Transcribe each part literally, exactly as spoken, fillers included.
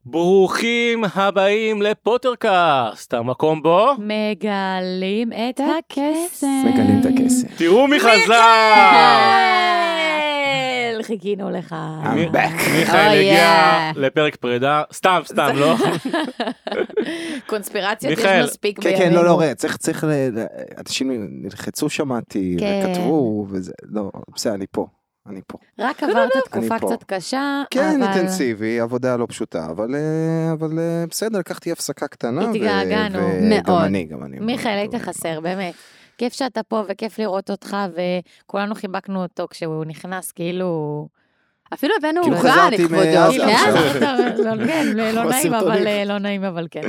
ברוכים הבאים לפוטרקאסט, המקום בו מגלים את הקסם. מגלים את הקסם. תראו מי חזר! חיכינו לך. I'm back. מיכאל הגיע לפרק פרידה, סתם, סתם, לא? קונספירציות יש מיכאל. מספיק כן, בימינו. כן, לא, לא, ראה, צריך, צריך, ל- אנשים נלחצו שמעתי, כן. וכתבו, וזה, לא, בסדר, אני פה, אני פה. רק עברת תקופה אני פה. קצת קשה, כן, אבל אינטנסיבי, עבודה לא פשוטה, אבל, אה, אבל אה, בסדר, לקחתי הפסקה קטנה, ו- התגעגענו. וגם מאוד. אני, גם אני. מיכאל, היית מאוד. חסר, באמת. כיף שאתה פה וכיף לראות אותך, וכולנו חיבקנו אותו כשהוא נכנס, כאילו... אפילו הבאנו כאילו עוגה חזרתי לכבודו. מעזה כן? לא, כן, לא כמו נעים, אבל הסרטונים. לא נעים, אבל כן.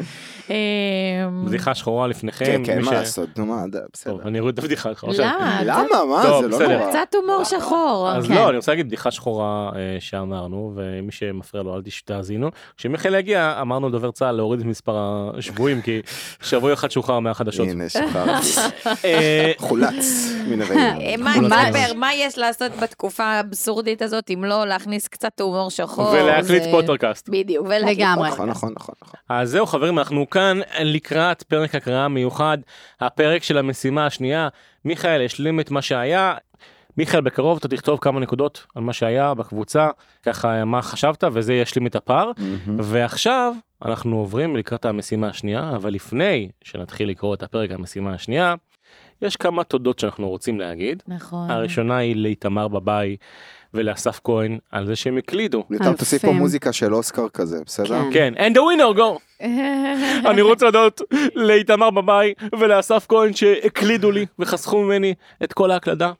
אמ, בדיחה שחורה לפניכם. כן, כן, מי מה ש- לעשות, נו מה, בסדר. טוב, אני אוריד את הבדיחה. עכשיו. למה? למה, מה, טוב, זה לא בסדר. נורא. קצת הומור שחור. אז כן. לא, אני רוצה להגיד בדיחה שחורה אה, שאמרנו, ומי שמפריע לו אל תאזינו. כשמיכאל הגיע, אמרנו לדובר צה"ל להוריד את מספר השבויים, כי שבוע אחד שוחרר מהחדשות. הנה, שחררתי. אה, חולץ מן אה, הרעים. מה, חולץ מה, ממש. מה יש לעשות בתקופה האבסורדית הזאת, אם לא להכניס קצת הומור שחור? ולהקליט זה- פוטרקאסט. בדיוק, ולהקליט לגמרי. נכון, נכון, נכון, נכון. אז זהו חברים, אנחנו כאן לקראת פרק הקראה מיוחד, הפרק של המשימה השנייה. מיכאל השלים את מה שהיה. מיכאל, בקרוב אתה תכתוב כמה נקודות על מה שהיה בקבוצה, ככה מה חשבת, וזה ישלים את הפער. ועכשיו אנחנו עוברים לקראת המשימה השנייה, אבל לפני שנתחיל לקרוא את הפרק המשימה השנייה, יש כמה תודות שאנחנו רוצים להגיד. נכון. הראשונה היא לאיתמר בבאי ולאסף כהן על זה שהם הקלידו. ליטל, תוסיף פה אלפים. מוזיקה של אוסקר כזה, בסדר? כן. כן, and the winner go! אני רוצה לדעת לאיתמר בבאי ולאסף כהן שהקלידו לי וחסכו ממני את כל ההקלדה,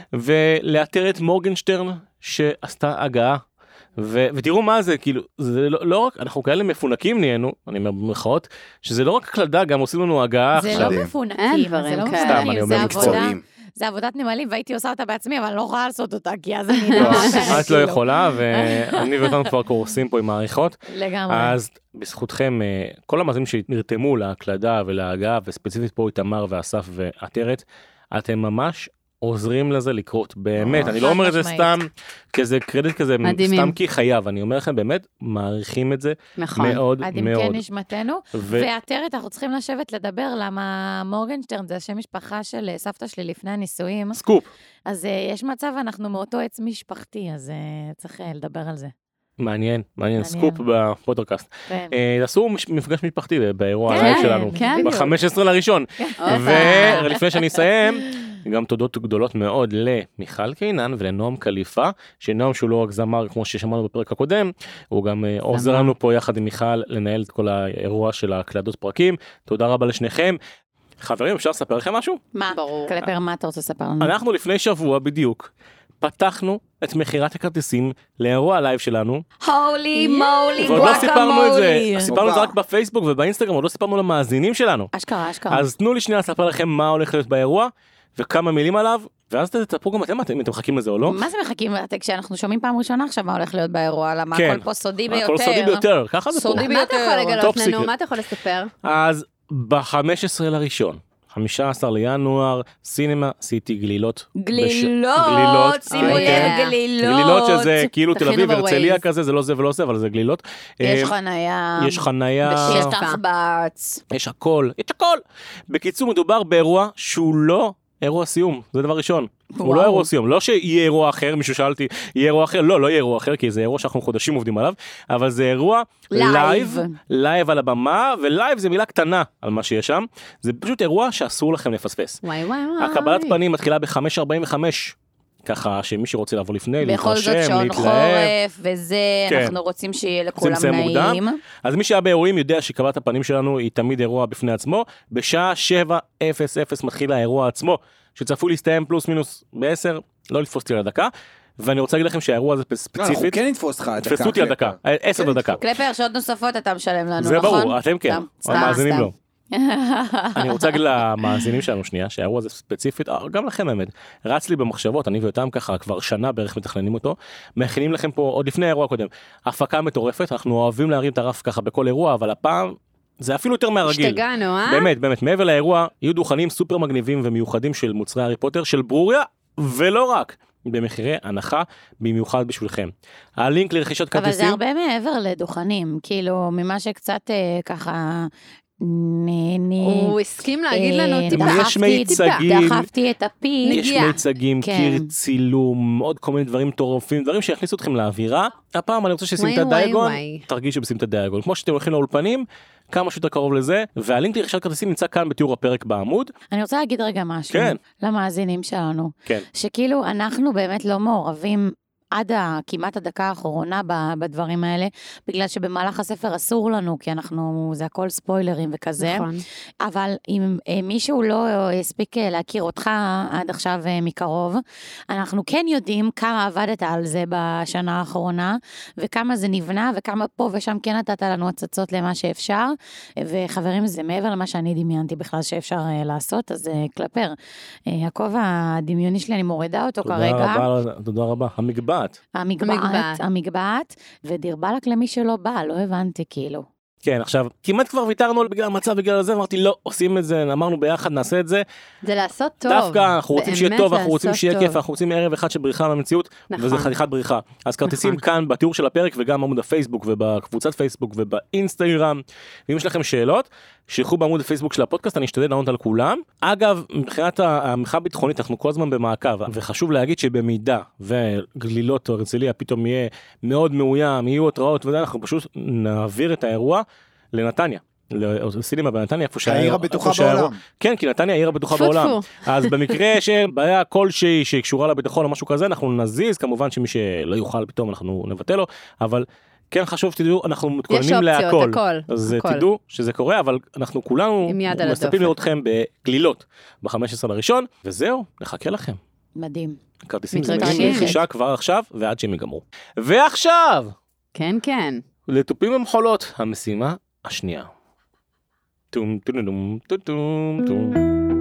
ולאתר את מורגנשטרן שעשתה הגעה, ו- ותראו מה זה, כאילו, זה לא, לא רק, אנחנו כאלה מפונקים נהיינו, אני אומר במרכאות, שזה לא רק הקלדה, גם עושים לנו הגעה זה עכשיו. לא אין מפונקים, דברים זה לא כאלה. סתם, אני מפונקים, אומר זה עבודה, מקצועיים. זה עבודת נמלים, והייתי עושה אותה בעצמי, אבל אני לא יכולה לעשות אותה, כי אז אני לא, נראה את לא יכולה, ואני ואותנו כבר קורסים פה עם העריכות. לגמרי. אז בזכותכם, אה, כל המאזינים שנרתמו להקלדה ולהגעה, וספציפית פה איתמר ואסף ועטרת, אתם ממש עוזרים לזה לקרות, באמת, אני לא אומר את זה חד סתם, משמעית. כזה קרדיט כזה, מדהימים. סתם כי חייב, אני אומר לכם, באמת, מעריכים את זה נכון. מאוד עד מאוד. עמקי נשמתנו, ו- ועטרת, אנחנו צריכים לשבת לדבר, למה מורגנשטרן זה השם משפחה של סבתא שלי לפני הנישואים, סקופ, אז אה, יש מצב, אנחנו מאותו עץ משפחתי, אז אה, צריך אה, לדבר על זה. מעניין, מעניין, מעניין. סקופ בפודקאסט. כן. אה, עשו מש- מפגש משפחתי באירוע כן, הלייב שלנו, כן. בדיוק. ב-חמישה עשר לראשון. הופה. ולפני שאני אסיים, גם תודות גדולות מאוד למיכל קינן ולנועם קליפה, שנועם שהוא לא רק זמר כמו ששמענו בפרק הקודם, הוא גם אה, עוזר לנו פה יחד עם מיכל לנהל את כל האירוע של הקלדות פרקים. תודה רבה לשניכם. חברים, אפשר לספר לכם משהו? מה? ברור. קלפר, מה אתה רוצה לספר לנו? אנחנו לפני שבוע בדיוק פתחנו את מכירת הכרטיסים לאירוע הלייב שלנו, הולי מולי ועוד לא סיפרנו את זה, גואקמולי. סיפרנו את זה הופה. רק בפייסבוק ובאינסטגרם, עוד לא סיפרנו למאזינים שלנו. אשכרה, אשכרה. אז תנו לי שנייה לספר לכם מה הולך להיות באירוע, וכמה מילים עליו, ואז תספרו גם אתם, אתם אתם מחכים לזה או לא. מה זה מחכים? אתה- כשאנחנו שומעים פעם ראשונה עכשיו מה הולך להיות באירוע, למה כן. הכל פה סודי ביותר. הכל סודי ביותר, ככה זה פה. סודי מה אתה יכול ביותר. לגלות Top לנו? secret. מה אתה יכול לספר? אז ב-חמישה עשר לראשון, חמישה עשר לינואר, סינמה סיטי גלילות. בש- גלילות, שימו אוי, לב, yeah. גלילות. גלילות שזה כאילו תל תכינו אביב, בווייז. הרצליה כזה, זה לא זה ולא זה, אבל זה גלילות. יש אה, חנייה. יש חנייה, יש בשפע. תחבץ. יש הכל, יש הכל. בקיצור, מדובר באירוע שהוא לא אירוע סיום, זה דבר ראשון. הוא וואו. לא אירוע סיום, לא שיהיה אירוע אחר, מישהו שאלתי, יהיה אירוע אחר, לא, לא יהיה אירוע אחר, כי זה אירוע שאנחנו חודשים עובדים עליו, אבל זה אירוע לייב. לייב, לייב על הבמה, ולייב זה מילה קטנה על מה שיש שם, זה פשוט אירוע שאסור לכם לפספס. וואי וואי וואי. הקבלת פנים מתחילה ב-חמש ארבעים וחמש, ככה שמי שרוצה לבוא לפני, בכל זאת להתרשם, שעון להתלהב. חורף, וזה, כן. אנחנו רוצים שיהיה לכולם לסיים מוקדם. נעים. אז מי שהיה באירועים יודע שקבלת הפנים שלנו היא תמיד אירוע בפני עצמו, בשעה שבע אפס אפס מתחיל האירוע עצמו, שצפוי להסתיים פלוס מינוס ב-עשר, לא לתפוס אותי על הדקה, ואני רוצה להגיד לכם שהאירוע הזה אנחנו ספציפית, כן נתפוס לך דקה. תפסו אותי על דקה, עשר דקה. קלפר, שעות נוספות אתה משלם לנו, זה נכון? ברור, אתם כן, סתם, סתם, המאזינים סתם. לא. אני רוצה להגיד למאזינים שלנו שנייה, שהאירוע הזה ספציפית, אה, גם לכם האמת, רץ לי במחשבות, אני ואותם ככה כבר שנה בערך מתכננים אותו, מכינים לכם פה עוד לפני האירוע הקודם, הפקה מטורפת, אנחנו אוהבים להרים את הרף ככה בכל אירוע, אבל הפעם זה אפילו יותר מהרגיל. השתגענו, אה? באמת, באמת, מעבר לאירוע, יהיו דוכנים סופר מגניבים ומיוחדים של מוצרי הארי פוטר, של ברוריה, ולא רק. במחירי הנחה במיוחד בשבילכם. הלינק לרכישת אבל כרטיסים... זה הרבה מעבר לדוכנים, כאילו, ממה שקצת אה, ככה... נ- נ- הוא הסכים להגיד לנו אה, טיפה. יש מיצגים, דחפתי את הפי. יש נגיעה. מיצגים, כן. קיר צילום, עוד כל מיני דברים טורפים, דברים שיכניסו אתכם לאווירה. הפעם אני רוצה ששים את וואי, וואי, הדייגון, וואי. תרגישו בשים את הדייגון. כמו שאתם הולכים לאולפנים, כמה שיותר קרוב לזה, והלינק לרכישת כרטיסים נמצא כאן בתיאור הפרק בעמוד. אני רוצה להגיד רגע משהו. כן. למאזינים שלנו. כן. שכאילו אנחנו באמת לא מעורבים עד ה, כמעט הדקה האחרונה ב- בדברים האלה, בגלל שבמהלך הספר אסור לנו, כי אנחנו, זה הכל ספוילרים וכזה. נכון. אבל אם אה, מישהו לא הספיק אה, להכיר אותך עד עכשיו אה, מקרוב, אנחנו כן יודעים כמה עבדת על זה בשנה האחרונה, וכמה זה נבנה, וכמה פה ושם כן נתת לנו הצצות למה שאפשר, וחברים, זה מעבר למה שאני דמיינתי בכלל שאפשר אה, לעשות, אז אה, קלפר, אה, הכובע הדמיוני שלי, אני מורידה אותו תודה כרגע. רבה, תודה רבה. המגבעת. המגבעת, המגבעת. המגבעת, ודיר באלק למי שלא בא, לא הבנתי כאילו. כן, עכשיו, כמעט כבר ויתרנו בגלל המצב, בגלל זה, אמרתי, לא, עושים את זה, אמרנו ביחד, נעשה את זה. זה לעשות טוב. דווקא, אנחנו רוצים שיהיה באמת טוב, אנחנו רוצים לעשות שיהיה טוב. כיף, אנחנו רוצים ערב אחד של בריחה מהמציאות, נכון. וזה חתיכת בריחה. אז כרטיסים נכון. כאן בתיאור של הפרק, וגם בעמוד הפייסבוק, ובקבוצת פייסבוק, ובאינסטגרם. ואם יש לכם שאלות, שילכו בעמוד הפייסבוק של הפודקאסט, אני אשתדל לענות על כולם. אגב, מבחינת המחאה הביטחונית, אנחנו כל הזמן במעקב, וחשוב להגיד שבמידה וגלילות או הרצליה פתאום יהיה מאוד מאוים, יהיו התראות וזה, אנחנו פשוט נעביר את האירוע לנתניה. לסינימה בנתניה, איפה שהאירוע... העיר הבטוחה בעולם. כן, כי נתניה העיר הבטוחה טפו, בעולם. טפו. אז במקרה של בעיה כלשהי שקשורה לביטחון או משהו כזה, אנחנו נזיז, כמובן שמי שלא יוכל פתאום אנחנו נבטל לו, אבל כן חשוב שתדעו, אנחנו מתכוננים אופציות, להכל. הכל, אז הכל. תדעו שזה קורה, אבל אנחנו כולנו עם יד על מצפים הדופק. לראות אתכם בגלילות ב-חמישה עשר לראשון, וזהו, נחכה לכם. מדהים. כרטיסים מתרגשים. זמינים לרכישה כבר עכשיו ועד שהם ייגמרו. ועכשיו, כן, כן. לתופים ומחולות, המשימה השנייה. טום טום טום טום טום.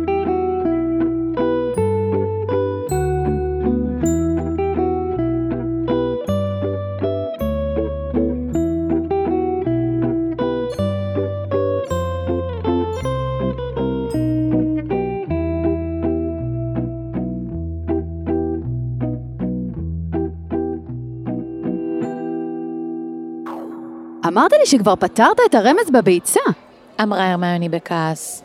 אמרת לי שכבר פתרת את הרמז בביצה. אמרה הרמיוני בכעס.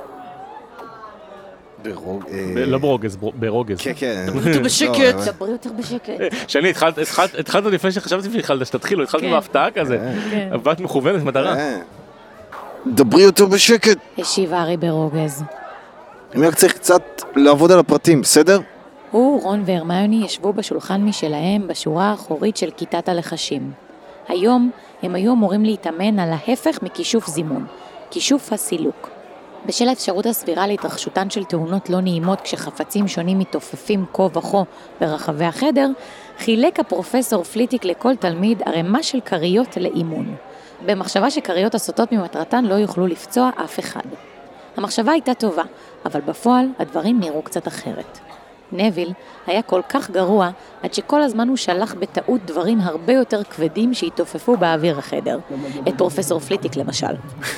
ברוג... ב- לא ברוגז, בר- ברוגז. כן, כן. דברי בשקט. לא, אבל- דברי יותר בשקט. שני, התחלת- התחלת- התחלנו לפני שחשבתי שהתחלת, שתתחילו, התחלנו כן. בהפתעה כזה. כן. ואת מכוונת מטרה. אה. דברי יותר בשקט. השיב הארי ברוגז. אני רק צריך קצת לעבוד על הפרטים, בסדר? הוא, רון והרמיוני ישבו בשולחן משלהם בשורה האחורית של כיתת הלחשים. היום הם היו אמורים להתאמן על ההפך מכישוף זימון, כישוף הסילוק. בשל האפשרות הסבירה להתרחשותן של תאונות לא נעימות כשחפצים שונים מתעופפים כה וכה ברחבי החדר, חילק הפרופסור פליטיק לכל תלמיד ערימה של כריות לאימון. במחשבה שכריות הסוטות ממטרתן לא יוכלו לפצוע אף אחד. המחשבה הייתה טובה, אבל בפועל הדברים נראו קצת אחרת. נביל היה כל כך גרוע, עד שכל הזמן הוא שלח בטעות דברים הרבה יותר כבדים שהתעופפו באוויר החדר. את פרופסור פליטיק למשל.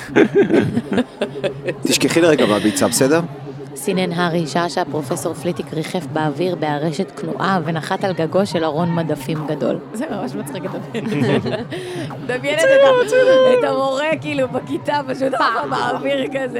תשכחי לרגע בביצה, בסדר? סינן הארי שעה שהפרופסור פליטיק ריחף באוויר בארשת כנועה ונחת על גגו של ארון מדפים גדול. זה ממש מצחיק את הדמיין. דמיינת את המורה כאילו בכיתה פשוט עפה באוויר כזה.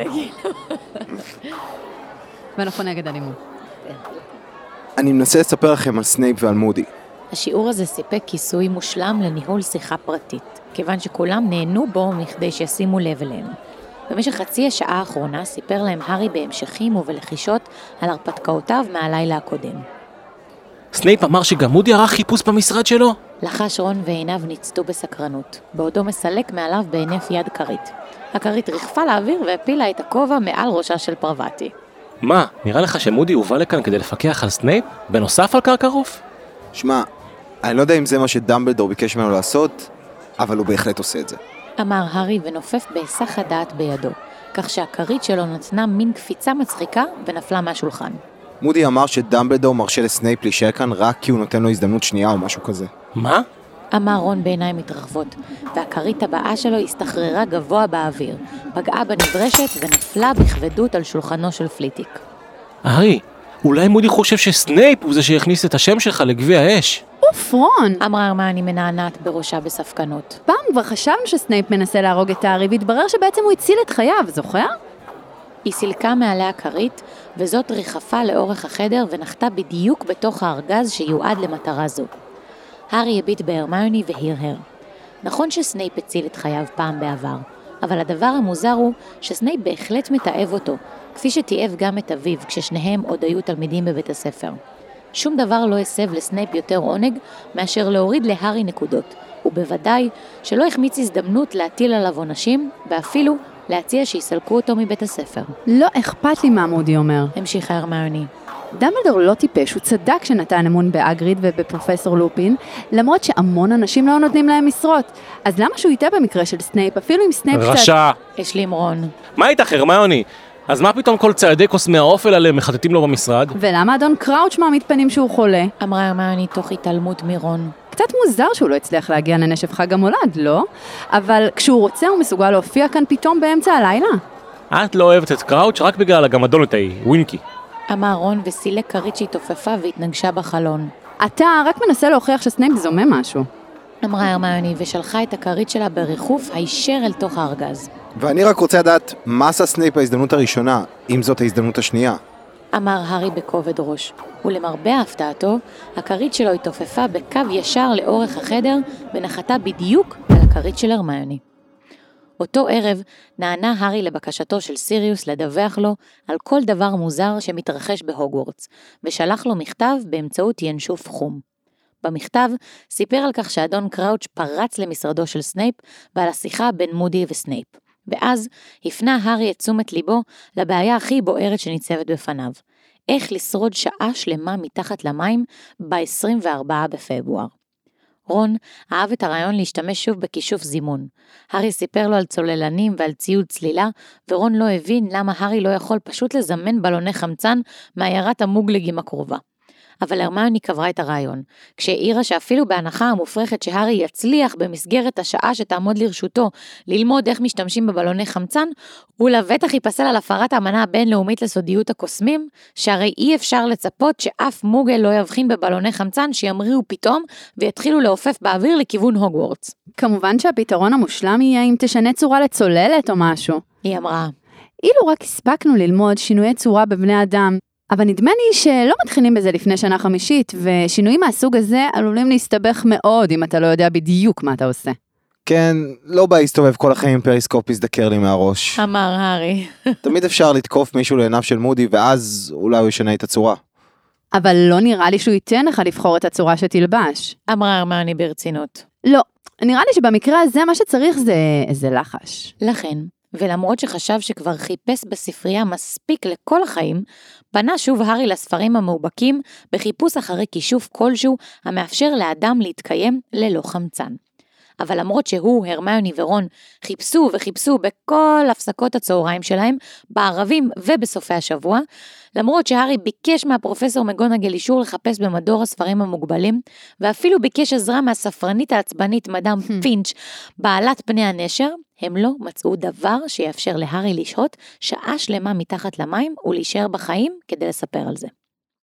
ואנחנו נגד אלימות. אני מנסה לספר לכם על סנייפ ועל מודי. השיעור הזה סיפק כיסוי מושלם לניהול שיחה פרטית, כיוון שכולם נהנו בו מכדי שישימו לב אליהם. במשך חצי השעה האחרונה סיפר להם הארי בהמשכים ובלחישות על הרפתקאותיו מהלילה הקודם. סנייפ אמר שגם מודי ערך חיפוש במשרד שלו? לחש רון ועיניו ניצתו בסקרנות, בעודו מסלק מעליו בהינף יד כרית. הכרית ריחפה לאוויר והפילה את הכובע מעל ראשה של פרווטי. מה, נראה לך שמודי הובא לכאן כדי לפקח על סנייפ, בנוסף על קרקרוף? שמע, אני לא יודע אם זה מה שדמבלדור ביקש ממנו לעשות, אבל הוא בהחלט עושה את זה. אמר הארי ונופף בהיסח הדעת בידו, כך שהכרית שלו נתנה מין קפיצה מצחיקה ונפלה מהשולחן. מודי אמר שדמבלדור מרשה לסנייפ להישאר כאן רק כי הוא נותן לו הזדמנות שנייה או משהו כזה. מה? אמר רון בעיניים מתרחבות, והכרית הבאה שלו הסתחררה גבוה באוויר, פגעה בנברשת ונפלה בכבדות על שולחנו של פליטיק. הארי, אולי מודי חושב שסנייפ הוא זה שהכניס את השם שלך לגביע האש. אוף, רון. אמרה הרמיוני מנענעת בראשה בספקנות. פעם כבר חשבנו שסנייפ מנסה להרוג את הארי, והתברר שבעצם הוא הציל את חייו, זוכר? היא סילקה מעליה כרית, וזאת ריחפה לאורך החדר ונחתה בדיוק בתוך הארגז שיועד למטרה זו. הארי הביט בהרמיוני והרהר. נכון שסנייפ הציל את חייו פעם בעבר, אבל הדבר המוזר הוא שסנייפ בהחלט מתאהב אותו, כפי שתאהב גם את אביו כששניהם עוד היו תלמידים בבית הספר. שום דבר לא הסב לסנייפ יותר עונג מאשר להוריד להארי נקודות, ובוודאי שלא החמיץ הזדמנות להטיל עליו עונשים, ואפילו להציע שיסלקו אותו מבית הספר. לא אכפת לי מה מודי אומר. המשיכה הרמיוני. דמבלדור לא טיפש, הוא צדק שנתן אמון באגריד ובפרופסור לופין, למרות שהמון אנשים לא נותנים להם משרות. אז למה שהוא ייתה במקרה של סנייפ, אפילו אם סנייפ קצת... רשע. השלים רון. מה איתך, הרמיוני? אז מה פתאום כל ציידי קוסמי האופל האלה מחטטים לו במשרד? ולמה אדון קראוץ' מעמיד פנים שהוא חולה? אמרה הרמיוני תוך התעלמות מרון. קצת מוזר שהוא לא הצליח להגיע לנשף חג המולד, לא? אבל כשהוא רוצה הוא מסוגל להופיע כאן פתאום באמצע הלילה. את לא אוהבת את קראוץ' רק בגלל הגמדונת ההיא, ווינקי. אמר רון וסילק כרית שהתעופפה והתנגשה בחלון. אתה רק מנסה להוכיח שסנייפ זומה משהו. אמרה הרמיוני ושלחה את הכרית שלה בריחוף הישר אל תוך הארגז. ואני רק רוצה לדעת מה עשה סנייפ ההזדמנות הראשונה, אם זאת ההזדמנות השנייה. אמר הארי בכובד ראש, ולמרבה הפתעתו, הכרית שלו התעופפה בקו ישר לאורך החדר ונחתה בדיוק על הכרית של הרמיוני. אותו ערב נענה הארי לבקשתו של סיריוס לדווח לו על כל דבר מוזר שמתרחש בהוגוורטס, ושלח לו מכתב באמצעות ינשוף חום. במכתב סיפר על כך שאדון קראוץ' פרץ למשרדו של סנייפ ועל השיחה בין מודי וסנייפ. ואז הפנה הארי את תשומת ליבו לבעיה הכי בוערת שניצבת בפניו. איך לשרוד שעה שלמה מתחת למים ב-עשרים וארבעה בפברואר. רון אהב את הרעיון להשתמש שוב בכישוף זימון. הארי סיפר לו על צוללנים ועל ציוד צלילה, ורון לא הבין למה הארי לא יכול פשוט לזמן בלוני חמצן מעיירת המוגלגים הקרובה. אבל הרמיוני קברה את הרעיון, כשהעירה שאפילו בהנחה המופרכת שהארי יצליח במסגרת השעה שתעמוד לרשותו ללמוד איך משתמשים בבלוני חמצן, הוא לבטח ייפסל על הפרת האמנה הבינלאומית לסודיות הקוסמים, שהרי אי אפשר לצפות שאף מוגל לא יבחין בבלוני חמצן שימריאו פתאום ויתחילו לעופף באוויר לכיוון הוגוורטס. כמובן שהפתרון המושלם יהיה אם תשנה צורה לצוללת או משהו. היא אמרה. אילו רק הספקנו ללמוד שינויי צורה בבני אדם, אבל נדמה לי שלא מתחילים בזה לפני שנה חמישית, ושינויים מהסוג הזה עלולים להסתבך מאוד אם אתה לא יודע בדיוק מה אתה עושה. כן, לא בא להסתובב כל החיים עם פריסקופ יזדקר לי מהראש. אמר הארי. תמיד אפשר לתקוף מישהו לעיניו של מודי, ואז אולי הוא ישנה את הצורה. אבל לא נראה לי שהוא ייתן לך לבחור את הצורה שתלבש. אמרה הרמיוני ברצינות. לא, נראה לי שבמקרה הזה מה שצריך זה איזה לחש. לכן, ולמרות שחשב שכבר חיפש בספרייה מספיק לכל החיים, פנה שוב הארי לספרים המאובקים בחיפוש אחרי כישוף כלשהו המאפשר לאדם להתקיים ללא חמצן. אבל למרות שהוא, הרמיוני ורון חיפשו וחיפשו בכל הפסקות הצהריים שלהם, בערבים ובסופי השבוע, למרות שהארי ביקש מהפרופסור מגונגל אישור לחפש במדור הספרים המוגבלים, ואפילו ביקש עזרה מהספרנית העצבנית מדאם פינץ' בעלת פני הנשר, הם לא מצאו דבר שיאפשר להארי לשהות שעה שלמה מתחת למים ולהישאר בחיים כדי לספר על זה.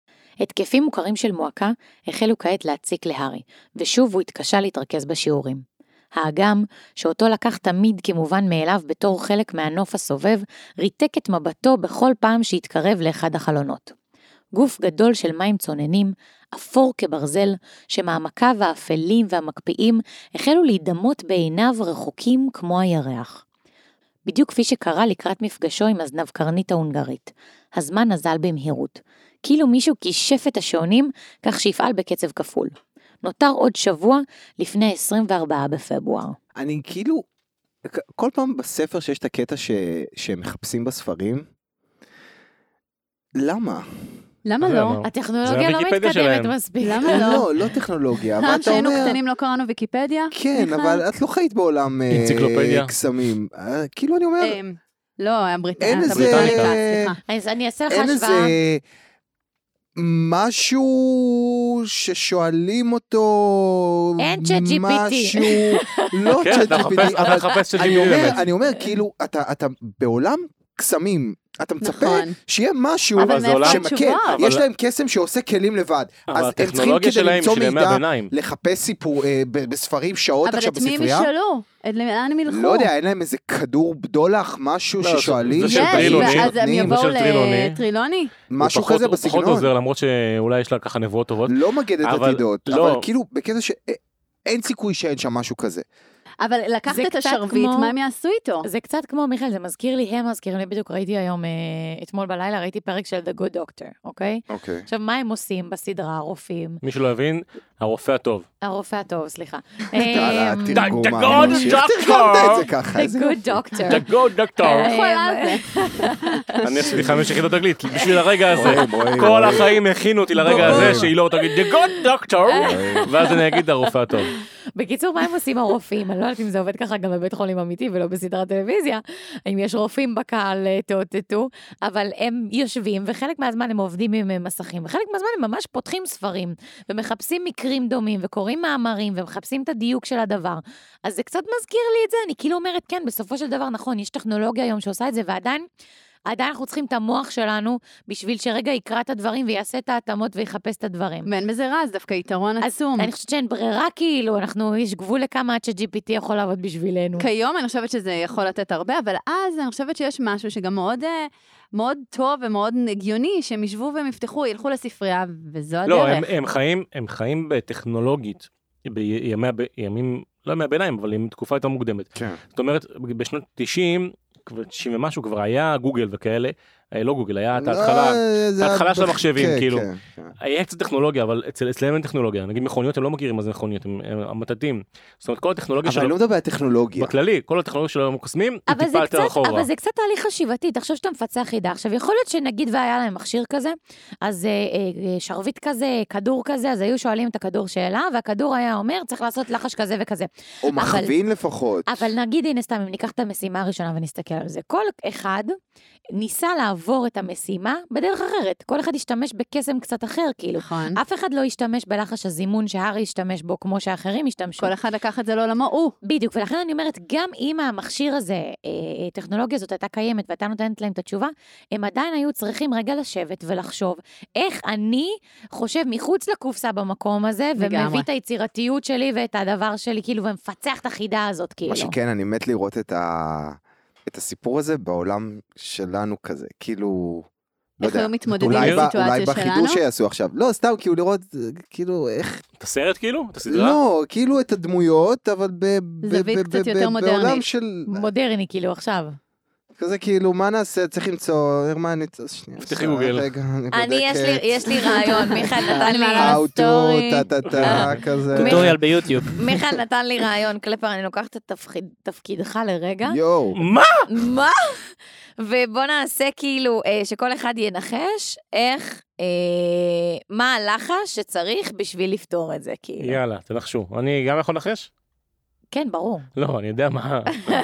התקפים מוכרים של מועקה החלו כעת להציק להארי, ושוב הוא התקשה להתרכז בשיעורים. האגם, שאותו לקח תמיד כמובן מאליו בתור חלק מהנוף הסובב, ריתק את מבטו בכל פעם שהתקרב לאחד החלונות. גוף גדול של מים צוננים, אפור כברזל, שמעמקיו האפלים והמקפיאים החלו להידמות בעיניו רחוקים כמו הירח. בדיוק כפי שקרה לקראת מפגשו עם הזנב קרנית ההונגרית. הזמן נזל במהירות. כאילו מישהו קישף את השעונים כך שיפעל בקצב כפול. נותר עוד שבוע לפני עשרים וארבעה בפברואר. אני כאילו, כל פעם בספר שיש את הקטע ש... שהם מחפשים בספרים, למה? למה לא? הטכנולוגיה לא מתקדמת מספיק. למה לא? לא, לא טכנולוגיה. פעם שהיינו קטנים לא קראנו ויקיפדיה? כן, אבל את לא חיית בעולם קסמים. כאילו אני אומר... לא, הבריטניה. אין איזה... אני אעשה לך אין השוואה. איזה... משהו ששואלים אותו, אין צ'אט ג'י פי טי. משהו, לא צ'אט ג'י פי טי, אתה מחפש צ'אט ג'י פי טי. אני אומר, כאילו, אתה בעולם קסמים, אתה מצפה נכון. שיהיה משהו אבל מאיפה שמקל, התשובות? יש להם קסם שעושה כלים לבד, אבל אז הם צריכים הטכנולוגיה כדי שלהם למצוא של ימי מידע, הביניים. לחפש סיפור אה, ב- בספרים שעות אבל עכשיו את מי הם בספרייה, ישאלו? את לאן הם ילכו? לא יודע, אין להם איזה כדור בדולח, משהו לא, ששואלים, זה של יש, טרילוני, אז הם נותנים, יבואו של טרילוני. לטרילוני? משהו הוא פחות- כזה הוא פחות בסגנון, עוזר, למרות שאולי יש לה ככה נבואות טובות. לא מגד את אבל- עתידות, לא. אבל כאילו בקטע שאין סיכוי שאין שם משהו כזה. אבל לקחת זה את קצת השרביט, כמו- מה הם יעשו איתו? זה קצת כמו, מיכאל, זה מזכיר לי, הם מזכירים לי, בדיוק ראיתי היום, אה, אתמול בלילה, ראיתי פרק של The Good Doctor, אוקיי? אוקיי. עכשיו, מה הם עושים בסדרה, הרופאים? מי שלא הבין, הרופא הטוב. הרופא הטוב, סליחה. על אה, התרגום, The Good האנושי. איך Doctor. תרגמת את זה ככה? The איזה Good Doctor. The good doctor. אה, איך הוא עלה על זה? אני עשיתי חמש יחידות אנגלית בשביל הרגע הזה. רואים, רואים, כל רואים. החיים הכינו אותי לרגע הזה שהיא לא תגיד The good doctor, ואז אני אגיד הרופא הטוב. בקיצור, מה הם עושים הרופאים? אני לא יודעת אם זה עובד ככה גם בבית חולים אמיתי ולא בסדרת טלוויזיה, אם יש רופאים בקהל תאותתו, אבל הם יושבים וחלק מהזמן הם עובדים עם מסכים, וחלק מהזמן הם ממש פותחים ספרים, ומחפשים מקרים דומים, וקוראים מאמרים, ומחפשים את הדיוק של הדבר. אז זה קצת מזכיר לי את זה, אני כאילו אומרת, כן, בסופו של דבר נכון, יש טכנולוגיה היום שעושה את זה, ועדיין, עדיין אנחנו צריכים את המוח שלנו, בשביל שרגע יקרא את הדברים, ויעשה את ההתאמות ויחפש את הדברים. ואין בזה רע, זה דווקא יתרון אז עצום. אני חושבת שאין ברירה כאילו, אנחנו, יש גבול לכמה עד ש-ג'י פי טי יכול לעבוד בשבילנו. כיום אני חושבת שזה יכול לתת הרבה, אבל אז אני חושבת שיש משהו שגם מאוד, אה, מאוד טוב ומאוד הגיוני, שהם ישבו והם יפתחו, ילכו לספרייה, וזו הדרך. לא, הם, הם חיים, הם חיים בטכנולוגית, בימי, בימים, לא ימי הביניים, אבל עם תקופה יותר מוקדמת. כן. זאת אומרת, בשנות תשעים, תשעים ומשהו כבר היה גוגל וכאלה, לא גוגל, היה את ההתחלה, זה ההתחלה היה של בח- המחשבים, כן, כאילו. כן, כן. היה קצת טכנולוגיה, אבל אצל, אצלם אין טכנולוגיה. נגיד מכוניות, הם לא מכירים מה זה מכוניות, הם, הם המטטים. זאת אומרת, כל הטכנולוגיה אבל אני לא שלו, מדבר על טכנולוגיה. בכללי, כל הטכנולוגיה שלו הם קוסמים, היא אבל זה טיפה יותר קצת, אחורה. אבל זה קצת תהליך חשיבתי, תחשוב שאתה מפצח חידה. עכשיו, יכול להיות שנגיד והיה להם מכשיר כזה, אז אה, אה, שרביט כזה, כדור כזה, אז היו שואלים את הכדור שאלה, והכדור היה אומר, צריך לעשות לחש כזה וכזה. או מכווין לפחות. אבל נגיד, הנה סתם, אם ניקח את המשימה הראשונה ונסתכל על זה, כל אחד ניסה לעבור את המשימה בדרך אחרת. כל אחד השתמש בקסם קצת אחר, כאילו. נכון. אף אחד לא השתמש בלחש הזימון שהארי השתמש בו, כמו שאחרים השתמשו. כל אחד לקח את זה לעולמו, הוא. בדיוק, ולכן אני אומרת, גם אם המכשיר הזה, הטכנולוגיה הזאת הייתה קיימת, והייתה נותנת להם את התשובה, הם עדיין היו צריכים רגע לשבת ולחשוב, איך אני חושב מחוץ לקופסה במקום הזה, לגמרי. ומביא את היצירתיות שלי ואת הדבר שלי, כאילו, ומפצח את החידה הזאת, כאילו. מה שכן, אני מת לראות את ה... את הסיפור הזה בעולם שלנו כזה, כאילו... לא איך יודע, היו מתמודדים אולי ב- בסיטואציה אולי שלנו? בחידוש שיעשו עכשיו. לא, סתם, כאילו לראות, כאילו, איך... את הסרט כאילו? את הסדרה? לא, כאילו את הדמויות, אבל ב... ב- זווית ב- קצת ב- יותר ב- מודרנית. בעולם של... מודרני, כאילו, עכשיו. כזה כאילו, מה נעשה? צריך למצוא... הרמני, שנייה. תפתחי גוגל. רגע, אני אני, יש לי, בודקת. יש לי רעיון, מיכאל נתן לי How to, סטורי. טה טה טה, כזה. טוטוריאל ביוטיוב. מיכאל נתן לי רעיון, קלפר, אני לוקחת את התפקיד- תפקידך לרגע. יואו. מה? מה? ובוא נעשה כאילו, אה, שכל אחד ינחש איך, אה, מה הלחש שצריך בשביל לפתור את זה, כאילו. יאללה, תנחשו. אני גם יכול לנחש? כן, ברור. לא, אני יודע מה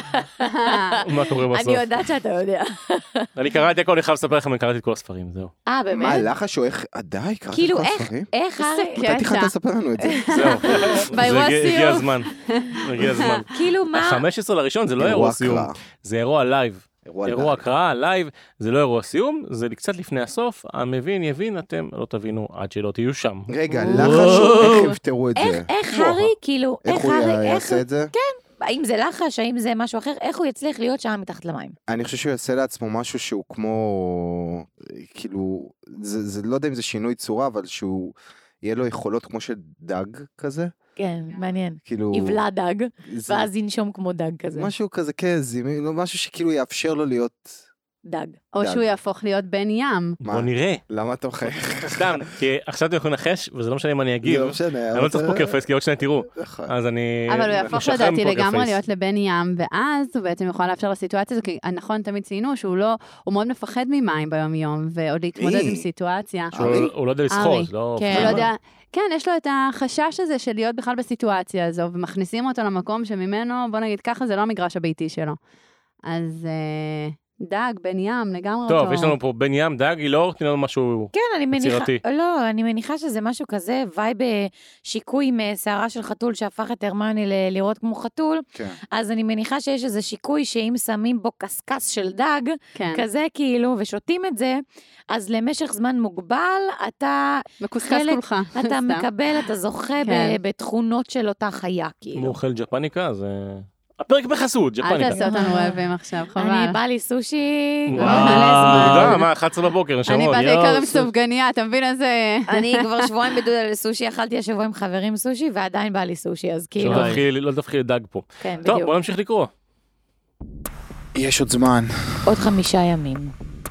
מה קורה בסוף. אני יודעת שאתה יודע. אני קראתי הכל, אני חייב לספר לכם, אני קראתי את כל הספרים, זהו. אה, מה, באמת? לחש או איך... די, קראתי את כאילו, כל איך, הספרים? איך, איזה הרי- קטע. מתי תחלת לספר לנו את זה? זהו. באירוע זה הגיע- הגיע סיום. הזמן. הגיע הזמן. כאילו, מה? ה-חמישה עשר לראשון זה לא אירוע סיום, הקראה. זה אירוע לייב. אירוע אירוע לייב. הקראה, לייב, זה לא אירוע סיום, זה קצת לפני הסוף, המבין יבין, אתם לא תבינו עד שלא תהיו שם. רגע, לחש או איך יפתרו את איך, זה? איך הארי, כאילו, איך איך הוא הארי, איך, יעשה את זה? האם זה לחש, האם זה משהו אחר, איך הוא יצליח להיות שם מתחת למים? אני חושב שהוא יעשה לעצמו משהו שהוא כמו, כאילו, זה, זה לא יודע אם זה שינוי צורה, אבל שהוא, יהיה לו יכולות כמו של דג כזה, כן, מעניין. כאילו, יבלע דג, זה, ואז ינשום כמו דג כזה. משהו כזה, כן, זימי, לא, משהו שכאילו יאפשר לו להיות, דג. או דג. שהוא יהפוך להיות בן ים. בוא נראה. למה אתה מחייך? סתם, כי עכשיו אתם יכולים לנחש, וזה לא משנה אם אני אגיב. זה לא משנה. אני לא צריך פוקר פייס, כי עוד שניה תראו. נכון. אז אני... אבל הוא יהפוך משחרר לדעתי מפוקר לגמרי פייס. להיות לבן ים, ואז הוא בעצם יכול לאפשר לסיטואציה הזו, כי נכון תמיד ציינו שהוא לא, הוא מאוד מפחד ממים ביום יום, ועוד להתמודד מי? עם סיטואציה. שהוא לא- הוא לא יודע לשחות, ארי. לא... כן. הוא לא יודע, כן, יש לו את החשש הזה של להיות בכלל בסיטואציה הזו, ומכניסים אותו למקום שממנו, בוא נגיד ככה, זה לא המגרש הביתי שלו. אז, אה, דג, בן ים, לגמרי טוב, אותו. יש לנו פה בן ים, דג, אילור, תני לנו משהו כן, אני מניחה, יצירתי. לא, אני מניחה שזה משהו כזה, וייב שיקוי עם שערה של חתול שהפך את הרמיוני ל- לראות כמו חתול, כן. אז אני מניחה שיש איזה שיקוי שאם שמים בו קסקס של דג, כן. כזה כאילו, ושותים את זה, אז למשך זמן מוגבל, אתה מקוסקס חלק- כולך. אתה סתם. מקבל, אתה זוכה כן. ב- בתכונות של אותה חיה, אם כאילו. הוא אוכל ג'פניקה, אז... אה, הפרק בחסות, אל ג'פניקה. תעשה אותנו רעבים עכשיו, חבל. אני בא לי סושי, וואו. כבר מלא זמן. תודה, מה, אחת עשרה בבוקר, נשמות. אני באתי יואו, בעיקר עם סוף. סופגניה, אתה מבין איזה... אני כבר שבועיים בדודה לסושי, אכלתי השבוע עם חברים סושי, ועדיין בא לי סושי, אז כאילו, שלא תבחרי- לא תבחרי דג פה. כן, טוב, בדיוק. בוא נמשיך לקרוא. יש עוד זמן. עוד חמישה ימים,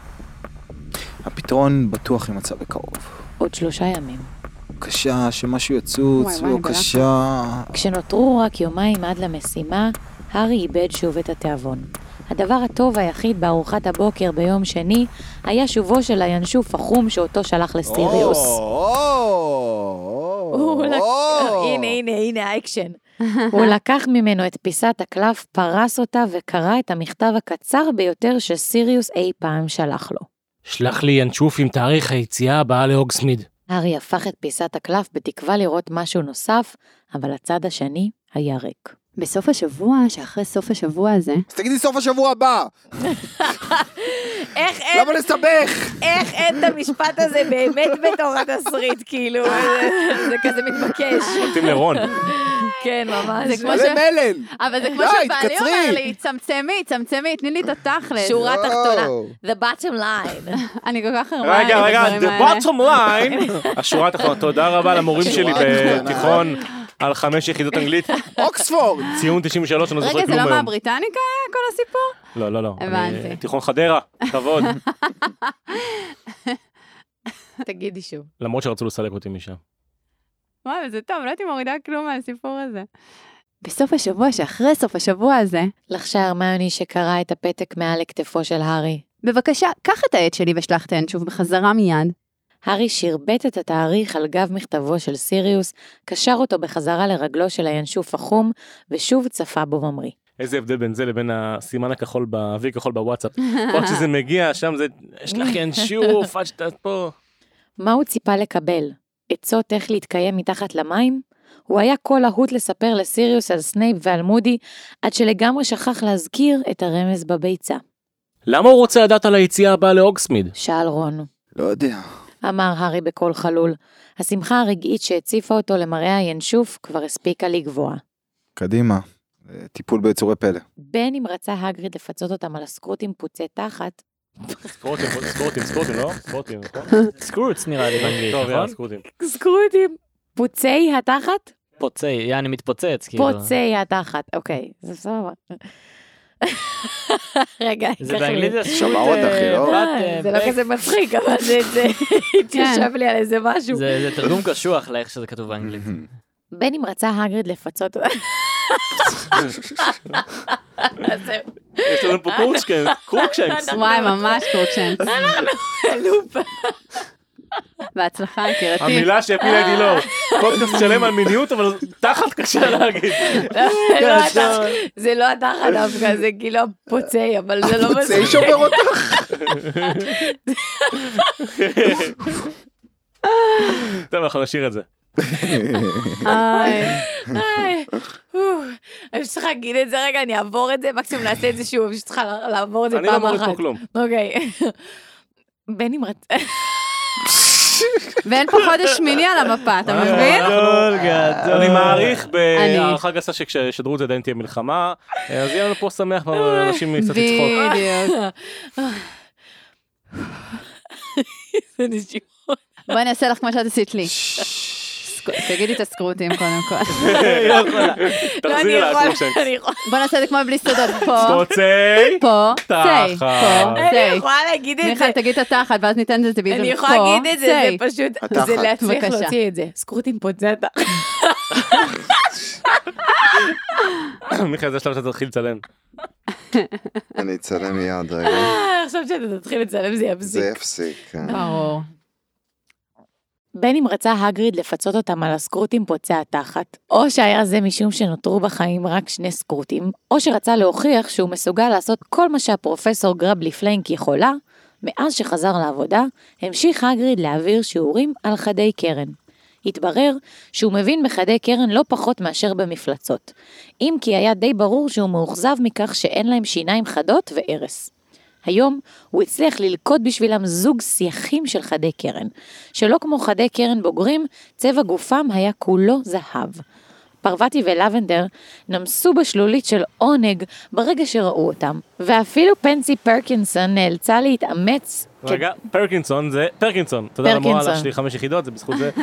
הפתרון בטוח יימצא בקרוב. עוד שלושה ימים. בבקשה, שמשהו יצוץ, וואי, וואי, בבקשה. כשנותרו רק יומיים עד למשימה, הארי איבד שוב את התיאבון. הדבר הטוב היחיד בארוחת הבוקר ביום שני, היה שובו של הינשוף החום שאותו שלח לסיריוס. הוא לק- הנה, הנה, הנה האקשן. הוא לקח ממנו את פיסת הקלף, פרס אותה וקרא את המכתב הקצר ביותר שסיריוס אי פעם שלח לו. שלח לי ינשוף עם תאריך היציאה הבאה להוגסמיד. הארי הפך את פיסת הקלף בתקווה לראות משהו נוסף, אבל הצד השני היה ריק. בסוף השבוע, שאחרי סוף השבוע הזה, אז תגידי סוף השבוע הבא. איך אין, למה לסבך? איך אין את המשפט הזה באמת בתור התסריט, כאילו, זה- זה כזה מתבקש. מתאים לרון. כן, ממש. זה כמו מלא ש- מלל. אבל זה כמו די, שבעלי תקצרי. אומר לי, צמצמי, צמצמי, תני לי את התכלס. שורה תחתונה. יואו. The bottom line. אני כל כך הרבה רגע, את רגע, הדברים the האלה. bottom line, השורה התחתונה, תודה רבה למורים שלי השורה התחתונה. בתיכון על חמש יחידות אנגלית, אוקספורד. ציון תשעים ושלוש, אני לא זוכר רגע, זה כלום לא היום. מהבריטניקה היה כל הסיפור? לא, לא, לא. הבנתי. אני- תיכון חדרה, כבוד. תגידי שוב. למרות שרצו לסלק אותי משם. וואי, זה טוב, לא הייתי מורידה כלום מהסיפור הזה. בסוף השבוע שאחרי סוף השבוע הזה, לחשה הרמיוני שקרא את הפתק מעל לכתפו של הארי. בבקשה, קח את העט שלי ושלח את האנשוף בחזרה מיד. הארי שרבט את התאריך על גב מכתבו של סיריוס, קשר אותו בחזרה לרגלו של הינשוף החום, ושוב צפה בו ממריא. איזה הבדל בין זה לבין הסימן הכחול, ב-וי כחול בוואטסאפ. עוד שזה מגיע, שם זה, יש לך ינשוף, עד שאתה פה. מה הוא ציפה לקבל? עצות איך להתקיים מתחת למים? הוא היה כה להוט לספר לסיריוס על סנייפ ועל מודי, עד שלגמרי שכח להזכיר את הרמז בביצה. למה הוא רוצה לדעת על היציאה הבאה להוגסמיד? שאל רון. לא יודע. אמר הארי בקול חלול. השמחה הרגעית שהציפה אותו למראה הינשוף כבר הספיקה לגבוה. קדימה. טיפול ביצורי פלא. בין אם רצה הגריד לפצות אותם על הסקרוטים פוצי תחת, סקרוטים, סקרוטים, סקרוטים, לא? סקרוטים, נכון? סקרוץ נראה לי באנגלית, טוב, יאללה, נכון? סקרוטים. סקרוטים, פוצי התחת? פוצי, יעני מתפוצץ, כאילו. פוצי התחת, אוקיי, זה סבבה. רגע, זה ככה באנגלית לי. זה סקרוט, שמע אותך, אה, לא? פרט, אה, אה, זה לא בק- כזה מצחיק, אבל זה זה התיישב לי על איזה משהו. זה זה תרגום קשוח לאיך שזה כתוב באנגלית. בין אם רצה הגריד לפצות אותם. זהו, יש לנו פה קרוקשקנס, קרוקשנקס. וואי, ממש קרוקשנס. לופ. בהצלחה, יקירתי. המילה שהפילה את אילור. פודקאסט שלם על מיניות, אבל תחת קשה להגיד. לא התחת, זה לא התחת דווקא, זה כאילו פוצי, אבל זה לא פוצי מצחיק. שובר אותך. טוב, אנחנו נשאיר את זה. איי. איי, אוף, אני צריכה להגיד את זה רגע, אני אעבור את זה, מקסימום נעשה את זה שוב, אני צריכה לעבור את זה אני לא פעם מוריד אחת. פה כלום. אוקיי. בין אם רצה... ואין פה חודש שמיני על המפה, אתה מבין? גדול, גדול. אני מעריך אני. בהערכה גסה שכשישדרו את זה עדיין תהיה מלחמה, אז יהיה לנו פה שמח ואנשים קצת לצחוק. בדיוק. זה נשימות. בואי נעשה לך כמו שאת עשית לי. תגידי את הסקרוטים קודם כל. לא, תחזירי אני לה, יכולה, קרוקשנקס. אני יכולה, בוא נעשה את זה כמו בלי סודות. פה, פוצי. פה, צי, תחת. פה, אני צי. יכולה להגיד את זה. מיכל, תגיד את התחת, ואז ניתן את זה ביזם. אני יכולה להגיד את זה, זה פשוט, התחת. זה להצליח בבקשה. להוציא את זה. סקרוטים פוצטה. מיכאל, זה השלב שאתה תתחיל לצלם. אני אצלם מיד רגע. עכשיו שאתה תתחיל לצלם זה יפסיק. זה יפסיק. כן. ברור. בין אם רצה הגריד לפצות אותם על הסקרוטים פוצע התחת, או שהיה זה משום שנותרו בחיים רק שני סקרוטים, או שרצה להוכיח שהוא מסוגל לעשות כל מה שהפרופסור גרבלי פלנק יכולה, מאז שחזר לעבודה, המשיך הגריד להעביר שיעורים על חדי קרן. התברר שהוא מבין בחדי קרן לא פחות מאשר במפלצות, אם כי היה די ברור שהוא מאוכזב מכך שאין להם שיניים חדות וערס. היום הוא הצליח ללכוד בשבילם זוג שיחים של חדי קרן, שלא כמו חדי קרן בוגרים, צבע גופם היה כולו זהב. פרווטי ולבנדר נמסו בשלולית של עונג ברגע שראו אותם, ואפילו פנסי פרקינסון נאלצה להתאמץ. רגע, פרקינסון זה פרקינסון. אתה יודע למורה עלה שלי חמש יחידות, זה בזכות זה.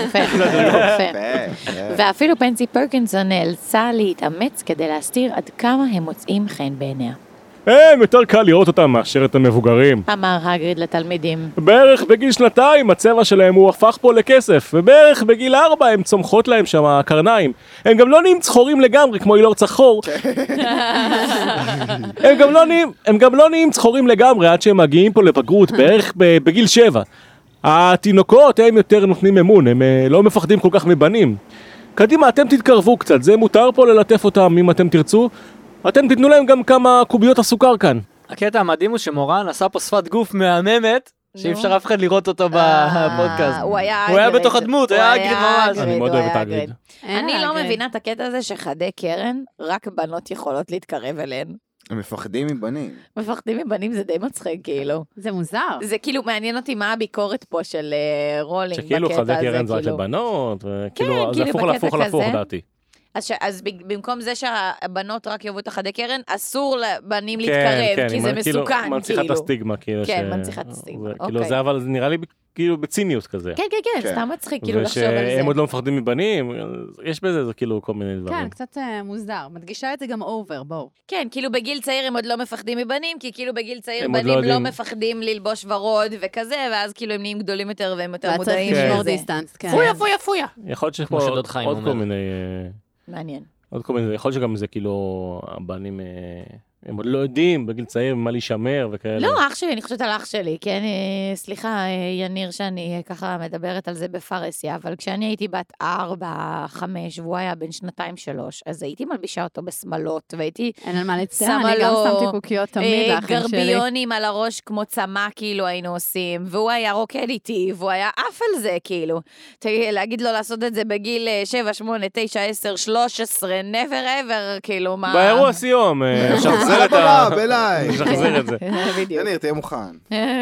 ואפילו פנסי פרקינסון נאלצה להתאמץ כדי להסתיר עד כמה הם מוצאים חן בעיניה. הם, יותר קל לראות אותם מאשר את המבוגרים. אמר הגריד לתלמידים. בערך בגיל שנתיים הצבע שלהם הוא הפך פה לכסף, ובערך בגיל ארבע הם צומחות להם שם הקרניים. הם גם לא נהיים צחורים לגמרי כמו אילור צחור. הם גם לא נהיים, הם גם לא נהיים צחורים לגמרי עד שהם מגיעים פה לבגרות בערך בגיל שבע. התינוקות הם יותר נותנים אמון, הם לא מפחדים כל כך מבנים. קדימה, אתם תתקרבו קצת, זה מותר פה ללטף אותם אם אתם תרצו. אתם תתנו להם גם כמה קוביות הסוכר כאן. הקטע המדהים הוא שמורן עשה פה שפת גוף מהממת, שאי אפשר אף אחד לראות אותו בפודקאסט. הוא היה הוא היה בתוך הדמות, הוא היה אגריד ממש. אני מאוד אוהב את האגריד. אני לא מבינה את הקטע הזה שחדי קרן, רק בנות יכולות להתקרב אליהן. הם מפחדים מבנים. מפחדים מבנים זה די מצחיק, כאילו. זה מוזר. זה כאילו מעניין אותי מה הביקורת פה של רולינג בקטע הזה. שכאילו חדי קרן זה רק לבנות, וכאילו זה הפוך להפוך להפוך דעתי. אז, ש... אז במקום זה שהבנות רק יאהבו את החדי קרן, אסור לבנים להתקרב, כן, כי זה מסוכן, כאילו. מנציחה את הסטיגמה, כאילו. כן, ש... מנציחה את הסטיגמה, זה, אוקיי. כאילו זה, אבל זה נראה לי כאילו בציניות כזה. כן, כן, כן, כן. סתם מצחיק, כאילו לחשוב על זה. ושהם עוד לא מפחדים מבנים, יש בזה, זה כאילו כל מיני דברים. כן, קצת uh, מוזר. מדגישה את זה גם אובר, בואו. כן, כאילו בגיל צעיר הם עוד לא מפחדים מבנים, כי כאילו בגיל צעיר בנים לא, לא מפחדים ללבוש ורוד וכזה, ואז כאילו הם נהיים גדולים יותר והם יותר מודעים. והצריך לשמור דיסטנס, כן. פויה, פויה, פויה. יכול להיות שיש פה עוד כל מיני... מעניין. עוד כל מיני, יכול להיות שגם זה כאילו, הבנים, הם עוד לא יודעים בגיל צעיר מה להישמר וכאלה. לא, אח שלי, אני חושבת על אח שלי, כן, סליחה, יניר, שאני ככה מדברת על זה בפרסיה, אבל כשאני הייתי בת ארבע, חמש, והוא היה בן שנתיים, שלוש, אז הייתי מלבישה אותו בסמלות, והייתי... אין על מה לציין, אני גם שמתי קוקיות תמיד לאחים שלי. גרביונים על הראש כמו צמא, כאילו, היינו עושים, והוא היה רוקד איתי, והוא היה אף על זה, כאילו. להגיד לו לעשות את זה בגיל שבע, שמונה, תשע, עשר, שלוש עשרה, never ever, כאילו, מה... באירוע סיום, שחזר את ה... בלייב. שחזר את זה. בדיוק. יניר, תהיה מוכן.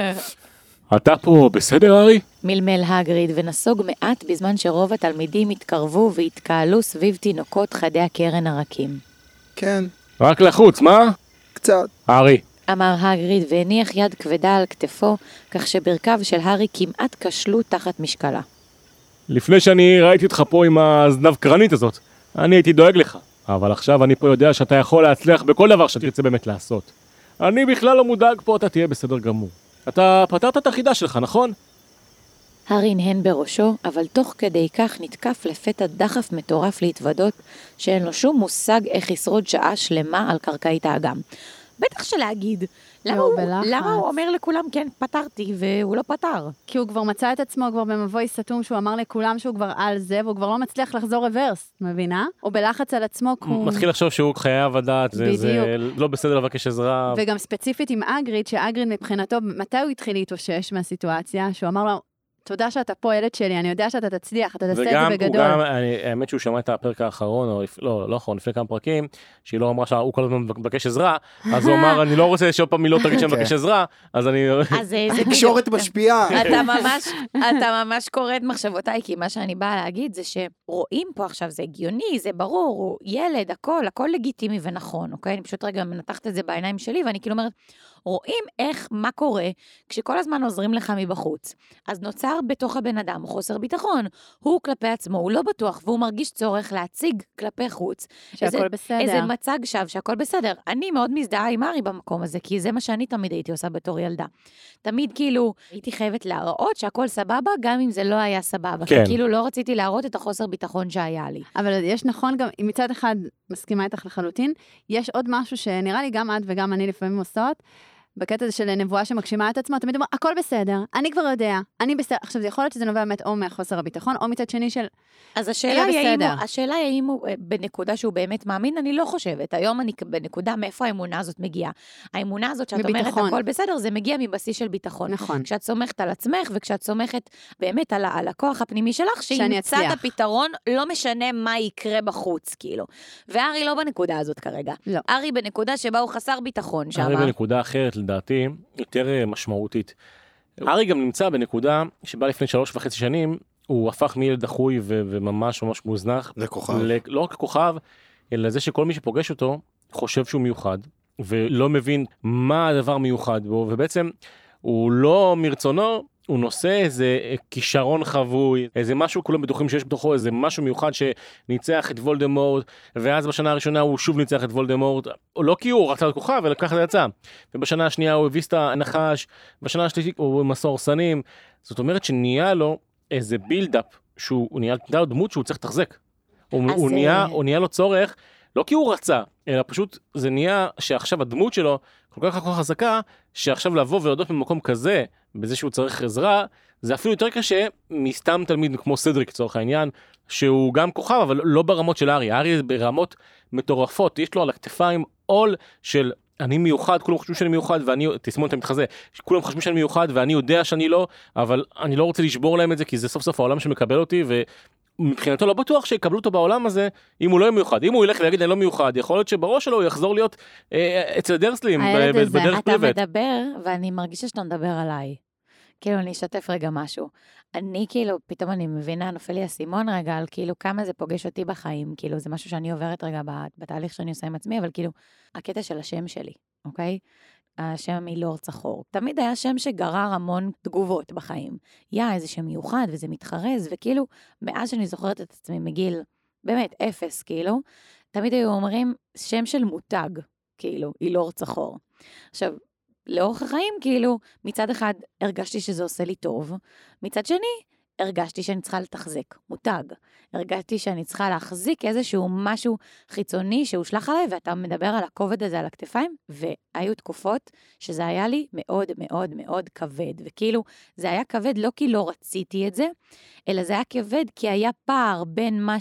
אתה פה בסדר, ארי? מלמל הגריד ונסוג מעט בזמן שרוב התלמידים התקרבו והתקהלו סביב תינוקות חדי הקרן הרכים. כן. רק לחוץ, מה? קצת. ארי. אמר הגריד והניח יד כבדה על כתפו, כך שברכיו של הארי כמעט כשלו תחת משקלה. לפני שאני ראיתי אותך פה עם הזנב קרנית הזאת, אני הייתי דואג לך. אבל עכשיו אני פה יודע שאתה יכול להצליח בכל דבר שתרצה באמת לעשות. אני בכלל לא מודאג פה, אתה תהיה בסדר גמור. אתה פתרת את החידה שלך, נכון? הארי הנהן בראשו, אבל תוך כדי כך נתקף לפתע דחף מטורף להתוודות, שאין לו שום מושג איך ישרוד שעה שלמה על קרקעית האגם. בטח שלהגיד, למה הוא, למה הוא אומר לכולם, כן, פתרתי, והוא לא פתר? כי הוא כבר מצא את עצמו כבר במבוי סתום, שהוא אמר לכולם שהוא כבר על זה, והוא כבר לא מצליח לחזור רוורס, מבינה? או בלחץ על עצמו, הוא... מתחיל לחשוב שהוא חייב לדעת, זה, זה לא בסדר לבקש עזרה. וגם ספציפית עם אגריד, שאגריד מבחינתו, מתי הוא התחיל להתאושש מהסיטואציה? שהוא אמר לו, תודה שאתה פה, ילד שלי, אני יודע שאתה תצליח, אתה תעשה את זה בגדול. וגם, האמת שהוא שמע את הפרק האחרון, או לא, לא אחרון, לפני כמה פרקים, שהיא לא אמרה שהוא כל הזמן מבקש עזרה, אז הוא אמר, אני לא רוצה שעוד פעם היא לא תגיד שאני מבקש עזרה, אז אני... תקשורת משפיעה. אתה ממש, אתה ממש קורא את מחשבותיי, כי מה שאני באה להגיד זה שרואים פה עכשיו, זה הגיוני, זה ברור, הוא ילד, הכל, הכל לגיטימי ונכון, אוקיי? אני פשוט רגע מנתחת את זה בעיניים שלי, ואני כאילו אומרת, רואים איך, מה קורה, כשכל הזמן עוזרים לך מבחוץ. אז נוצר בתוך הבן אדם חוסר ביטחון. הוא כלפי עצמו, הוא לא בטוח, והוא מרגיש צורך להציג כלפי חוץ. שהכל איזה, בסדר. איזה מצג שווא, שהכל בסדר. אני מאוד מזדהה עם ארי במקום הזה, כי זה מה שאני תמיד הייתי עושה בתור ילדה. תמיד כאילו, הייתי חייבת להראות שהכל סבבה, גם אם זה לא היה סבבה. כן. כי כאילו לא רציתי להראות את החוסר ביטחון שהיה לי. אבל יש נכון גם, אם מצד אחד מסכימה איתך לחלוטין, יש עוד משהו שנראה לי גם את וגם אני לפעמים עושות, בקטע הזה של נבואה שמגשימה את עצמה, תמיד אומר, הכל בסדר, אני כבר יודע, אני בסדר. עכשיו, זה יכול להיות שזה נובע באמת או מהחוסר הביטחון, או מצד שני של... אז השאלה היא, האם הוא, השאלה היא האם הוא בנקודה שהוא באמת מאמין, אני לא חושבת. היום אני בנקודה מאיפה האמונה הזאת מגיעה. האמונה הזאת שאת אומרת הכל בסדר, זה מגיע מבסיס של ביטחון. נכון. כשאת סומכת על עצמך, וכשאת סומכת באמת על, על הכוח הפנימי שלך, שימצא את הפתרון, לא משנה מה יקרה בחוץ, כאילו. וארי לא בנקודה הזאת כרגע. לא. ארי בנקודה שבה הוא חסר ביטחון שם. ארי בנקודה אחרת, לדעתי, יותר משמעותית. ארי גם נמצא בנקודה שבה לפני שלוש וחצי שנים, הוא הפך מילד דחוי ו- וממש ממש מוזנח. לכוכב. ל- לא רק לכוכב, אלא זה שכל מי שפוגש אותו, חושב שהוא מיוחד, ולא מבין מה הדבר מיוחד בו, ובעצם הוא לא מרצונו, הוא נושא איזה כישרון חבוי, איזה משהו כולם בטוחים שיש בתוכו, איזה משהו מיוחד שניצח את וולדמורט, ואז בשנה הראשונה הוא שוב ניצח את וולדמורט, לא כי הוא רצה לכוכב, אלא ככה זה יצא. ובשנה השנייה הוא הביס את הנחש, בשנה השלישית הוא מסור סנים, זאת אומרת שנהיה לו איזה בילדאפ, שהוא נהיה לו דמות שהוא צריך לתחזק. הוא, הוא, נהיה, הוא נהיה לו צורך, לא כי הוא רצה, אלא פשוט זה נהיה שעכשיו הדמות שלו כל כך כל כך חזקה, שעכשיו לבוא ולהודות במקום כזה, בזה שהוא צריך עזרה, זה אפילו יותר קשה מסתם תלמיד כמו סדריק צורך העניין, שהוא גם כוכב, אבל לא ברמות של ארי. ארי ברמות מטורפות, יש לו על הכתפיים עול של אני מיוחד, כולם חושבים שאני מיוחד, ואני, תסמון אתה מתחזה, כולם חושבים שאני מיוחד, ואני יודע שאני לא, אבל אני לא רוצה לשבור להם את זה, כי זה סוף סוף העולם שמקבל אותי, ומבחינתו לא בטוח שיקבלו אותו בעולם הזה, אם הוא לא מיוחד. אם הוא ילך ויגיד אני לא מיוחד, יכול להיות שבראש שלו הוא יחזור להיות אה, אצל דרסלים, בדרך פריבט. אתה מדבר, ואני מרגישה שאתה מדבר עליי. כאילו, אני אשתף רגע משהו. אני כאילו, פתאום אני מבינה, נופל לי הסימון רגע, על כאילו כמה זה פוגש אותי בחיים, כאילו, זה משהו שאני עוברת רגע בתהליך שאני עושה עם עצמי, אבל כאילו, הקטע של השם שלי, אוקיי? השם מילור צחור. תמיד היה שם שגרר המון תגובות בחיים. יא, איזה שם מיוחד, וזה מתחרז, וכאילו, מאז שאני זוכרת את עצמי מגיל, באמת, אפס, כאילו, תמיד היו אומרים, שם של מותג, כאילו, מילור צחור. עכשיו, לאורך החיים, כאילו, מצד אחד הרגשתי שזה עושה לי טוב, מצד שני, הרגשתי שאני צריכה לתחזק, מותג. הרגשתי שאני צריכה להחזיק איזשהו משהו חיצוני שהושלח עליי, ואתה מדבר על הכובד הזה על הכתפיים, והיו תקופות שזה היה לי מאוד מאוד מאוד כבד, וכאילו, זה היה כבד לא כי לא רציתי את זה, אלא זה היה כבד כי היה פער בין מה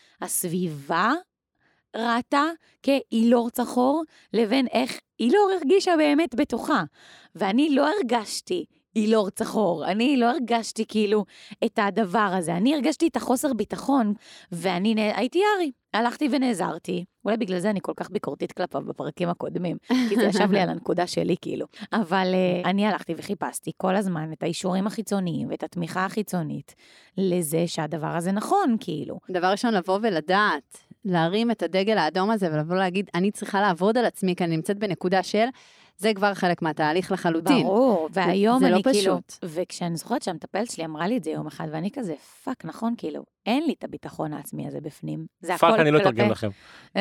שהסביבה ראתה כאילור צחור, לבין איך אילור הרגישה באמת בתוכה. ואני לא הרגשתי אילור צחור, אני לא הרגשתי כאילו את הדבר הזה, אני הרגשתי את החוסר ביטחון, ואני הייתי ארי, הלכתי ונעזרתי, אולי בגלל זה אני כל כך ביקורתית כלפיו בפרקים הקודמים, כי זה ישב לי על הנקודה שלי כאילו, אבל uh, אני הלכתי וחיפשתי כל הזמן את האישורים החיצוניים, ואת התמיכה החיצונית, לזה שהדבר הזה נכון כאילו. דבר ראשון, לבוא ולדעת, להרים את הדגל האדום הזה, ולבוא להגיד, אני צריכה לעבוד על עצמי, כי אני נמצאת בנקודה של, זה כבר חלק מהתהליך לחלוטין. ברור, והיום אני לא כאילו, פשוט. וכשאני זוכרת שהמטפלת שלי אמרה לי את זה יום אחד, ואני כזה, פאק, נכון, כאילו, אין לי את הביטחון העצמי הזה בפנים. פאק, אני לא אתרגם לכם.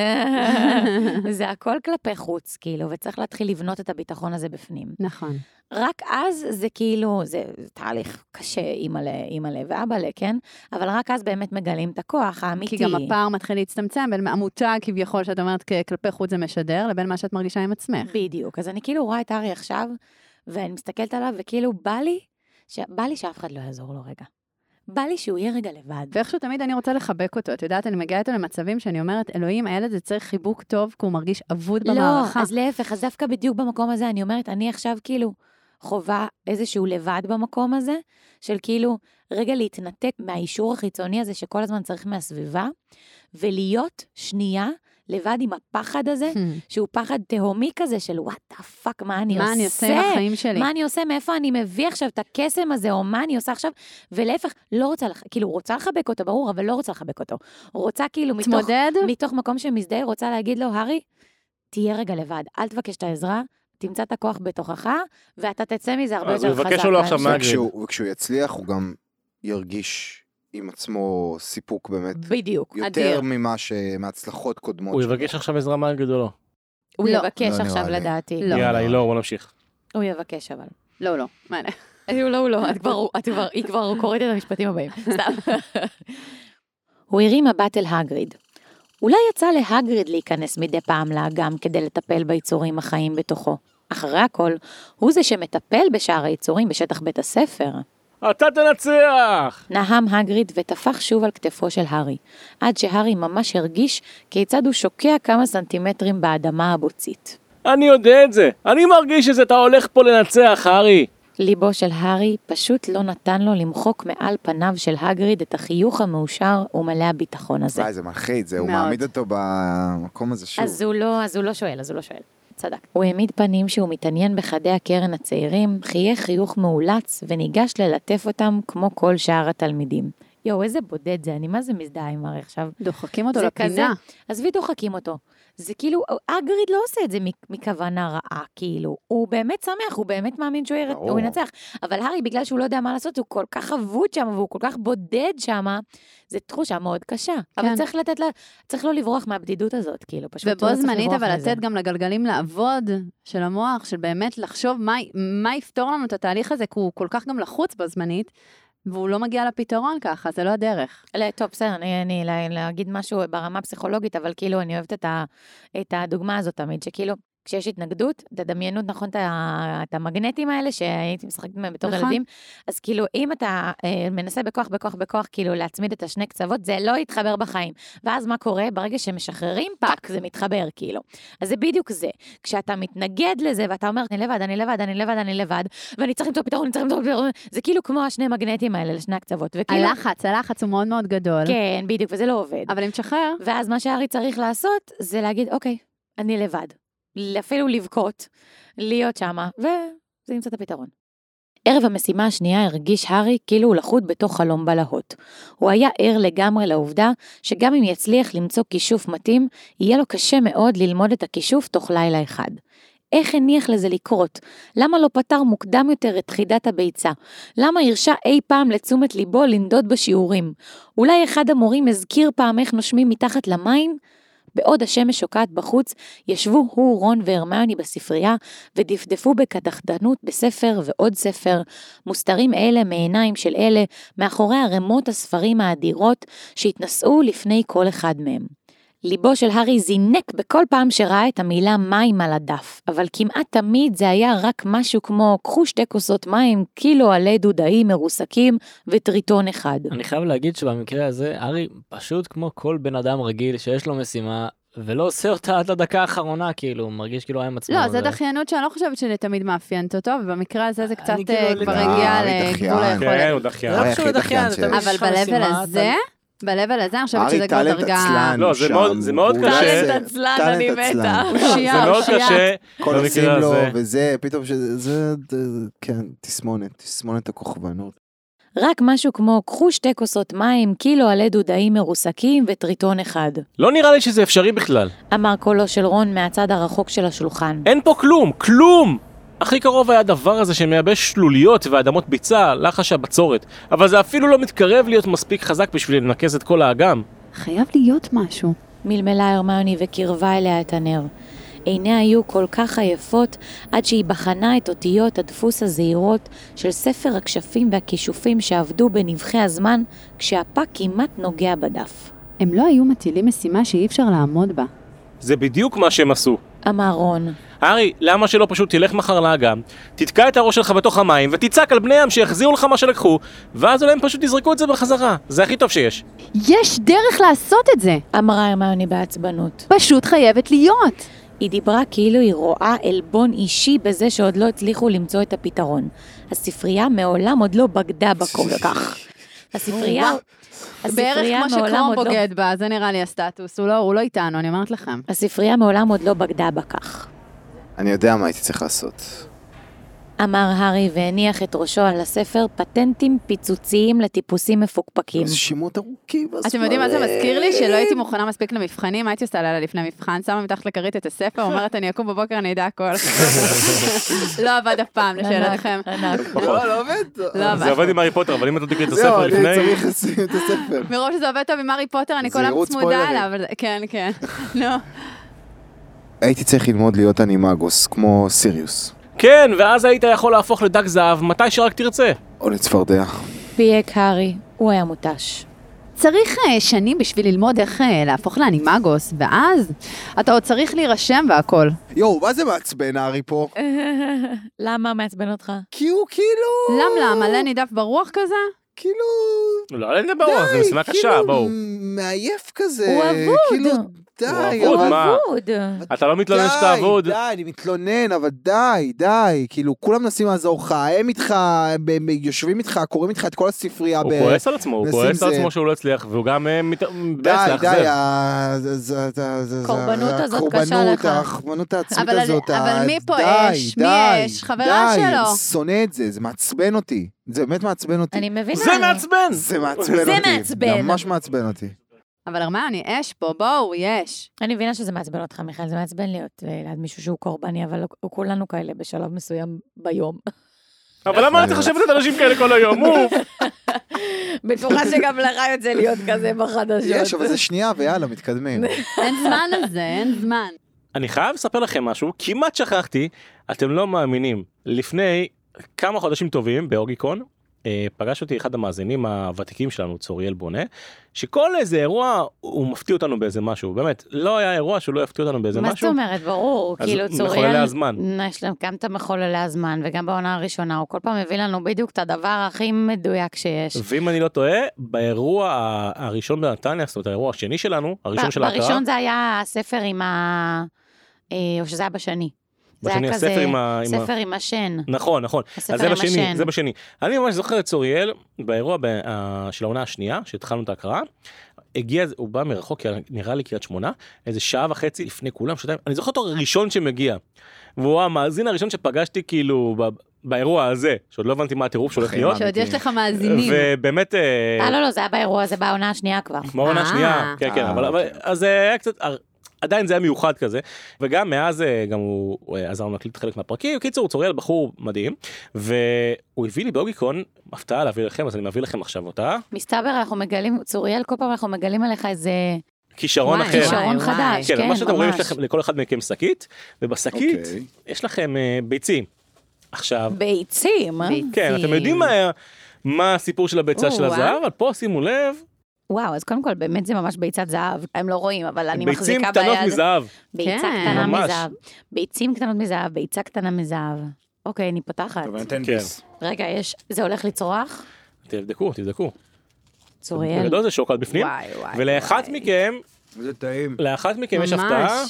זה הכל כלפי חוץ, כאילו, וצריך להתחיל לבנות את הביטחון הזה בפנים. נכון. רק אז זה כאילו, זה תהליך קשה, אימא'לה ואבא'לה, כן? אבל רק אז באמת מגלים את הכוח האמיתי. כי גם הפער מתחיל להצטמצם בין המותג כביכול שאת אומרת כלפי חוץ זה משדר, לבין מה שאת מרגישה עם עצמך. בדיוק, אז אני כאילו רואה את ארי עכשיו, ואני מסתכלת עליו, וכאילו בא לי, בא לי שאף אחד לא יעזור לו רגע. בא לי שהוא יהיה רגע לבד. ואיכשהו תמיד אני רוצה לחבק אותו. את יודעת, אני מגיעה איתו למצבים שאני אומרת, אלוהים, הילד זה צריך חיבוק טוב, כי הוא מרגיש אבוד במערכה. לא, אז להפך, אז דווקא בדיוק במקום הזה, אני אומרת, אני עכשיו כאילו חובה איזשהו לבד במקום הזה, של כאילו רגע להתנתק מהאישור החיצוני הזה, שכל הזמן צריך מהסביבה, ולהיות שנייה לבד עם הפחד הזה, שהוא פחד תהומי כזה של what the fuck, מה אני עושה? מה אני עושה בחיים שלי? מה אני עושה? מאיפה אני מביא עכשיו את הקסם הזה, או מה אני עושה עכשיו? ולהפך, לא רוצה, כאילו, רוצה לחבק אותו, ברור, אבל לא רוצה לחבק אותו. רוצה כאילו, מתוך, מתוך מקום שמזדהה, רוצה להגיד לו, הרי, תהיה רגע לבד, אל תבקש את העזרה, תמצא את הכוח בתוכך, ואתה תצא מזה הרבה יותר חזק. וכשהוא יצליח, הוא גם ירגיש עם עצמו סיפוק באמת. בדיוק. יותר ממה שמהצלחות קודמות. הוא יבקש עכשיו עזרה מה גדולו. הוא יבקש עכשיו לדעתי. יאללה, לא, בוא נמשיך. הוא יבקש אבל. לא, לא. מה אני? לא, לא, לא. היא כבר קוראת את המשפטים הבאים. סתם. הוא הרים מבט אל הגריד. אולי יצא להגריד להיכנס מדי פעם לאגם כדי לטפל ביצורים החיים בתוכו. אחרי הכל, הוא זה שמטפל בשאר היצורים בשטח בית הספר. אתה תנצח! נהם הגריד וטפח שוב על כתפו של הארי, עד שהארי ממש הרגיש כיצד הוא שוקע כמה סנטימטרים באדמה הבוצית. אני יודע את זה, אני מרגיש שאתה הולך פה לנצח, הארי. ליבו של הארי פשוט לא נתן לו למחוק מעל פניו של הגריד את החיוך המאושר ומלא הביטחון הזה. וואי, זה מלחיץ, זה, הוא מאוד. מעמיד אותו במקום הזה שוב. אז הוא לא, אז הוא לא שואל, אז הוא לא שואל. צדק. הוא העמיד פנים שהוא מתעניין בחדי הקרן הצעירים, חייך חיוך מאולץ וניגש ללטף אותם כמו כל שאר התלמידים. יואו, איזה בודד זה, אני מה זה מזדהה עם הרי עכשיו? דוחקים אותו זה לפינה. כזה, עזבי דוחקים אותו. זה כאילו, הגריד לא עושה את זה מכוונה רעה, כאילו. הוא באמת שמח, הוא באמת מאמין שהוא יר... הוא ינצח. אבל הארי, בגלל שהוא לא יודע מה לעשות, הוא כל כך אבוד שם, והוא כל כך בודד שם, זה תחושה מאוד קשה. כן. אבל צריך לתת לה, צריך לא לברוח מהבדידות הזאת, כאילו. פשוט ובו זמנית, אבל לתת גם לגלגלים לעבוד של המוח, של באמת לחשוב מה, מה יפתור לנו את התהליך הזה, כי הוא כל כך גם לחוץ בו זמנית, והוא לא מגיע לפתרון ככה, זה לא הדרך. טוב, בסדר, אני, אני להגיד משהו ברמה הפסיכולוגית, אבל כאילו אני אוהבת את, ה, את הדוגמה הזאת תמיד, שכאילו, כשיש התנגדות, תדמיינו נכון את, ה, את המגנטים האלה שהייתי משחקת מהם בתור נכון. ילדים, אז כאילו אם אתה אה, מנסה בכוח, בכוח, בכוח, כאילו להצמיד את השני קצוות, זה לא יתחבר בחיים. ואז מה קורה? ברגע שמשחררים פאק, זה מתחבר כאילו. אז זה בדיוק זה. כשאתה מתנגד לזה ואתה אומר, אני לבד, אני לבד, אני לבד, אני לבד, ואני צריך למצוא פתרון, אני צריך למצוא פתרון, זה כאילו כמו השני מגנטים האלה לשני הקצוות. וכאילו, הלחץ, הלחץ הוא מאוד מאוד גדול. כן, בדיוק, וזה לא עובד. אבל אם תשחרר, ואז מה שהארי צריך לעשות, זה להגיד, אוקיי, אני לבד. אפילו לבכות, להיות שמה, וזה ימצא את הפתרון. ערב המשימה השנייה הרגיש הארי כאילו הוא לחוד בתוך חלום בלהות. הוא היה ער לגמרי לעובדה שגם אם יצליח למצוא כישוף מתאים, יהיה לו קשה מאוד ללמוד את הכישוף תוך לילה אחד. איך הניח לזה לקרות? למה לא פתר מוקדם יותר את חידת הביצה? למה הרשה אי פעם לתשומת ליבו לנדוד בשיעורים? אולי אחד המורים הזכיר פעם איך נושמים מתחת למים? בעוד השמש שוקעת בחוץ, ישבו הוא, רון והרמיוני בספרייה, ודפדפו בקדחתנות בספר ועוד ספר, מוסתרים אלה מעיניים של אלה, מאחורי הרמות הספרים האדירות, שהתנסעו לפני כל אחד מהם. ליבו של הארי זינק בכל פעם שראה את המילה מים על הדף, אבל כמעט תמיד זה היה רק משהו כמו, קחו שתי כוסות מים, קילו עלי דודאים מרוסקים וטריטון אחד. אני חייב להגיד שבמקרה הזה, הארי פשוט כמו כל בן אדם רגיל שיש לו משימה, ולא עושה אותה עד לדקה האחרונה, כאילו, הוא מרגיש כאילו עם עצמו. לא, זה דחיינות שאני לא חושבת שאני תמיד מאפיינת אותו, ובמקרה הזה זה קצת כאילו כבר לא, הגיע אני לגבול דחיין. היכולת. כן, הוא דחיין. לא קשור לדחיין, אתה אבל ב-level הזה, ב-level הזה אני חושבת שזה כבר דרגה... לא, זה מאוד- זה מאוד קשה. טלנט עצלן, אני מתה. זה מאוד קשה. כל עושים במקרה לו, הזה. וזה, פתאום שזה, זה, כן, תסמונת, תסמונת הכוכבנות. רק משהו כמו, קחו שתי כוסות מים, קילו עלי דודאים מרוסקים וטריטון אחד. לא נראה לי שזה אפשרי בכלל. אמר קולו של רון מהצד הרחוק של השולחן. אין פה כלום, כלום! הכי קרוב היה הדבר הזה שמייבש שלוליות ואדמות ביצה, לחש הבצורת, אבל זה אפילו לא מתקרב להיות מספיק חזק בשביל לנקז את כל האגם. חייב להיות משהו. מלמלה הרמיוני וקרבה אליה את הנר. עיניה היו כל כך עייפות עד שהיא בחנה את אותיות הדפוס הזהירות של ספר הכשפים והכישופים שעבדו בנבחי הזמן כשהפק כמעט נוגע בדף. הם לא היו מטילים משימה שאי אפשר לעמוד בה. זה בדיוק מה שהם עשו. אמר רון. הארי, למה שלא פשוט תלך מחר לאגם, תתקע את הראש שלך בתוך המים ותצעק על בניהם שיחזירו לך מה שלקחו, ואז אולי הם פשוט יזרקו את זה בחזרה. זה הכי טוב שיש. יש דרך לעשות את זה. אמרה הרמיוני בעצבנות. פשוט חייבת להיות. היא דיברה כאילו היא רואה עלבון אישי בזה שעוד לא הצליחו למצוא את הפתרון. הספרייה מעולם עוד לא בגדה בכל כך. הספרייה... בערך כמו מעולם שקרום עוד לא- בוגד בה, זה נראה לי הסטטוס. הוא לא, הוא לא איתנו, אני אומרת לכם. הספרייה מעולם עוד לא בגדה בכך. אני יודע מה הייתי צריך לעשות. אמר הארי והניח את ראשו על הספר פטנטים פיצוציים לטיפוסים מפוקפקים. איזה שמות ארוכים. אתם יודעים מה זה מזכיר לי? שלא הייתי מוכנה מספיק למבחנים, הייתי עושה לילה לפני מבחן, שמה מתחת לכרית את הספר, אומרת אני אקום בבוקר, אני אדע הכל. לא עבד אף פעם, לשאלתכם. לא, לא עובד. לא עבד. זה עובד עם הארי פוטר, אבל אם אתה תקריא את זהו, הספר אני לפני... צריך לשים את הספר. מרוב שזה עובד טוב עם הארי פוטר, אני כל היום זהירות צמודה ספוילרים. עליו, אבל כן, כן. לא. הייתי צריך ללמוד להיות אנימגוס, כמו סיריוס. כן, ואז היית יכול להפוך לדג זהב מתי שרק תרצה. או לצפרדע. פייק הארי, הוא היה מוטש. צריך uh, שנים בשביל ללמוד איך uh, להפוך לאנימגוס, ואז אתה עוד צריך להירשם והכל. יואו, מה זה מעצבן, הארי פה? למה מעצבן אותך? כי הוא כאילו... למה, למה, לני דף ברוח כזה? כאילו... לא, אין דבר, זה משימה קשה, בואו. מעייף כזה. הוא אבוד. כאילו, די. הוא אבוד, אבל- מה? אבוד. אתה לא מתלונן שאתה אבוד? די, די, אני מתלונן, אבל די, די. כאילו, כולם מנסים לעזור לך, הם איתך, ב- ב- יושבים איתך, קוראים איתך את כל הספרייה. הוא ב- כועס על עצמו, הוא נשים כועס על זה- עצמו שהוא לא הצליח, והוא גם אה, מת- די, מתבאס די, לאכזב. ה- זה- זה- זה- זה- הקורבנות זה- הזאת קשה הקורבנות, לך. החורבנות העצמית אבל- הזאת. אבל ה- מי פה די, אש? מי די, אש? חברה די, שלו. אני שונא את זה, זה מעצבן אותי. זה באמת מעצבן אותי. אני מבינה. זה מעצבן! זה מעצבן אותי. זה מעצבן. ממש מעצבן אותי. אבל הרמיוני, אש פה, בואו, יש. אני מבינה שזה מעצבן אותך, מיכאל, זה מעצבן להיות אה, ליד מישהו שהוא קורבני, אבל לא- כולנו כאלה בשלב מסוים ביום. אבל למה אתה חושבת את אנשים כאלה כל היום? אוף! בטוחה שגם לך יוצא להיות כזה בחדשות. יש, אבל זה שנייה, ויאללה, מתקדמים. אין זמן לזה, אין זמן. אני חייב לספר לכם משהו, כמעט שכחתי, אתם לא מאמינים. לפני כמה חודשים טובים באורגיקון, אה, פגש אותי אחד המאזינים הוותיקים שלנו, צוריאל בונה, שכל איזה אירוע הוא מפתיע אותנו באיזה משהו, באמת, לא היה אירוע שהוא לא יפתיע אותנו באיזה מה זאת משהו. אומרת? ברור, אז כאילו מחוללי צוריאל, הזמן. יש להם גם את המחוללי הזמן, וגם בעונה הראשונה, הוא כל פעם מביא לנו בדיוק את הדבר הכי מדויק שיש. ואם אני לא טועה, באירוע ה- הראשון בנתניה, זאת אומרת, האירוע השני שלנו, הראשון ב- של ההכרה, בראשון זה היה הספר עם ה... אה, או שזה היה בשני. זה בשני היה הספר כזה, עם ה- עם ה- ספר עם השן. נכון, נכון. הספר אז זה עם בשני, השן. זה בשני. אני ממש זוכר את צוריאל באירוע ב- ה- של העונה השנייה, שהתחלנו את ההקראה, הגיע, הוא בא מרחוק, נראה לי קריית שמונה, איזה שעה וחצי לפני כולם, שתיים, אני זוכר אותו הראשון שמגיע, והוא המאזין הראשון שפגשתי כאילו ב- באירוע הזה, שעוד לא הבנתי מה הטירוף שהולך בחיים להיות, שעוד יש לך מאזינים. ובאמת, אה, אה, לא, לא, זה היה באירוע, זה בעונה השנייה כבר. בעונה אה. השנייה, כן, כן, אה, אבל אבל- אוקיי. אז זה היה קצת, עדיין זה היה מיוחד כזה, וגם מאז אה, גם הוא הוא עזר לנו להקליט חלק מהפרקים. קיצור, צוריאל בחור מדהים, והוא הביא לי באוגיקון הפתעה להביא לכם, אז אני מביא לכם עכשיו אותה, מסתבר, אנחנו מגלים, צוריאל, כל פעם אנחנו מגלים עליך איזה כישרון וואי, אחר. כישרון וואי. חדש, כן, כן, מה שאתם רואים, יש ממש. לכם, לכל אחד מכם שקית, ובשקית אוקיי. יש לכם אה, ביצים. עכשיו, ביצים. כן, אתם יודעים מה- מה הסיפור של הביצה או, של וואו. הזהב, אבל פה שימו לב, וואו, אז קודם כל, באמת זה ממש ביצת זהב. הם לא רואים, אבל אני ביצים מחזיקה קטנות ביד. מזהב. ביצה כן, קטנה ממש. מזהב. ביצים קטנות מזהב, ביצה קטנה מזהב. אוקיי, אני פותחת. טוב, אני אתן כן. ביס. רגע, יש, זה הולך לצרוח? תבדקו, תבדקו. צוריאל. בגדול זה שוקולד בפנים, וואי, וואי, ולאחת וואי. מכם, זה טעים. לאחת מכם יש ממש. הפתעה,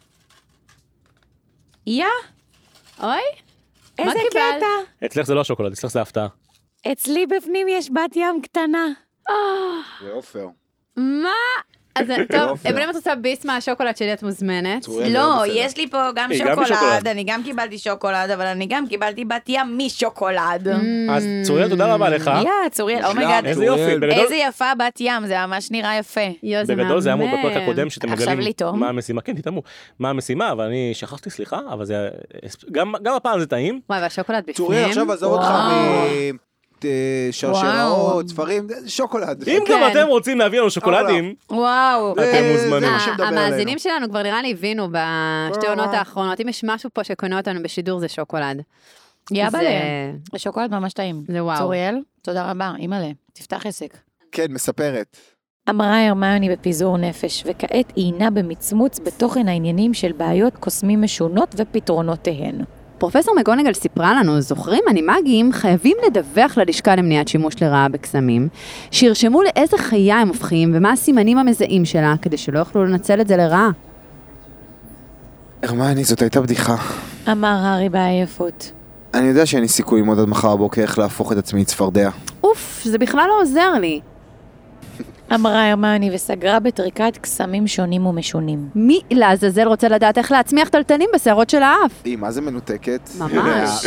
יא, אוי, איזה קיבלת? קטע. אצלך זה לא שוקולד, אצלך זה הפתעה. אצלי בפנים יש בת ים קטנה. זה עופר. מה? אז טוב, יופי. אבל אם את רוצה ביס מהשוקולד שלי, את מוזמנת. צוריאל לא, מאוד בסדר. יש לי פה גם היא גם שוקולד, בשוקולד. אני גם קיבלתי שוקולד, אבל אני גם קיבלתי בת ים משוקולד. אז צוריאל, תודה רבה לך. יא, צוריאל, מושלם. אומייגאד. איזה יופי, בגדול, איזה יפה בת ים, זה ממש נראה יפה. יו, זה בגדול זה היה אמור מהמם. בפרק הקודם שאתם עכשיו מגלים לטעום? מה המשימה, כן תטעמו, מה המשימה, אבל אני שכחתי, סליחה, אבל זה, גם גם הפעם זה טעים. וואי, והשוקולד בפנים. צוריאל, עכשיו עזוב אותך וואו. משרשרות, ספרים, זה שוקולד. אם כן. גם אתם רוצים להביא לנו שוקולדים, וואו. אתם זה- מוזמנים. זה מה שמדבר אלינו. המאזינים שלנו כבר נראה לי הבינו בשתי עונות האחרונות, אם יש משהו פה שקונה אותנו בשידור זה שוקולד. יאבאלה. זה- השוקולד ממש טעים. זה וואו. צוריאל, תודה רבה, אימא'לה, תפתח עסק. כן, מספרת. אמרה הרמיוני בפיזור נפש, וכעת עיינה במצמוץ בתוכן העניינים של בעיות קוסמים משונות ופתרונותיהן. פרופסור מגונגל סיפרה לנו, זוכרים, אנימגים חייבים לדווח ללשכה למניעת שימוש לרעה בקסמים, שירשמו לאיזה חיה הם הופכים ומה הסימנים המזהים שלה, כדי שלא יוכלו לנצל את זה לרעה. הרמיוני, זאת הייתה בדיחה. אמר הארי בעייפות. אני יודע שאין לי סיכוי ללמוד עד מחר בבוקר איך להפוך את עצמי צפרדע. אוף, זה בכלל לא עוזר לי. אמרה הרמיוני וסגרה בטריקת קסמים שונים ומשונים. מי לעזאזל רוצה לדעת איך להצמיח טלטלים בשערות של האף? היא מה זה מנותקת? ממש.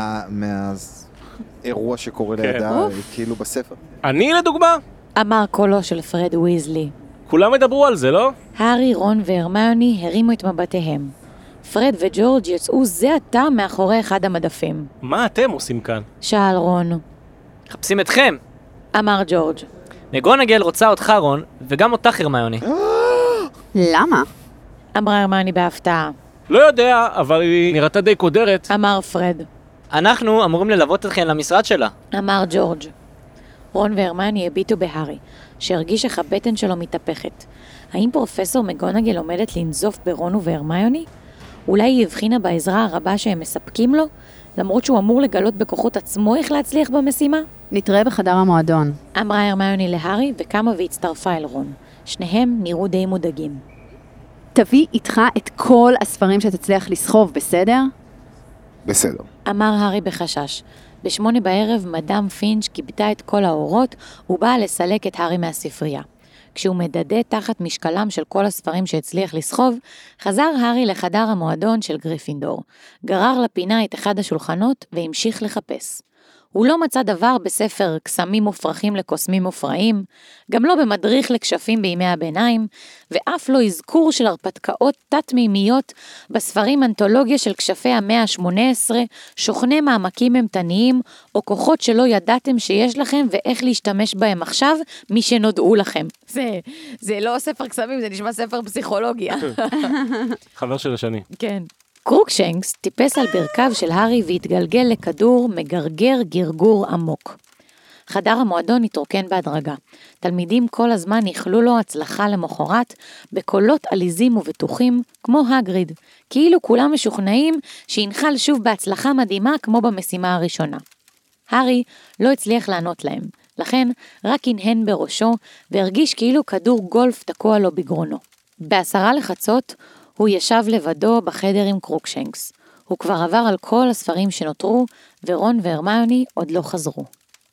מהאירוע שקורה כן. לידה, אוף. כאילו בספר. אני לדוגמה, אמר קולו של פרד ויזלי. כולם ידברו על זה, לא? הארי, רון והרמיוני הרימו את מבטיהם. פרד וג'ורג' יצאו זה עתה מאחורי אחד המדפים. מה אתם עושים כאן? שאל רון. מחפשים אתכם. אמר ג'ורג'. מגונגל רוצה אותך רון, וגם אותך הרמיוני. למה? אמרה הרמיוני בהפתעה. לא יודע, אבל היא נראתה די קודרת. אמר פרד. אנחנו אמורים ללוות אתכם למשרד שלה. אמר ג'ורג'. רון והרמיוני הביטו בהארי. שהרגיש איך הבטן שלו מתהפכת. האם פרופסור מגונגל עומדת לנזוף ברון והרמיוני? אולי היא הבחינה בעזרה הרבה שהם מספקים לו, למרות שהוא אמור לגלות בכוחות עצמו איך להצליח במשימה? נתראה בחדר המועדון. אמרה הרמיוני להרי וקמה והצטרפה אל רון. שניהם נראו די מודאגים. תביא איתך את כל הספרים שתצליח לסחוב, בסדר? בסדר. אמר הארי בחשש. בשמונה בערב מדאם פינץ' כיבתה את כל האורות ובאה לסלק את הארי מהספרייה. כשהוא מדדה תחת משקלם של כל הספרים שהצליח לסחוב, חזר הארי לחדר המועדון של גריפינדור. גרר לפינה את אחד השולחנות והמשיך לחפש. הוא לא מצא דבר בספר קסמים מופרכים לקוסמים מופרעים, גם לא במדריך לכשפים בימי הביניים, ואף לא אזכור של הרפתקאות תת-מימיות בספרים אנתולוגיה של כשפי המאה ה-שמונה עשרה, שוכני מעמקים ממתניים, או כוחות שלא ידעתם שיש לכם ואיך להשתמש בהם עכשיו, מי שנודעו לכם. זה, זה לא ספר קסמים, זה נשמע ספר פסיכולוגיה. חבר של השני. כן. קרוקשנקס טיפס על ברכיו של הארי והתגלגל לכדור מגרגר גרגור עמוק. חדר המועדון התרוקן בהדרגה. תלמידים כל הזמן איחלו לו הצלחה למחרת בקולות עליזים ובטוחים כמו הגריד, כאילו כולם משוכנעים שינחל שוב בהצלחה מדהימה כמו במשימה הראשונה. הארי לא הצליח לענות להם, לכן רק הנהן בראשו והרגיש כאילו כדור גולף תקוע לו בגרונו. בעשרה לחצות הוא ישב לבדו בחדר עם קרוקשנקס. הוא כבר עבר על כל הספרים שנותרו, ורון והרמיוני עוד לא חזרו.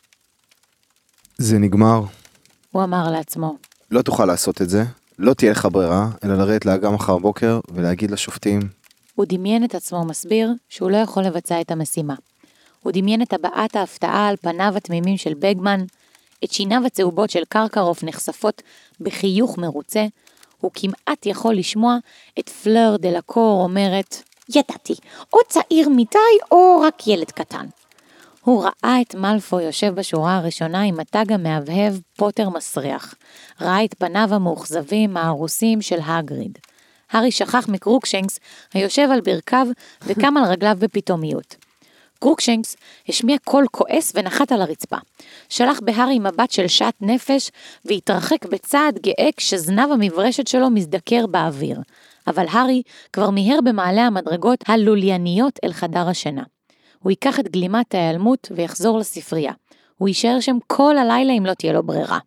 זה נגמר. הוא אמר לעצמו. לא תוכל לעשות את זה, לא תהיה לך ברירה, אלא לרדת לאגם אחר בוקר ולהגיד לשופטים. הוא דמיין את עצמו מסביר שהוא לא יכול לבצע את המשימה. הוא דמיין את הבעת ההפתעה על פניו התמימים של בגמן, את שיניו הצהובות של קרקרוף נחשפות בחיוך מרוצה, הוא כמעט יכול לשמוע את פלר דלקור אומרת, ידעתי, או צעיר מדי או רק ילד קטן. הוא ראה את מלפוי יושב בשורה הראשונה עם התג המהבהב פוטר מסריח. ראה את פניו המאוכזבים הערוסים של הגריד. הארי שכח מקרוקשנקס היושב על ברכיו וקם על רגליו בפתאומיות. קרוקשנקס השמיע קול כועס ונחת על הרצפה. שלח בהארי מבט של שאט נפש והתרחק בצעד גאה כשזנב המברשת שלו מזדקר באוויר. אבל הארי כבר מיהר במעלה המדרגות הלולייניות אל חדר השינה. הוא ייקח את גלימת ההיעלמות ויחזור לספרייה. הוא יישאר שם כל הלילה אם לא תהיה לו ברירה.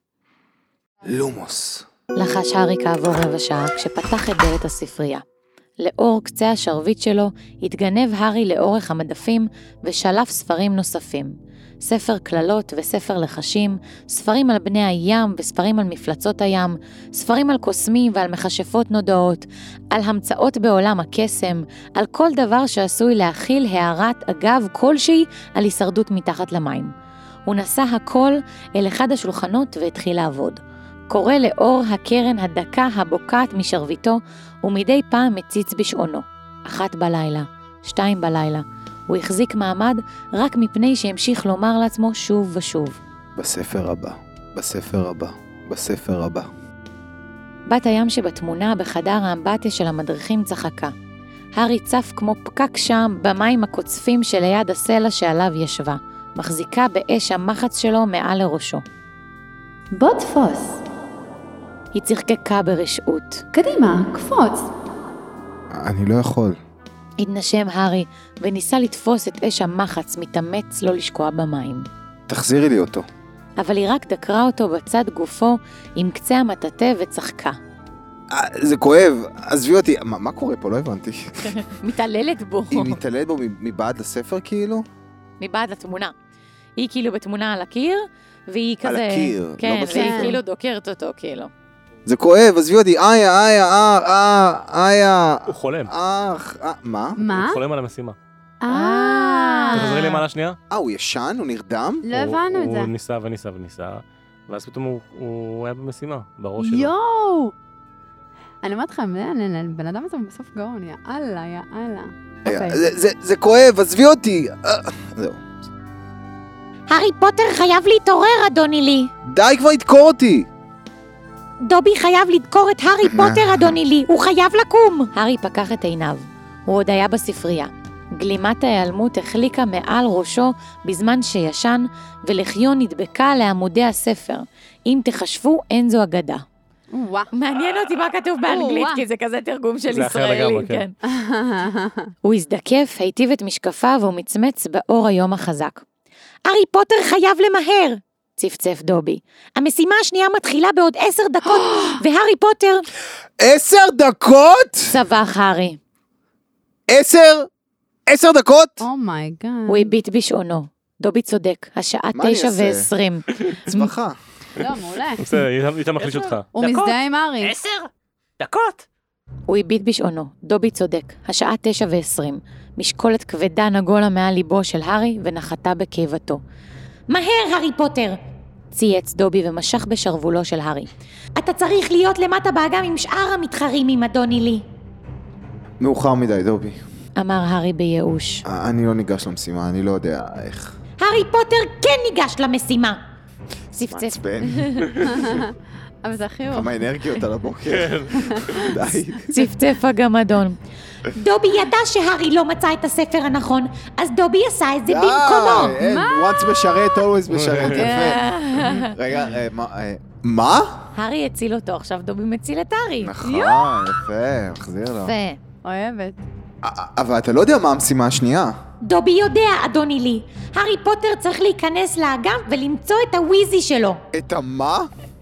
לומוס. לחש הארי כעבור רבע שעה כשפתח את דלת הספרייה. לאור קצה השרביט שלו התגנב הארי לאורך המדפים ושלף ספרים נוספים. ספר כללות וספר לחשים, ספרים על בני הים וספרים על מפלצות הים, ספרים על קוסמים ועל מכשפות נודעות, על המצאות בעולם הקסם, על כל דבר שעשוי להכיל הערת אגב כלשהי על הישרדות מתחת למים. הוא נסע הכל אל אחד השולחנות והתחיל לעבוד. קורא לאור הקרן הדקה הבוקעת משרביטו, ומדי פעם מציץ בשעונו. אחת בלילה, שתיים בלילה. הוא החזיק מעמד רק מפני שהמשיך לומר לעצמו שוב ושוב. בספר הבא, בספר הבא, בספר הבא. בת הים שבתמונה בחדר האמבטיה של המדריכים צחקה. הארי צף כמו פקק שם במים הקוצפים שליד הסלע שעליו ישבה, מחזיקה באש המחץ שלו מעל לראשו. בוא תפוס. היא צחקקה ברשעות. קדימה, קפוץ. אני לא יכול. התנשם הארי וניסה לתפוס את אש המחץ מתאמץ לא לשקוע במים. תחזירי לי אותו. אבל היא רק דקרה אותו בצד גופו עם קצה המטאטא וצחקה. זה כואב, עזבי אותי. מה, מה קורה פה? לא הבנתי. מתעללת בו. היא מתעללת בו מבעד לספר כאילו? מבעד לתמונה. היא כאילו בתמונה על הקיר, והיא כזה... על הקיר, כן, לא בספר. והיא כאילו דוקרת אותו כאילו. זה כואב, עזבי אותי. איה, איה, אה, אה, איה. הוא חולם. אח, אה, מה? מה? הוא חולם על המשימה. אה. תחזרי לי מעלה שנייה. אה, הוא ישן? הוא נרדם? לא הבנו את הוא זה. הוא ניסה וניסה וניסה, ואז פתאום הוא- הוא היה במשימה, בראש שלו. יואו! אני אומרת לכם, בן אדם הזה בסוף גאון, יאללה, יאללה. אוקיי. זה- זה- זה כואב, עזבי אותי. אה, זהו. הארי פוטר חייב להתעורר, אדוני לי. די כבר לדקור אותי. דובי חייב לדקור את הארי פוטר, אדוני לי. הוא חייב לקום. הארי פקח את עיניו. הוא עוד היה בספרייה. גלימת ההיעלמות החליקה מעל ראשו בזמן שישן, ולחיון נדבקה לעמודי הספר. אם תחשבו, אין זו אגדה. וואו. מעניין אותי מה כתוב באנגלית, כי זה כזה תרגום של זה אחר ישראלי. לגמרי, כן. הוא הזדקף, היטיב את משקפיו ומצמץ באור היום החזק. הארי פוטר חייב למהר, צפצף דובי. המשימה השנייה מתחילה בעוד עשר דקות, והארי פוטר... עשר דקות? צווח הארי. עשר? עשר דקות? אומייגאד. הוא הביט בשעונו. דובי צודק, השעה מה אני תשע אעשה? ועשרים. צבחה. לא, מעולה. בסדר, איתה מחליש אותך. הוא מזדהה עם הארי. עשר דקות. הוא הביט בשעונו. דובי צודק, השעה תשע ועשרים. משקולת כבדה נגולה מעל ליבו של הארי ונחתה בקיבתו. מהר, הארי פוטר! צייץ דובי ומשך בשרוולו של הארי. אתה צריך להיות למטה באגם עם שאר המתחרים עם אדוני לי. מאוחר מדי, דובי. אמר הארי בייאוש. אני לא ניגש למשימה, אני לא יודע איך. הארי פוטר כן ניגש למשימה! צפצף. מעצבן. אבל זה חיוך. כמה אנרגיות על הבוקר. די. צפצף הגמדון. דובי ידע שהארי לא מצא את הספר הנכון, אז דובי עשה את זה במקומו. די, אין, once משרת, always משרת, יפה. רגע, אה, מה? אה, מה? הארי הציל אותו, עכשיו דובי מציל את הארי. נכון, יפה, מחזיר לו. יפה. אוהבת. אבל אתה לא יודע מה המשימה השנייה. דובי יודע, אדוני לי. הארי פוטר צריך להיכנס לאגם ולמצוא את הוויזי שלו. את המה?